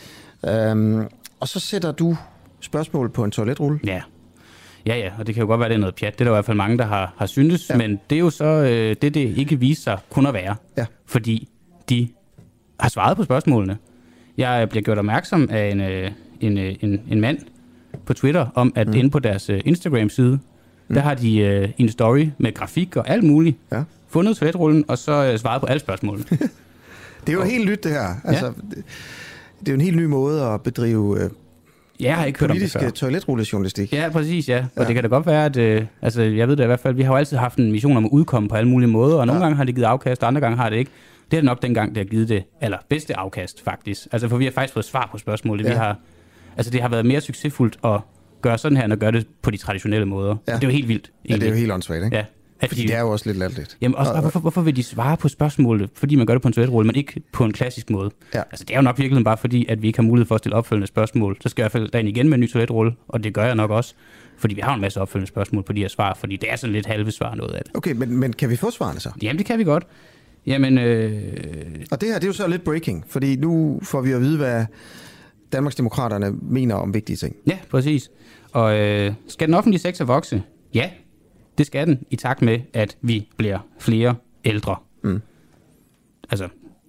Ja.
Øhm, og så sætter du spørgsmål på en toiletrulle.
Ja. Ja, ja, og det kan jo godt være, det er noget pjat. Det er der i hvert fald mange, der har, har syntes, ja. men det er jo så øh, det, det ikke viser sig kun at være, ja. fordi de har svaret på spørgsmålene. Jeg bliver gjort opmærksom af en, øh, en, øh, en, en mand på Twitter om, at mm. inde på deres øh, Instagram-side, mm. der har de øh, en story med grafik og alt muligt, ja. fundet toiletrullen, og så øh, svaret på alle spørgsmålene.
Det er jo og, helt nyt, det her. Altså, ja. det, det er jo en helt ny måde at bedrive... Øh,
Jeg har ikke hørt om det før.
Politisk toiletrullejournalistik.
Ja, præcis, ja. Og ja. det kan da godt være, at... Øh, altså, jeg ved det i hvert fald, vi har jo altid haft en mission om at udkomme på alle mulige måder, og nogle ja. gange har det givet afkast, og andre gange har det ikke. Det er nok dengang, det har givet det allerbedste afkast, faktisk. Altså, for vi har faktisk fået svar på spørgsmålet. Ja. Vi har, altså, det har været mere succesfuldt at gøre sådan her, end at gøre det på de traditionelle måder. Ja. Det er jo helt vildt.
Egentlig. Ja, det er jo helt åndssvagt, ikke?
Ja.
Fordi det er jo også lidt latterligt.
Jamen også, og, hvorfor, hvorfor vil de svare på spørgsmålet, fordi man gør det på en toiletrulle, men ikke på en klassisk måde? Ja. Altså det er jo nok virkelig bare fordi, at vi ikke har mulighed for at stille opfølgende spørgsmål. Så skal jeg i hvert fald derind igen med en ny toiletrulle, og det gør jeg nok også, fordi vi har en masse opfølgende spørgsmål på de her svar, fordi det er sådan lidt halve svar noget af det.
Okay, men, men kan vi få svarene så?
Jamen det kan vi godt. Jamen, øh...
Og det her, det er jo så lidt breaking, fordi nu får vi at vide, hvad Danmarksdemokraterne mener om vigtige ting.
Ja, præcis. Og øh, skal den offentlige sektor vokse? Ja. Det skal den, i takt med, at vi bliver flere ældre. Mm. Altså,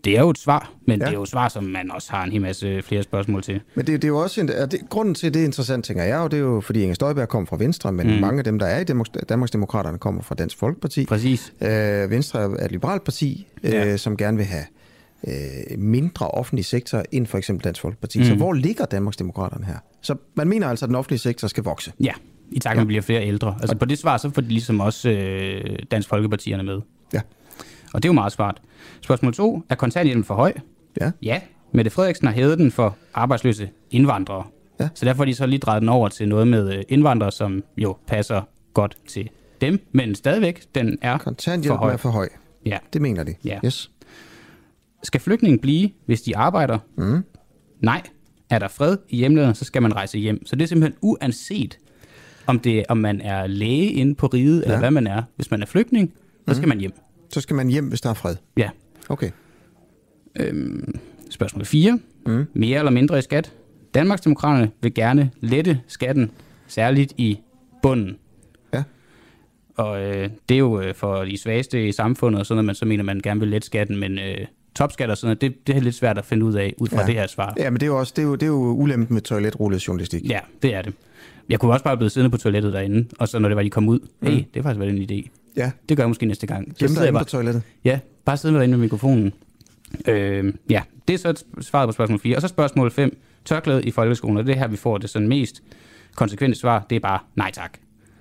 Det er jo et svar, men
Ja.
det er jo et svar, som man også har en hel masse flere spørgsmål til.
Men det, det er jo også en, det, grunden til, at det er interessant, tænker jeg, og det er jo, fordi Inger Støjberg kommer fra Venstre, men mm. mange af dem, der er i Demok- Danmarksdemokraterne, kommer fra Dansk Folkeparti.
Præcis.
Øh, Venstre er et liberalt parti, øh,
Ja.
som gerne vil have øh, mindre offentlig sektor end for eksempel Dansk Folkeparti.
Mm.
Så hvor ligger Danmarksdemokraterne her? Så man mener altså, at den offentlige sektor skal vokse?
Ja, i takt med,
Ja.
at bliver flere ældre. Altså på det svar, så får de ligesom også øh, Dansk Folkepartierne med.
Ja.
Og det er jo meget smart. Spørgsmål to. Er kontanthjælpen for høj?
Ja.
Ja. Mette Frederiksen har hævet den for arbejdsløse indvandrere.
Ja.
Så derfor har de så lige drejet den over til noget med øh, indvandrere, som jo passer godt til dem. Men stadigvæk, den er for
Kontanthjælpen
høj.
er for høj.
Ja.
Det mener de.
Ja.
Yes.
Skal flygtningen blive, hvis de arbejder?
Mm.
Nej. Er der fred i hjemlandet, så skal man rejse hjem. Så det er simpelthen uanset, om, det, om man er læge inde på riget, ja. eller hvad man er. Hvis man er flygtning, så skal
Mm.
man hjem.
Så skal man hjem, hvis der er fred?
Ja.
Okay.
Øhm, spørgsmål fire.
Mm.
Mere eller mindre i skat? Danmarksdemokraterne vil gerne lette skatten, særligt i bunden.
Ja.
Og øh, det er jo øh, for de svageste i samfundet, og sådan noget, man så mener, man gerne vil lette skatten, men øh, topskat og sådan noget, det, det er lidt svært at finde ud af, ud fra
Ja.
det her svar.
Ja, men det er jo også det er jo, det er jo ulempen med toiletrullet journalistik.
Ja, det er det. Jeg kunne også bare blive siddende på toilettet derinde, og så når det var, de kom ud,
Mm.
hey, det er faktisk været en idé.
Ja.
Det gør jeg måske næste gang. Så
Gjem
sidder
dig
jeg
inde
bare-
på toilettet.
Ja, bare sidde derinde med mikrofonen. Øh, ja, det er så et svaret på spørgsmål fire. Og så spørgsmål fem. Tørklæde i folkeskolen, og det er her, vi får det sådan mest konsekvente svar, det er bare nej tak.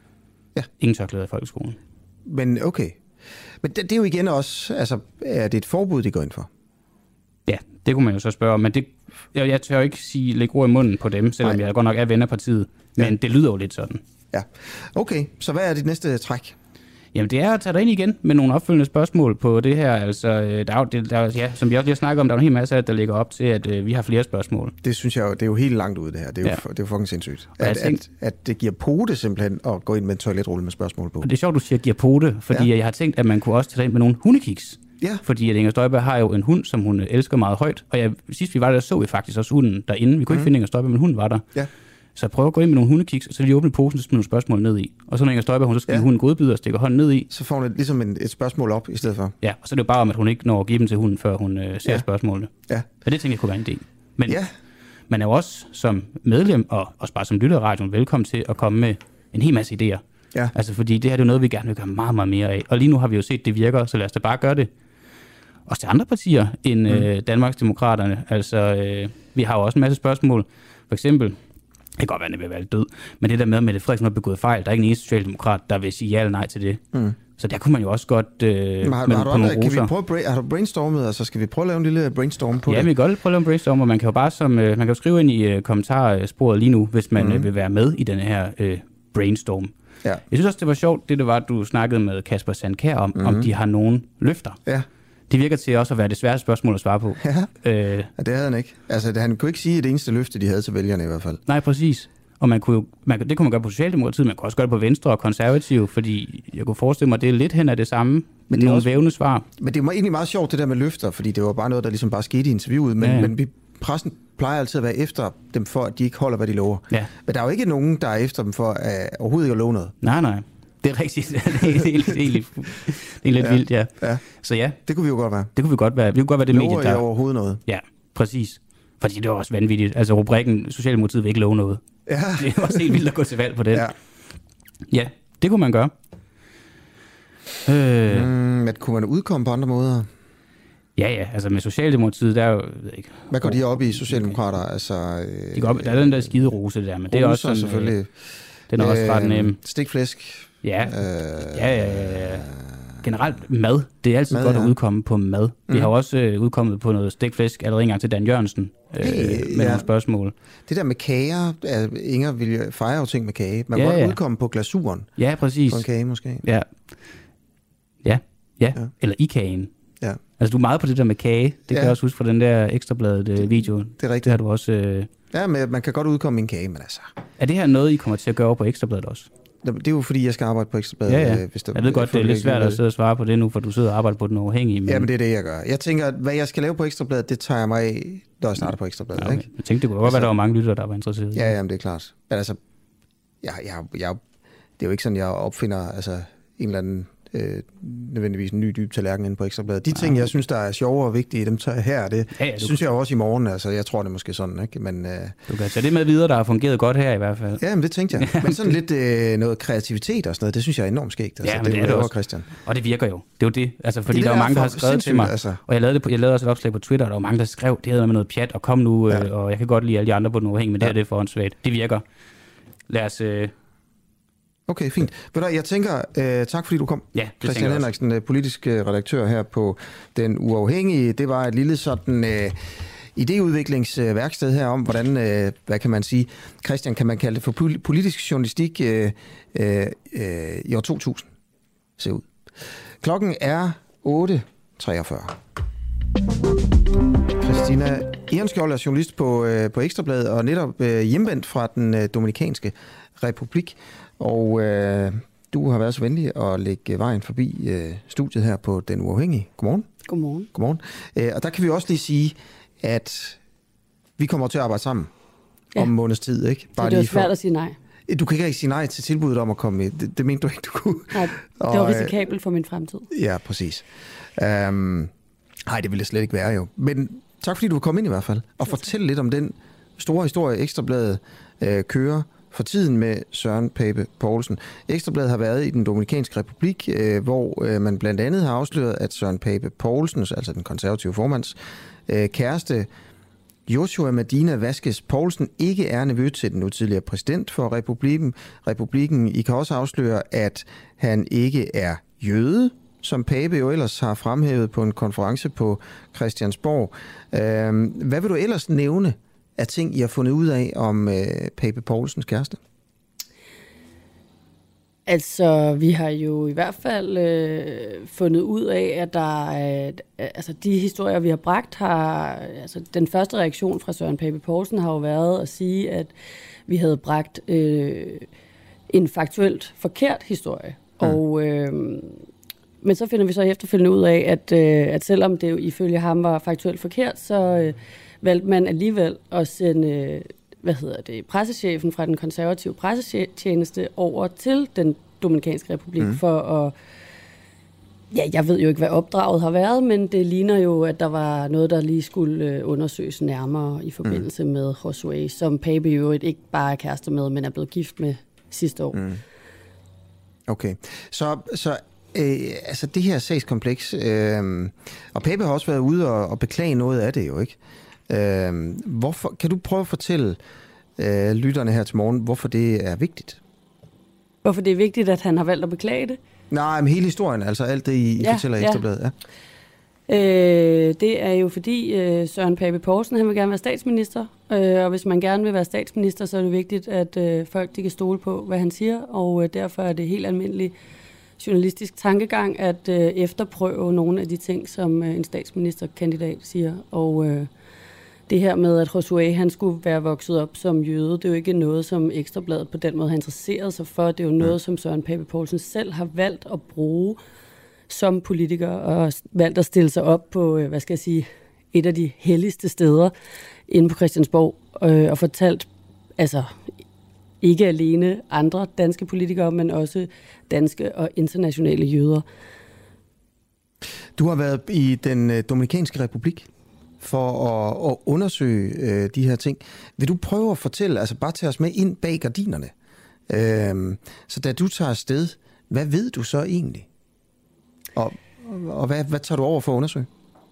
Ja.
Ingen tørklæde i folkeskolen.
Men okay. Men det, det er jo igen også, altså, er det et forbud, de går ind for?
Ja, det kunne man jo så spørge om, men det, jeg, jeg tør jo ikke sige, lægge ord i munden på dem, selvom
Nej.
jeg godt nok er ven af partiet, men
Ja.
det lyder jo lidt sådan.
Ja. Okay, så hvad er dit næste træk?
Jamen, det er at tage dig ind igen med nogle opfølgende spørgsmål på det her. Altså, øh, der er jo, det, der, er- ja, som vi også lige har snakket om, der er en hel masse, af det, der ligger op til, at øh, vi har flere spørgsmål.
Det synes jeg jo, det er jo helt langt ud, det her. Det er jo,
Ja.
ja. det er jo fucking sindssygt.
Og jeg
At,
tænkte-
at, at det giver pote simpelthen at gå ind med en toiletrulle med spørgsmål på.
Og det er sjovt, du siger giver pote, fordi
Ja.
ja. jeg har tænkt, at man kunne også tage dig ind med nogle hundekiks.
Ja.
Fordi at Inger Støjberg har jo en hund, som hun øh, elsker meget højt. Og jeg, sidst vi var der, så vi faktisk også hunden derinde. Vi kunne ikke finde Inger Støjberg, men hunden var der.
Ja.
Så jeg prøver at gå ind med nogle hundekiks, og så lige åbne posen og smide nogle spørgsmål ned i. Og så når Inger Støjberg, hun så skal
Ja.
ja. hunden godbidder og stikker hånden ned i.
Så får hun et, ligesom en, et spørgsmål op i stedet for.
Ja, og så er det jo bare om, at hun ikke når at give dem til hunden, før hun øh, ser
Ja.
ja. spørgsmålene.
Ja.
Og det tænker jeg kunne være en idé. Men
Ja.
man er jo også som medlem, og også bare som lytter af radioen, velkommen til at komme med en hel masse idéer.
Ja.
Altså fordi det her det er jo noget, vi gerne vil gøre meget, meget mere af. Og lige nu har vi jo set, at det virker, så lad os da bare gøre det. Også til andre partier end mm. øh, Danmarksdemokraterne. Altså, øh, vi har jo også en masse spørgsmål. For eksempel, det kan godt være, at det vil være død, men det der med, at Mette Frederiksen har begået fejl, der er ikke en eneste socialdemokrat, der vil sige ja eller nej til det.
Mm.
Så der kunne man jo også godt øh,
Men har,
med,
har, du
på nogle
andre, kan vi
roser.
prøve, at bra- har du brainstormet? Altså, skal vi prøve at lave en lille brainstorm på
Ja,
det?
vi kan godt prøve at lave en brainstorm, og man kan jo bare som, øh, man kan jo skrive ind i øh, kommentarsporet lige nu, hvis man
Mhm.
mm. øh, vil være med i denne her øh, brainstorm.
Ja.
Jeg synes også, det var sjovt, det der var, at du snakkede med Kasper Sandkjær om,
Mhm.
mm. om de har nogen løfter.
Ja.
Det virker til også at være det svære spørgsmål at svare på.
Ja.
Øh,
Ja, det havde han ikke. Altså, det, han kunne ikke sige det eneste løfte, de havde til vælgerne i hvert fald.
nej, præcis. Og man kunne jo, man, det kunne man gøre på Socialdemokratiet, man kunne også gøre det på Venstre og Konservative, fordi jeg kunne forestille mig, at det er lidt hen af det samme, men
det er
nogle
også-
vævende svar.
Men det var egentlig meget sjovt, det der med løfter, fordi det var bare noget, der ligesom bare skete i interviewet, men,
Ja, ja.
men vi, pressen plejer altid at være efter dem for, at de ikke holder, hvad de lover.
Ja.
Men der er jo ikke nogen, der er efter dem for at overhovedet ikke at love noget.
Nej, nej. Det er rigtigt. det er helt, helt, helt, det er lidt
Ja.
vildt, ja.
Ja.
Så ja,
Det kunne vi jo godt være.
det kunne vi godt være. Vi kunne godt være det medie,
Lover
der...
I overhovedet noget?
Ja, præcis. Fordi det var også vanvittigt. Altså rubrikken, Socialdemokratiet vil ikke love noget.
Ja.
Det var også helt vildt at gå til valg på den.
Ja.
Ja, det kunne man gøre. Øh,
Mm, men kunne man udkomme på andre måder?
ja, ja, altså med Socialdemokratiet, der er jo... Jeg ved ikke,
Hvad går de op i, socialdemokrater? Altså, øh,
de går op, der er den der skide rose der, men det er også sådan...
selvfølgelig.
Øh, den er også ret nem.
Stikflæsk.
Ja,
Øh,
ja, ja, ja. Generelt mad. Det er altid
Mad,
godt at
ja.
udkomme på mad. Vi
Mm.
har jo også øh, udkommet på noget stikflæsk allerede engang til Dan Jørgensen øh,
Hey,
med
ja.
nogle spørgsmål.
Det der med kager, er, Inger vil jo fejre jo ting med kage. Man kan
Ja,
godt
ja.
udkomme på glasuren
Ja, præcis.
på en kage måske.
Ja. Ja, ja.
Ja.
Eller i kagen.
Ja,
Altså, du er meget på det der med kage. Det kan
Ja.
jeg også huske fra den der ekstrabladet øh, video.
det er rigtigt.
Det har du også... Øh...
Ja, men man kan godt udkomme i en kage, men altså...
Er det her noget, I kommer til at gøre over på ekstrabladet også?
Det er jo fordi, jeg skal arbejde på Ekstrabladet.
Ja, ja.
øh, Hvis der,
Jeg ved godt, det er lidt svært at
sidde.
sidde og svare på det nu, for du sidder og arbejder på den uafhængige. Men...
Ja, men det er det, jeg gør. Jeg tænker, at hvad jeg skal lave på Ekstrabladet, det tager jeg mig af, når jeg starter på Ekstrabladet.
Ja, okay.
Ikke?
Jeg tænkte, det kunne godt
Altså-
være, der var mange lyttere, der var interesseret.
Ja, jamen, det er klart. Men altså, jeg, jeg, jeg, det er jo ikke sådan, jeg opfinder altså, en eller anden øh, nødvendigvis en ny dyb tallerken inde på Ekstrabladet. De ting, jeg synes, der er sjovere og vigtige, dem tager jeg her. Det ja, ja, synes kan... jeg også i morgen. Altså, jeg tror, det er måske sådan, ikke? Men, øh...
du kan tage det med videre, der har fungeret godt her i hvert fald.
Ja, men det tænkte jeg. Men sådan lidt øh, noget kreativitet og sådan noget, det synes jeg er enormt skægt. Altså,
ja, men
det,
det er det også.
Christian.
Og det virker jo. Det er jo det. Altså, fordi
det
der er mange, der har skrevet til mig.
Altså.
Og jeg lavede, det på, jeg lavede også et opslag på Twitter, og der var mange, der skrev, det hedder med noget pjat, og kom nu, ja. øh, og jeg kan godt lide alle de andre på den uafhængige, men ja. det er det forhåndsvægt. Det virker. Lad os... Øh...
Okay, fint. Ved du, jeg tænker, øh, tak fordi du kom.
Ja,
Christian Henriksen, politisk redaktør her på Den Uafhængige. Det var et lille sådan øh, idéudviklingsværksted her om, hvordan, øh, hvad kan man sige, Christian, kan man kalde det for politisk journalistik øh, øh, i år to tusind. Se ud. Klokken er otte treogfyrre. Christina Ehrenskjold er journalist på, øh, på Ekstrabladet og netop øh, hjemvendt fra den øh, Dominikanske Republik. Og øh, du har været så venlig at lægge vejen forbi øh, studiet her på Den Uafhængige. Godmorgen.
Godmorgen.
Godmorgen. Øh, og der kan vi også lige sige, at vi kommer til at arbejde sammen ja. om en måneds tid. Ikke?
Bare så det er svært for... at sige nej.
Du kan ikke sige nej til tilbuddet om at komme med. Det, det mente du ikke, du kunne.
Nej, det var og, risikabelt for min fremtid.
Ja, præcis. Um, nej, det ville det slet ikke være jo. Men tak fordi du kom ind i hvert fald. Og fortælle lidt om den store historie, Ekstrabladet øh, kører for tiden med Søren Pape Poulsen. Ekstrabladet har været i den Dominikanske Republik, øh, hvor øh, man blandt andet har afsløret, at Søren Pape Poulsens, altså den konservative formands, øh, kæreste Joshua Medina Vasquez Poulsen ikke er nevø til den nu tidligere præsident for republikken. republikken. I kan også afsløre, at han ikke er jøde, som Pape jo ellers har fremhævet på en konference på Christiansborg. Øh, hvad vil du ellers nævne af ting, I har fundet ud af om øh, Pape Poulsens kæreste?
Altså, vi har jo i hvert fald øh, fundet ud af, at der er, altså de historier, vi har bragt, har, altså den første reaktion fra Søren Pape Poulsen har jo været at sige, at vi havde bragt øh, en faktuelt forkert historie. Mm. Og, øh, men så finder vi så efterfølgende ud af, at, øh, at selvom det jo ifølge ham var faktuelt forkert, så øh, valgte man alligevel at sende hvad hedder det, pressechefen fra den konservative pressetjeneste over til den Dominikanske Republik mm. for at, ja, jeg ved jo ikke, hvad opdraget har været, men det ligner jo, at der var noget, der lige skulle undersøges nærmere i forbindelse mm. med Josué, som Pape jo ikke bare er kærester med, men er blevet gift med sidste år. Mm.
Okay, så, så øh, altså det her sagskompleks, øh, og Pape har også været ude og, og beklage noget af det jo, ikke? Øh, hvorfor, kan du prøve at fortælle øh, lytterne her til morgen, hvorfor det er vigtigt?
Hvorfor det er vigtigt, at han har valgt at beklage det?
Nej, men hele historien, altså alt det, I, I ja, fortæller i Ekstrabladet.
Ja. Øh, det er jo fordi øh, Søren Pape Poulsen, han vil gerne være statsminister, øh, og hvis man gerne vil være statsminister, så er det vigtigt, at øh, folk de kan stole på, hvad han siger, og øh, derfor er det helt almindelig journalistisk tankegang at øh, efterprøve nogle af de ting, som øh, en statsministerkandidat siger, og øh, det her med, at Josué han skulle være vokset op som jøde, det er jo ikke noget, som Ekstrabladet på den måde har interesseret sig for. Det er jo noget, ja. som Søren Pape Poulsen selv har valgt at bruge som politiker, og valgt at stille sig op på, hvad skal jeg sige, et af de helligste steder inde på Christiansborg, øh, og fortalt, altså ikke alene andre danske politikere, men også danske og internationale jøder.
Du har været i den Dominikanske Republik for at, at undersøge øh, de her ting. Vil du prøve at fortælle, altså bare tage os med ind bag gardinerne? Øh, så da du tager afsted, hvad ved du så egentlig? Og, og hvad, hvad tager du over for at undersøge?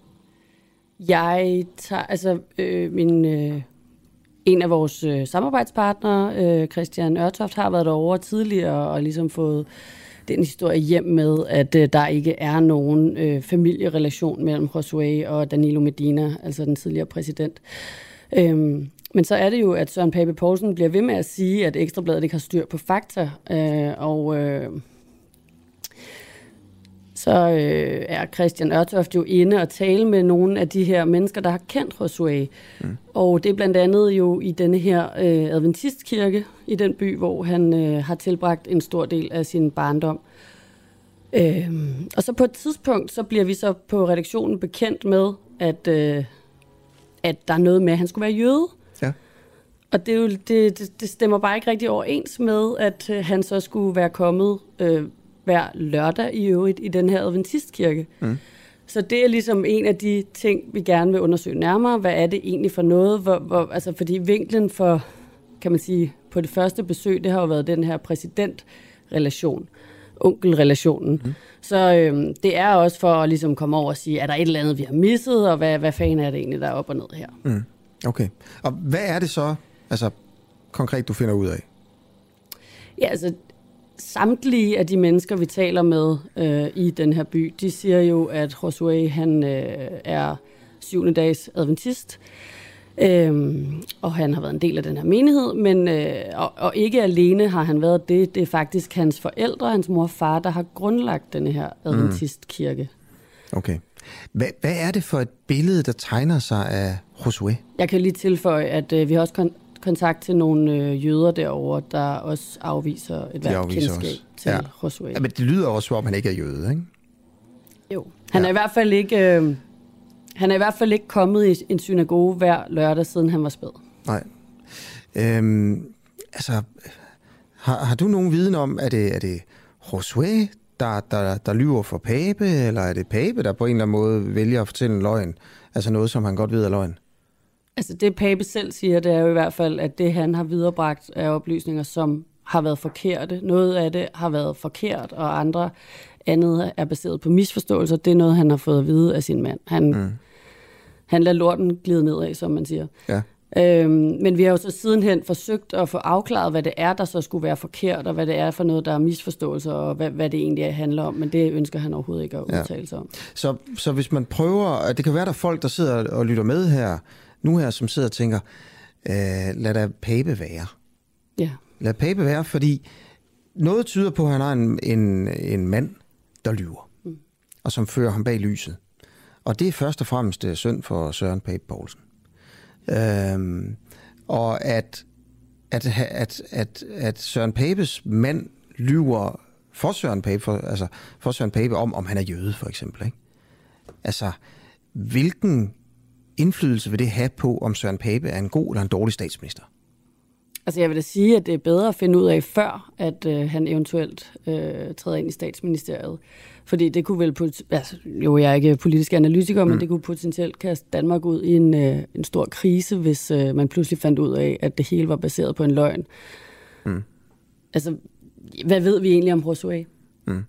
Jeg tager, altså øh, min, øh, en af vores øh, samarbejdspartnere, øh, Christian Ørtoft, har været derovre tidligere og ligesom fået den historie hjem med, at øh, der ikke er nogen øh, familierelation mellem Josué og Danilo Medina, altså den tidligere præsident. Øhm, men så er det jo, at Søren Pape Poulsen bliver ved med at sige, at Ekstrabladet ikke har styr på fakta, øh, og øh, så øh, er Christian Ørtoft jo inde og tale med nogle af de her mennesker, der har kendt Josué. Mm. Og det er blandt andet jo i denne her øh, adventistkirke i den by, hvor han øh, har tilbragt en stor del af sin barndom. Øh, og så på et tidspunkt, så bliver vi så på redaktionen bekendt med, at, øh, at der er noget med, at han skulle være jøde. Ja. Og det, er jo, det, det, det stemmer bare ikke rigtig overens med, at øh, han så skulle være kommet, øh, hver lørdag i øvrigt i den her adventistkirke. Mm. Så det er ligesom en af de ting, vi gerne vil undersøge nærmere. Hvad er det egentlig for noget? Hvor, hvor, altså fordi vinklen for, kan man sige, på det første besøg, det har jo været den her præsidentrelation, onkelrelationen. Mm. Så øhm, det er også for at ligesom komme over og sige, er der et eller andet, vi har misset, og hvad, hvad fanden er det egentlig, der er op og ned her?
Mm. Okay. Og hvad er det så, altså konkret, du finder ud af?
Ja, altså samtlige af de mennesker, vi taler med øh, i den her by, de siger jo, at Josué, han øh, er syvende dags adventist, øhm, og han har været en del af den her menighed, men øh, og, og ikke alene har han været det, det er faktisk hans forældre, hans mor og far, der har grundlagt den her adventistkirke.
Okay. Hvad, hvad er det for et billede, der tegner sig af Josué?
Jeg kan lige tilføje, at øh, vi har også kon- kontakt til nogle øh, jøder derovre, der også afviser et hvert kendskab også til ja. Josué.
Ja, men det lyder også, som om han ikke er jøde, ikke?
Jo. Han ja. er i hvert fald ikke øh, han er i hvert fald ikke kommet i en synagoge hver lørdag, siden han var spæd.
Nej. Øhm, altså, har, har du nogen viden om, er det, er det Josué, der, der, der lyver for Pape, eller er det Pape, der på en eller anden måde vælger at fortælle en løgn? Altså noget, som han godt ved er løgn?
Altså det Pape selv siger, det er jo i hvert fald, at det han har viderebragt er oplysninger, som har været forkerte. Noget af det har været forkert, og andre andet er baseret på misforståelser. Det er noget, han har fået at vide af sin mand. Han, mm. han lader lorten glide nedad, som man siger.
Ja.
Øhm, men vi har jo så sidenhen forsøgt at få afklaret, hvad det er, der så skulle være forkert, og hvad det er for noget, der er misforståelser, og hvad, hvad det egentlig handler om. Men det ønsker han overhovedet ikke at udtale sig om.
Så, så hvis man prøver, det kan være, der er folk, der sidder og lytter med her, nu her, som sidder og tænker, øh, lad da Pape være.
Ja.
Lad Pape være, fordi noget tyder på, at han har en, en, en mand, der lyver, mm. og som fører ham bag lyset. Og det er først og fremmest synd for Søren Pape Poulsen. Øhm, og at, at, at, at, at Søren Papes mand lyver for Søren Pape, for, altså for Søren Pape om, om han er jøde, for eksempel. Ikke? Altså, hvilken indflydelse vil det have på, om Søren Pape er en god eller en dårlig statsminister?
Altså jeg vil da sige, at det er bedre at finde ud af før, at øh, han eventuelt øh, træder ind i statsministeriet. Fordi det kunne vel, pot- altså, jo jeg er ikke politisk analytiker, mm. men det kunne potentielt kaste Danmark ud i en, øh, en stor krise, hvis øh, man pludselig fandt ud af, at det hele var baseret på en løgn. Mm. Altså, hvad ved vi egentlig om Josué?
Mm.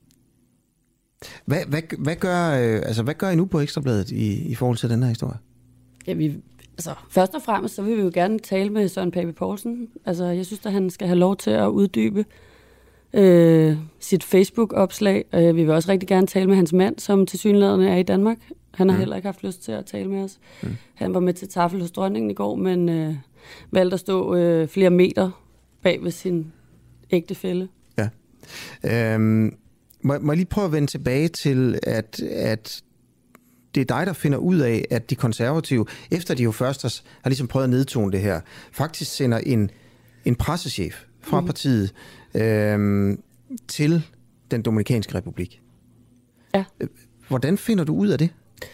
Hvad, hvad, hvad, gør, øh, altså, hvad gør I nu på Ekstrabladet i, i forhold til den her historie?
Ja, vi... Altså, først og fremmest, så vil vi jo gerne tale med Søren Pape Poulsen. Altså, jeg synes, at han skal have lov til at uddybe øh, sit Facebook-opslag. Øh, vi vil også rigtig gerne tale med hans mand, som tilsyneladende er i Danmark. Han har mm. heller ikke haft lyst til at tale med os. Mm. Han var med til tafel hos dronningen i går, men øh, valgte at stå øh, flere meter bag ved sin ægtefælle. Ja.
Øhm, må, må jeg lige prøve at vende tilbage til, at... at det er dig, der finder ud af, at de konservative, efter de jo først har, har ligesom prøvet at nedtone det her, faktisk sender en, en pressechef fra mm. partiet øh, til den Dominikanske Republik.
Ja.
Hvordan finder du ud af det?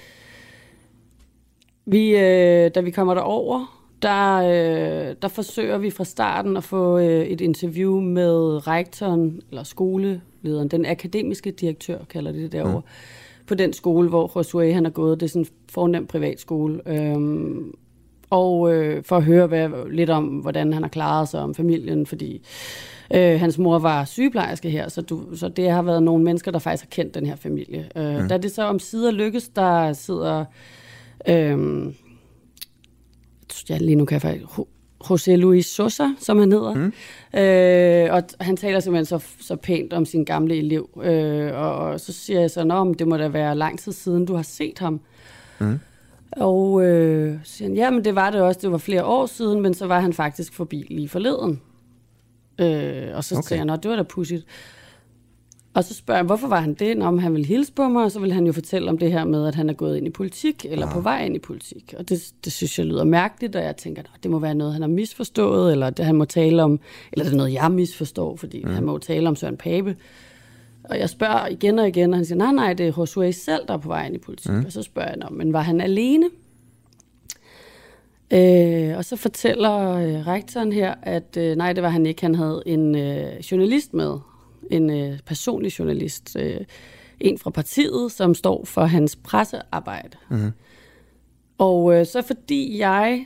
Vi, øh, da vi kommer derover, der, øh, der forsøger vi fra starten at få øh, et interview med rektoren, eller skolelederen, den akademiske direktør, kalder de det derovre, mm. på den skole, hvor Josué han er gået. Det er sådan en fornem privatskole. Øhm, og øh, for at høre hvad, lidt om, hvordan han har klaret sig, om familien, fordi øh, hans mor var sygeplejerske her, så, du, så det har været nogle mennesker, der faktisk har kendt den her familie. Øh, mm. Da det så om sider lykkes, der sidder... Øh, ja, lige nu kan jeg faktisk... José Luis Sosa, som han hedder. Mm. Øh, og han taler simpelthen så, så pænt om sin gamle elev. Øh, og, og så siger jeg så, at det må da være lang tid siden, du har set ham. Mm. Og øh, så siger han, ja, men det var det også. Det var flere år siden, men så var han faktisk forbi lige forleden. Øh, og så okay. siger jeg, det var da pudsigt. Og så spørger jeg, hvorfor var han det? Nå, om han ville hilse på mig, og så vil han jo fortælle om det her med, at han er gået ind i politik, eller ja. på vej ind i politik. Og det, det synes jeg lyder mærkeligt, og jeg tænker, det må være noget, han har misforstået, eller det han må tale om, eller det er noget, jeg misforstår, fordi mm. han må tale om Søren Pape. Og jeg spørger igen og igen, og han siger, nej, nej, det er Josué selv, der er på vej ind i politik. Mm. Og så spørger jeg, nå, men var han alene? Øh, og så fortæller øh, rektoren her, at øh, nej, det var han ikke. Han havde en øh, journalist med, en øh, personlig journalist, øh, en fra partiet, som står for hans pressearbejde. Mm-hmm. Og øh, så fordi jeg,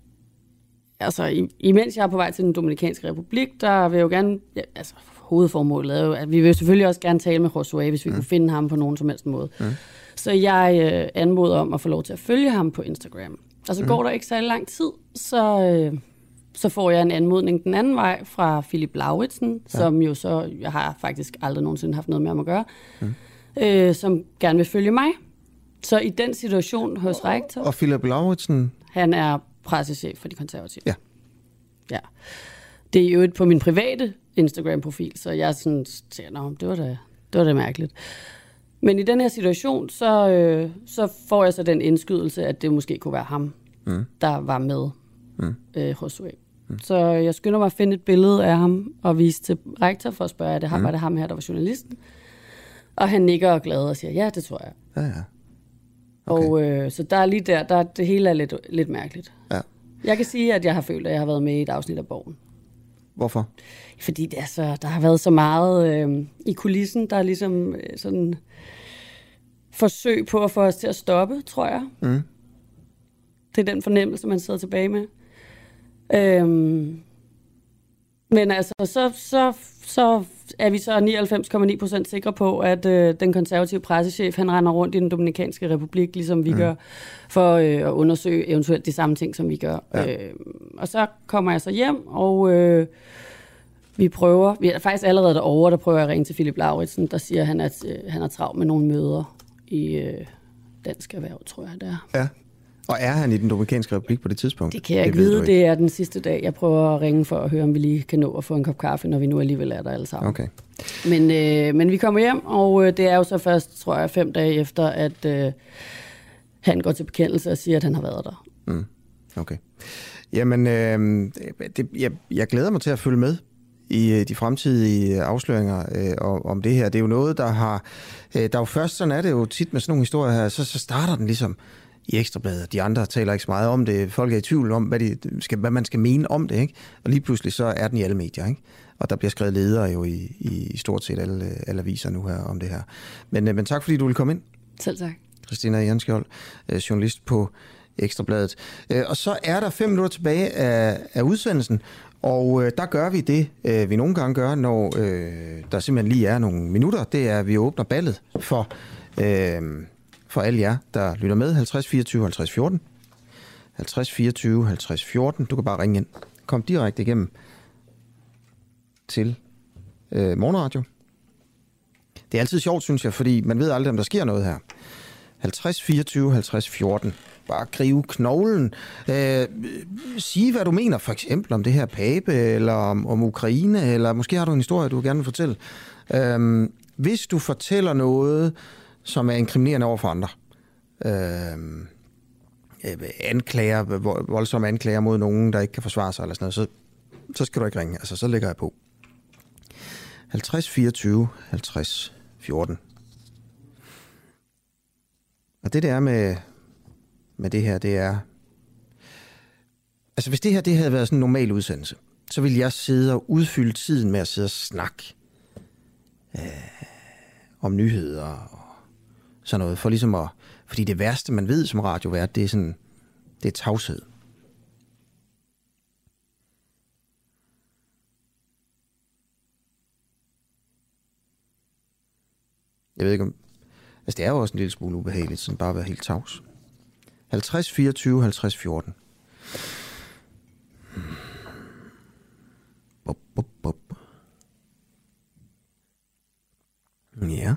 altså imens jeg er på vej til den Dominikanske Republik, der vil jeg jo gerne, ja, altså hovedformålet er jo, at vi vil selvfølgelig også gerne tale med Josué, hvis vi mm. kunne finde ham på nogen som helst måde. Mm. Så jeg øh, anmoder om at få lov til at følge ham på Instagram. Og så mm. går der ikke særlig lang tid, så, øh, så får jeg en anmodning den anden vej fra Philip Lauritsen, ja. som jo så, jeg har faktisk aldrig nogensinde haft noget med ham at gøre, mm. øh, som gerne vil følge mig. Så i den situation hos rektor...
Og Philip Lauritsen?
Han er pressechef for De Konservative.
Ja.
Ja. Det er jo på min private Instagram-profil, så jeg sådan siger, nå, det var da, det var da mærkeligt. Men i den her situation, så, øh, så får jeg så den indskydelse, at det måske kunne være ham, mm. der var med mm. øh, hos U A. Mm. Så jeg skynder mig at finde et billede af ham og vise til rektor for at spørge, er det ham, mm. var det ham her, der var journalisten? Og han nikker og glad og siger, ja, det tror jeg.
Ja, ja.
Okay. Og øh, så der er lige der, der det hele er lidt, lidt mærkeligt.
Ja.
Jeg kan sige, at jeg har følt, at jeg har været med i et afsnit af Borgen.
Hvorfor?
Fordi det er så, der har været så meget øh, i kulissen, der er ligesom øh, sådan forsøg på at få os til at stoppe, tror jeg. Mm. Det er den fornemmelse, man sidder tilbage med. Øhm, men altså, så, så, så er vi så nioghalvfems komma ni procent sikre på, at øh, den konservative pressechef, han render rundt i den Dominikanske Republik, ligesom vi mm. gør, for øh, at undersøge eventuelt de samme ting, som vi gør. Ja. Øh, og så kommer jeg så hjem, og øh, vi prøver, vi er faktisk allerede derovre, der prøver jeg at ringe til Philip Lauritsen, der siger, at han er, øh, han er travlt med nogle møder i øh, Dansk Erhverv, tror jeg, der.
Ja. Og er han i den Dominikanske Republik på det tidspunkt?
Det kan jeg ikke vide. Ikke. Det er den sidste dag. Jeg prøver at ringe for at høre, om vi lige kan nå at få en kop kaffe, når vi nu alligevel er der alle sammen.
Okay.
Men, øh, men vi kommer hjem, og øh, det er jo så først, tror jeg, fem dage efter, at øh, han går til bekendelse og siger, at han har været der.
Mm. Okay. Jamen, øh, det, jeg, jeg glæder mig til at følge med i de fremtidige afsløringer øh, om det her. Det er jo noget, der har... Øh, der er jo først, sådan er det jo tit med sådan nogle historier her, så, så starter den ligesom i Ekstrabladet. De andre taler ikke så meget om det. Folk er i tvivl om, hvad, de skal, hvad man skal mene om det, ikke? Og lige pludselig så er den i alle medier, ikke? Og der bliver skrevet ledere jo i, i stort set alle, alle aviser nu her om det her. Men, men tak, fordi du ville komme ind.
Selv tak.
Christina Jernskjold, journalist på Ekstrabladet. Og så er der fem minutter tilbage af, af udsendelsen, og der gør vi det, vi nogle gange gør, når øh, der simpelthen lige er nogle minutter. Det er, at vi åbner ballet for... Øh, for alle jer, der lytter med. halvtreds fireogtyve halvtreds fjorten. halvtreds fireogtyve halvtreds fjorten. Du kan bare ringe ind. Kom direkte igennem til øh, morgenradio. Det er altid sjovt, synes jeg, fordi man ved aldrig, om der sker noget her. halvtreds fireogtyve halvtreds fjorten. Bare grive knoglen. Øh, sige, hvad du mener, for eksempel om det her pape, eller om, om Ukraine, eller måske har du en historie, du gerne vil fortælle. Øh, hvis du fortæller noget, som er inkriminerende over for andre. Øh, anklager, voldsomme anklager mod nogen, der ikke kan forsvare sig, eller sådan noget, så, så skal du ikke ringe. Altså, så lægger jeg på. halvtreds fireogtyve halvtreds fjorten. Og det, der er med, med det her, det er... Altså, hvis det her det havde været sådan en normal udsendelse, så ville jeg sidde og udfylde tiden med at sidde og snakke øh, om nyheder og sådan noget, for ligesom at, fordi det værste, man ved som radiovært, det er sådan, det er tavshed. Jeg ved ikke om, altså det er jo også en lille smule ubehageligt, sådan bare at være helt tavs. halvtreds fireogtyve halvtreds fjorten. Bop, bop, bop. Ja.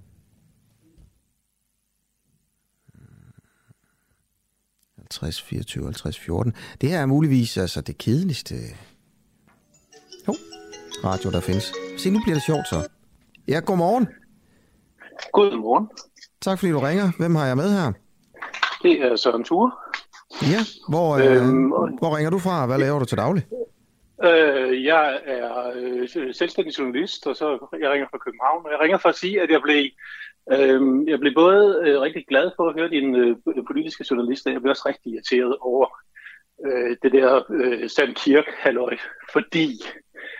halvtreds fireogtyve halvtreds fjorten. Det her er muligvis altså det kedeligste jo, radio, der findes. Se, nu bliver det sjovt så. Ja, godmorgen.
Godmorgen.
Tak fordi du ringer. Hvem har jeg med her?
Det er Søren Thue.
Ja, hvor, øhm, øh, hvor ringer du fra? Hvad laver du til daglig?
Øh, jeg er øh, selvstændig journalist, og så jeg ringer fra København. Jeg ringer for at sige, at jeg blev Øhm, jeg blev både øh, rigtig glad for at høre din øh, politiske journalist, og jeg blev også rigtig irriteret over øh, det der øh, Sand Kirk-halløj, fordi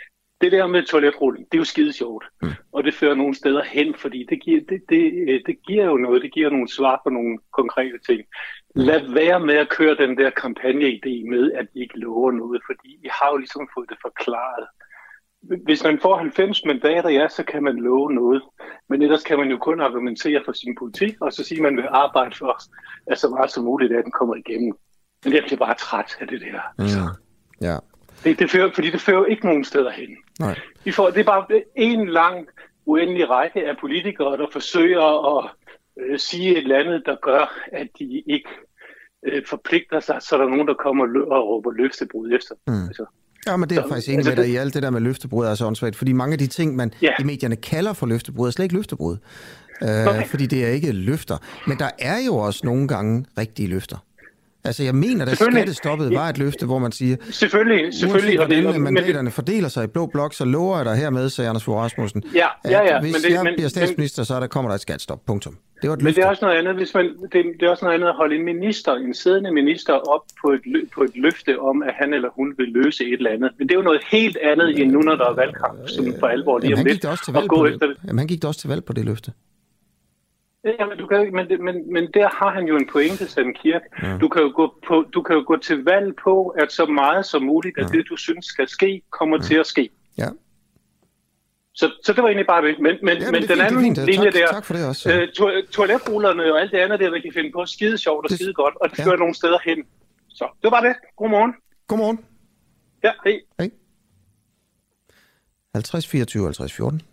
det der med toiletrullen, det er jo skide sjovt. Mm. Og det fører nogle steder hen, fordi det giver, det, det, det giver jo noget, det giver nogle svar på nogle konkrete ting. Lad være med at køre den der kampagneidé med, at I ikke lover noget, fordi I har jo ligesom fået det forklaret. Hvis man får halvfems mandater, ja, så kan man love noget. Men ellers kan man jo kun argumentere for sin politik, og så sige, at man vil arbejde for, at så meget som muligt, at den kommer igennem. Men jeg bliver bare træt af det der.
Mm. Ja.
Det, det fører, fordi det fører ikke nogen steder hen.
Nej.
Vi får, det er bare en lang, uendelig række af politikere, der forsøger at øh, sige et eller andet, der gør, at de ikke øh, forpligter sig, så der er nogen, der kommer og råber løftebrud efter.
Mm.
Altså,
ja, men det er så, faktisk enig altså, med dig i alt det der med løftebrud er så åndssvagt, fordi mange af de ting, man ja. i medierne kalder for løftebrud, er slet ikke løftebrud. Øh, okay. Fordi det er ikke løfter. Men der er jo også nogle gange rigtige løfter. Altså, jeg mener, at skattestoppet var et løfte, hvor man siger,
selvfølgelig, selvfølgelig,
og det, hvordan mandaterne det, fordeler sig i blå blok, så lover jeg dig hermed, sagde Anders Fogh Rasmussen,
ja, ja, ja,
at hvis
men det,
jeg
men,
bliver statsminister, så der kommer der et skattestop. Punktum. Det var et
men
løfte.
det er også noget andet, hvis man, det, det er også noget andet at holde en minister, en siddende minister op på et, på et løfte om, at han eller hun vil løse et eller andet. Men det er jo noget helt andet end nu, når der er valgkamp, som for alvor lige om lidt, og gå efter det.
Jamen, han gik da også til valg på det løfte.
Ja, men, du kan, men, men, men der har han jo en pointe, Søren Kirk. Ja. Du, kan jo gå på, du kan jo gå til valg på, at så meget som muligt af ja. det, du synes skal ske, kommer ja. til at ske.
Ja.
Så, så det var egentlig bare det. Men, men,
ja, men,
men
det
den
fint,
anden
det
linje
tak,
der,
tak for det også.
øh, to, toiletrullerne og alt det andet der, der kan finde på, skide sjovt og det, skide godt, og det ja. fører nogle steder hen. Så det var det. Godmorgen.
Godmorgen.
Ja, hej.
Hej. halvtreds fireogtyve halvtreds fjorten.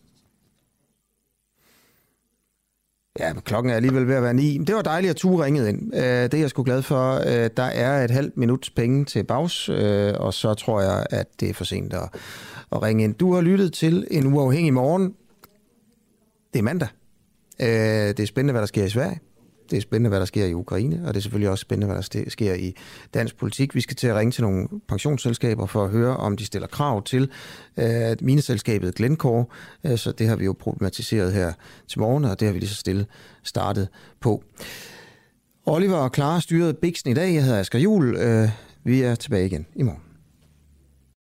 Ja, klokken er alligevel ved at være ni. Det var dejligt, at Tue ringede ind. Det er jeg sgu glad for. Der er et halvt minuts penge til bags, og så tror jeg, at det er for sent at, at ringe ind. Du har lyttet til En Uafhængig Morgen. Det er mandag. Det er spændende, hvad der sker i Sverige. Det er spændende, hvad der sker i Ukraine, og det er selvfølgelig også spændende, hvad der sker i dansk politik. Vi skal til at ringe til nogle pensionsselskaber for at høre, om de stiller krav til uh, mineselskabet Glencore. Uh, så det har vi jo problematiseret her til morgen, og det har vi lige så stille startet på. Oliver og Clara styrede Bixen i dag. Jeg hedder Asger Juhl. Uh, vi er tilbage igen i morgen.